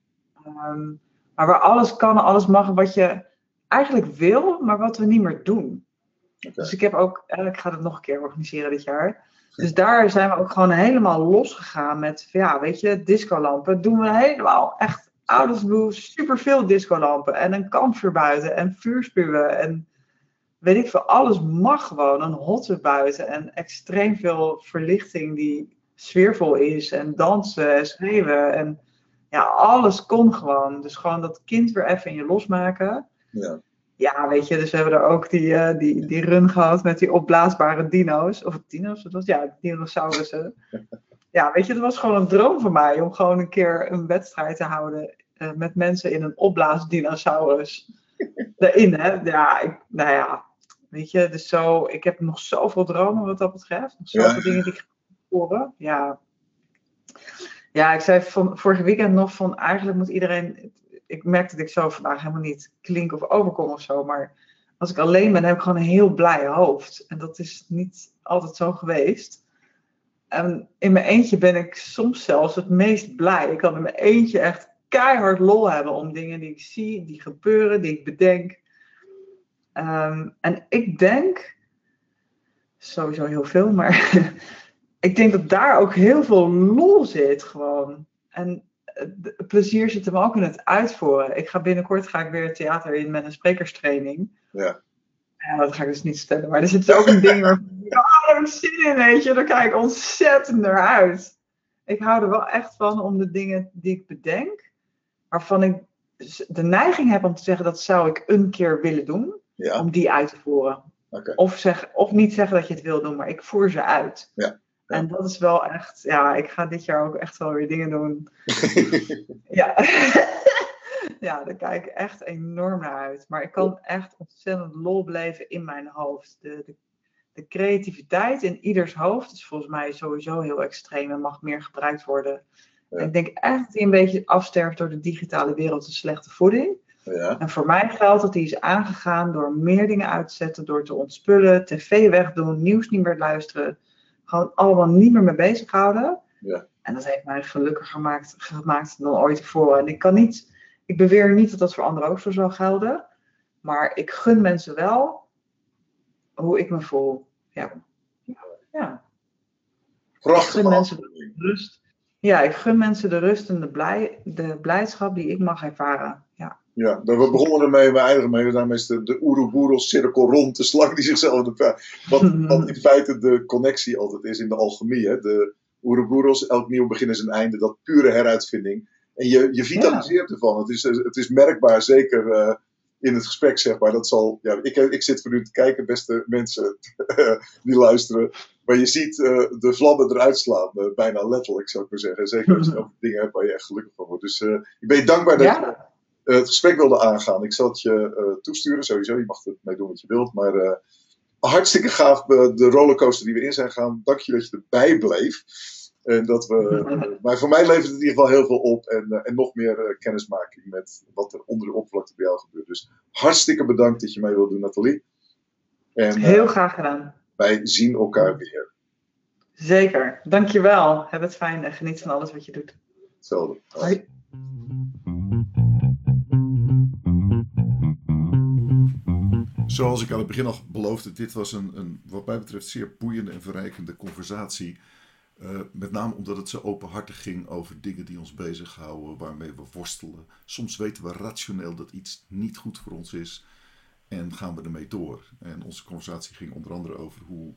Um, maar waar alles kan en alles mag wat je eigenlijk wil, maar wat we niet meer doen. Okay. Dus ik heb ook, ik ga het nog een keer organiseren dit jaar. Dus daar zijn we ook gewoon helemaal losgegaan met, ja, weet je, discolampen. Doen we helemaal echt out of the blue, superveel discolampen. En een kampvuur buiten en vuurspuwen en weet ik veel, alles mag gewoon. Een hotte buiten en extreem veel verlichting die sfeervol is. En dansen en schreeuwen en ja, alles kon gewoon. Dus gewoon dat kind weer even in je losmaken. Ja. Ja, weet je, dus we hebben er ook die, uh, die, die run gehad met die opblaasbare dino's. Of dino's, dat was, ja, dinosaurussen. Ja, weet je, het was gewoon een droom voor mij om gewoon een keer een wedstrijd te houden uh, met mensen in een opblaasdinosaurus. Daarin, hè. Ja, ik, nou ja, weet je, dus zo, ik heb nog zoveel dromen wat dat betreft. Nog zoveel ja. dingen die ik ga horen. Ja. Ja, ik zei van, vorige weekend nog van, eigenlijk moet iedereen... Ik merk dat ik zo vandaag helemaal niet klink of overkom of zo. Maar als ik alleen ben, heb ik gewoon een heel blij hoofd. En dat is niet altijd zo geweest. En in mijn eentje ben ik soms zelfs het meest blij. Ik kan in mijn eentje echt keihard lol hebben om dingen die ik zie, die gebeuren, die ik bedenk. Um, en ik denk, sowieso heel veel, maar ik denk dat daar ook heel veel lol zit gewoon. En het plezier zit hem ook in het uitvoeren. Ik ga binnenkort ga ik weer het theater in met een sprekerstraining. Ja. Ja, dat ga ik dus niet stellen. Maar er zit ook een ding waar oh, daar heb ik zin in, weet je. Daar kijk ik ontzettend naar uit. Ik hou er wel echt van om de dingen die ik bedenk, waarvan ik de neiging heb om te zeggen dat zou ik een keer willen doen, ja. om die uit te voeren. Okay. Of, zeg, of niet zeggen dat je het wil doen, maar ik voer ze uit. Ja. Ja. En dat is wel echt, ja, ik ga dit jaar ook echt wel weer dingen doen. ja. ja, daar kijk ik echt enorm naar uit. Maar ik kan echt ontzettend lol beleven in mijn hoofd. De, de, de creativiteit in ieders hoofd is volgens mij sowieso heel extreem en mag meer gebruikt worden. Ja. Ik denk echt dat die een beetje afsterft door de digitale wereld en slechte voeding. Ja. En voor mij geldt dat die is aangegaan door meer dingen uit te zetten, door te ontspullen, tv wegdoen, nieuws niet meer luisteren. Gewoon allemaal niet meer mee bezighouden. Ja. En dat heeft mij gelukkiger gemaakt, gemaakt dan ooit tevoren. En ik kan niet, ik beweer niet dat dat voor anderen ook zo zou gelden. Maar ik gun mensen wel hoe ik me voel. Ja. ja. Prachtig. Ik gun mensen de rust. Ja, ik gun mensen de rust en de, blij, de blijdschap die ik mag ervaren. Ja. Ja, we begonnen ermee, we eindigen ermee. Daarmee is de, de Ouroboros cirkel rond, de slang die zichzelf... De, wat, wat in feite de connectie altijd is in de alchemie. Hè? De Ouroboros, elk nieuw begin is een einde. Dat pure heruitvinding. En je, je vitaliseert ja. ervan. Het is, het is merkbaar, zeker uh, in het gesprek, zeg maar. Dat zal, ja, ik, ik zit voor u te kijken, beste mensen die luisteren. Maar je ziet uh, de vlammen eruit slaan. Uh, bijna letterlijk, zou ik maar zeggen. Zeker als je over dingen hebt waar je echt gelukkig van wordt. Dus uh, ik ben je dankbaar dat ja. je... Uh, het gesprek wilde aangaan. Ik zal het je uh, toesturen, sowieso. Je mag er mee doen wat je wilt. Maar uh, hartstikke gaaf, uh, de rollercoaster die we in zijn gaan. Dank je dat je erbij bleef. En dat we, uh, maar voor mij levert het in ieder geval heel veel op. En, uh, en nog meer uh, kennismaking met wat er onder de oppervlakte bij jou gebeurt. Dus hartstikke bedankt dat je mee wilt doen, Nathalie. En, uh, heel graag gedaan. Wij zien elkaar weer. Zeker. Dankjewel. Heb het fijn en geniet van alles wat je doet. velden. Hoi. Zoals ik aan het begin al beloofde, dit was een, een wat mij betreft zeer boeiende en verrijkende conversatie. Uh, met name omdat het zo openhartig ging over dingen die ons bezighouden, waarmee we worstelen. Soms weten we rationeel dat iets niet goed voor ons is en gaan we ermee door. En onze conversatie ging onder andere over hoe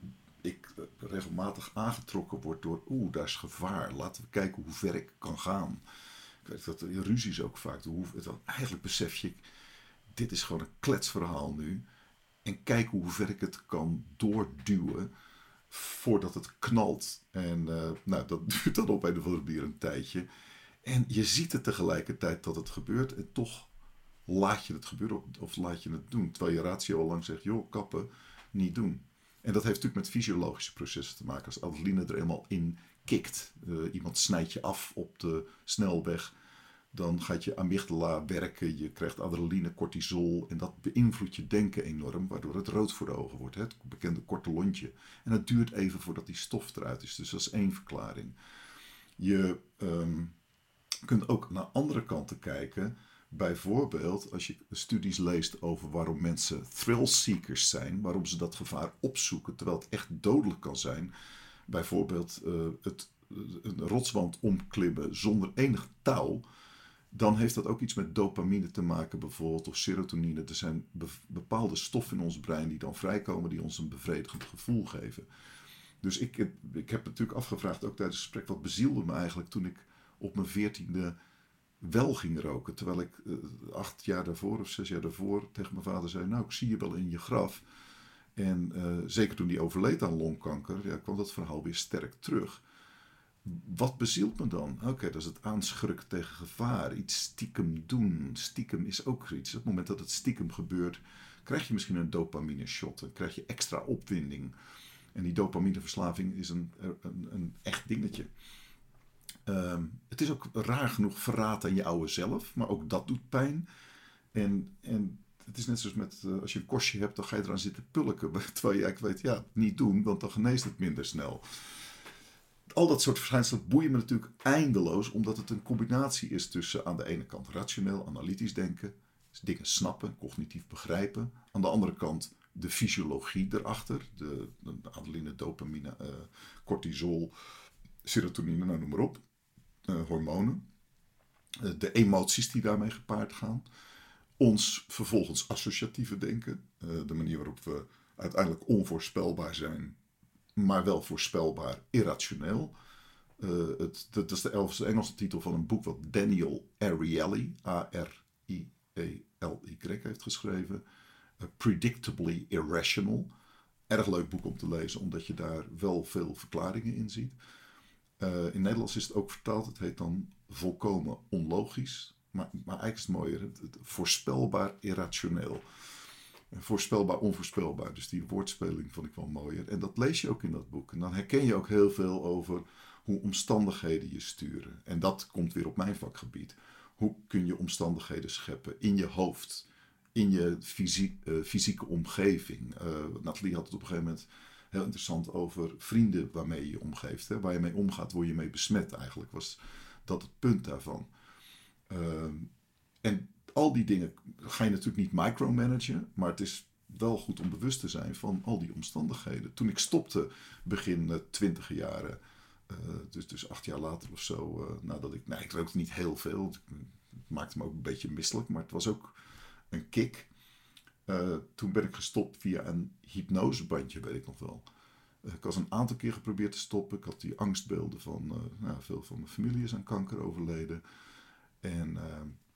ik regelmatig aangetrokken word door, oeh, daar is gevaar. Laten we kijken hoe ver ik kan gaan. Ik weet dat in ruzies ook vaak, hoe, dan eigenlijk besef je, dit is gewoon een kletsverhaal nu. En kijk hoe ver ik het kan doorduwen voordat het knalt. En uh, nou, dat duurt dan op een of andere manier een tijdje. En je ziet het tegelijkertijd dat het gebeurt. En toch laat je het gebeuren of laat je het doen. Terwijl je ratio al lang zegt, joh, kappen, niet doen. En dat heeft natuurlijk met fysiologische processen te maken. Als adrenaline er eenmaal in kikt. Uh, iemand snijdt je af op de snelweg. Dan gaat je amygdala werken, je krijgt adrenaline, cortisol en dat beïnvloedt je denken enorm, waardoor het rood voor de ogen wordt, hè? Het bekende korte lontje. En het duurt even voordat die stof eruit is, dus dat is één verklaring. Je um, kunt ook naar andere kanten kijken, bijvoorbeeld als je studies leest over waarom mensen thrill-seekers zijn, waarom ze dat gevaar opzoeken, terwijl het echt dodelijk kan zijn. Bijvoorbeeld uh, het, een rotswand omklimmen zonder enig touw. Dan heeft dat ook iets met dopamine te maken bijvoorbeeld, of serotonine. Er zijn be- bepaalde stoffen in ons brein die dan vrijkomen, die ons een bevredigend gevoel geven. Dus ik, ik heb natuurlijk afgevraagd, ook tijdens het gesprek, wat bezielde me eigenlijk toen ik op mijn veertiende wel ging roken. Terwijl ik uh, acht jaar daarvoor of zes jaar daarvoor tegen mijn vader zei, nou, ik zie je wel in je graf. En uh, zeker toen hij overleed aan longkanker, ja, kwam dat verhaal weer sterk terug. Wat bezielt me dan? Oké, okay, dat is het aanschrukken tegen gevaar. Iets stiekem doen. Stiekem is ook iets. Op het moment dat het stiekem gebeurt, krijg je misschien een dopamine shot. Dan krijg je extra opwinding. En die dopamineverslaving is een, een, een echt dingetje. Um, het is ook raar genoeg verraad aan je oude zelf. Maar ook dat doet pijn. En, en het is net zoals met, uh, als je een kostje hebt, dan ga je eraan zitten pulken. Terwijl je eigenlijk weet, ja, niet doen, want dan geneest het minder snel. Al dat soort verschijnselen boeien me natuurlijk eindeloos, omdat het een combinatie is tussen aan de ene kant rationeel, analytisch denken, dingen snappen, cognitief begrijpen. Aan de andere kant de fysiologie erachter, de, de adrenaline, dopamine, uh, cortisol, serotonine, nou noem maar op, uh, hormonen. Uh, de emoties die daarmee gepaard gaan. Ons vervolgens associatieve denken, uh, de manier waarop we uiteindelijk onvoorspelbaar zijn, maar wel voorspelbaar irrationeel. Uh, het, dat is de Engelse titel van een boek wat Daniel Ariely, A R I E L Y, heeft geschreven. Uh, Predictably Irrational. Erg leuk boek om te lezen, omdat je daar wel veel verklaringen in ziet. Uh, in Nederlands is het ook vertaald. Het heet dan volkomen onlogisch. Maar, maar eigenlijk is het mooier. Het, het voorspelbaar irrationeel. Voorspelbaar, onvoorspelbaar. Dus die woordspeling vond ik wel mooier. En dat lees je ook in dat boek. En dan herken je ook heel veel over hoe omstandigheden je sturen. En dat komt weer op mijn vakgebied. Hoe kun je omstandigheden scheppen in je hoofd, in je fysiek, uh, fysieke omgeving. Uh, Nathalie had het op een gegeven moment heel interessant over vrienden waarmee je je omgeeft. Hè? Waar je mee omgaat, word je mee besmet eigenlijk. Was dat het punt daarvan. Uh, en al die dingen ga je natuurlijk niet micromanagen, maar het is wel goed om bewust te zijn van al die omstandigheden. Toen ik stopte, begin uh, twintiger jaren, uh, dus, dus acht jaar later of zo, uh, nadat ik, nou ik rookte niet heel veel, het maakte me ook een beetje misselijk, maar het was ook een kick. Uh, toen ben ik gestopt via een hypnosebandje, weet ik nog wel. Uh, ik was een aantal keer geprobeerd te stoppen, ik had die angstbeelden van, uh, nou, veel van mijn familie is aan kanker overleden. En uh,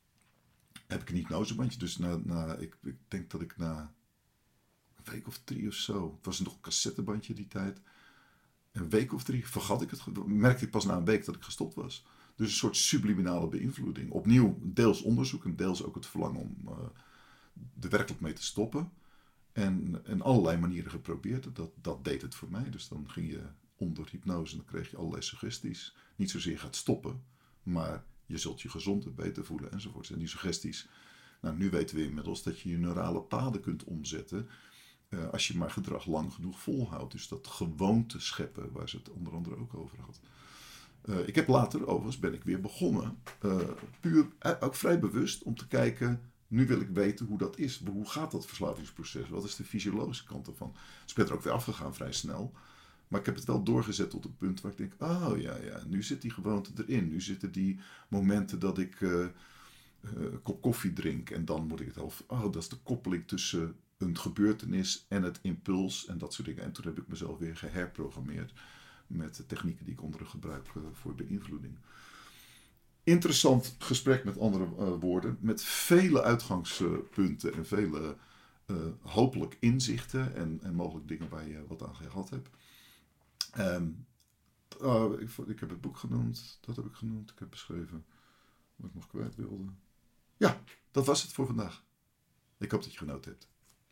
heb ik een hypnosebandje. Dus na, na, ik, ik denk dat ik na een week of drie of zo, het was nog een cassettebandje die tijd, een week of drie vergat ik het, merkte ik pas na een week dat ik gestopt was. Dus een soort subliminale beïnvloeding. Opnieuw deels onderzoek en deels ook het verlangen om uh, er werkelijk mee te stoppen. En, en allerlei manieren geprobeerd. Dat, dat deed het voor mij. Dus dan ging je onder hypnose en dan kreeg je allerlei suggesties. Niet zozeer gaat stoppen, maar je zult je gezonder, beter voelen enzovoort. En die suggesties, nou nu weten we inmiddels dat je je neurale paden kunt omzetten uh, als je maar gedrag lang genoeg volhoudt. Dus dat gewoonte scheppen, waar ze het onder andere ook over had. Uh, ik heb later, overigens, ben ik weer begonnen. Uh, puur, uh, ook vrij bewust om te kijken. Nu wil ik weten hoe dat is. Hoe gaat dat verslavingsproces? Wat is de fysiologische kant ervan? Dus ik ben er ook weer afgegaan vrij snel. Maar ik heb het wel doorgezet tot een punt waar ik denk... Oh ja, ja, nu zit die gewoonte erin. Nu zitten die momenten dat ik uh, uh, een kop koffie drink. En dan moet ik het half... Oh, dat is de koppeling tussen een gebeurtenis en het impuls en dat soort dingen. En toen heb ik mezelf weer geherprogrammeerd met de technieken die ik onder gebruik uh, voor beïnvloeding. Interessant gesprek met andere uh, woorden. Met vele uitgangspunten en vele uh, hopelijk inzichten. En, en mogelijk dingen waar je wat aan gehad hebt. Um, uh, ik, ik heb het boek genoemd. Dat heb ik genoemd. Ik heb beschreven wat ik nog kwijt wilde. Ja, dat was het voor vandaag. Ik hoop dat je genoten hebt.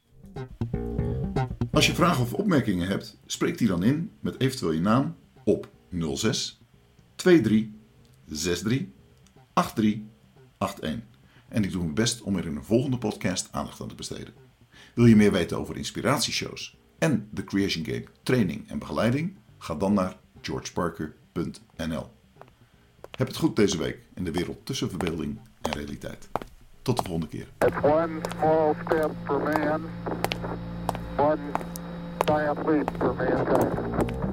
Als je vragen of opmerkingen hebt, spreek die dan in met eventueel je naam op nul zes tweeëntwintig zesentdertig achttien achtendertig. En ik doe mijn best om er in een volgende podcast aandacht aan te besteden. Wil je meer weten over inspiratieshows en de Creation Game training en begeleiding? Ga dan naar george parker punt n l. Heb het goed deze week in de wereld tussen verbeelding en realiteit. Tot de volgende keer. It's one small step for man, one giant leap for mankind.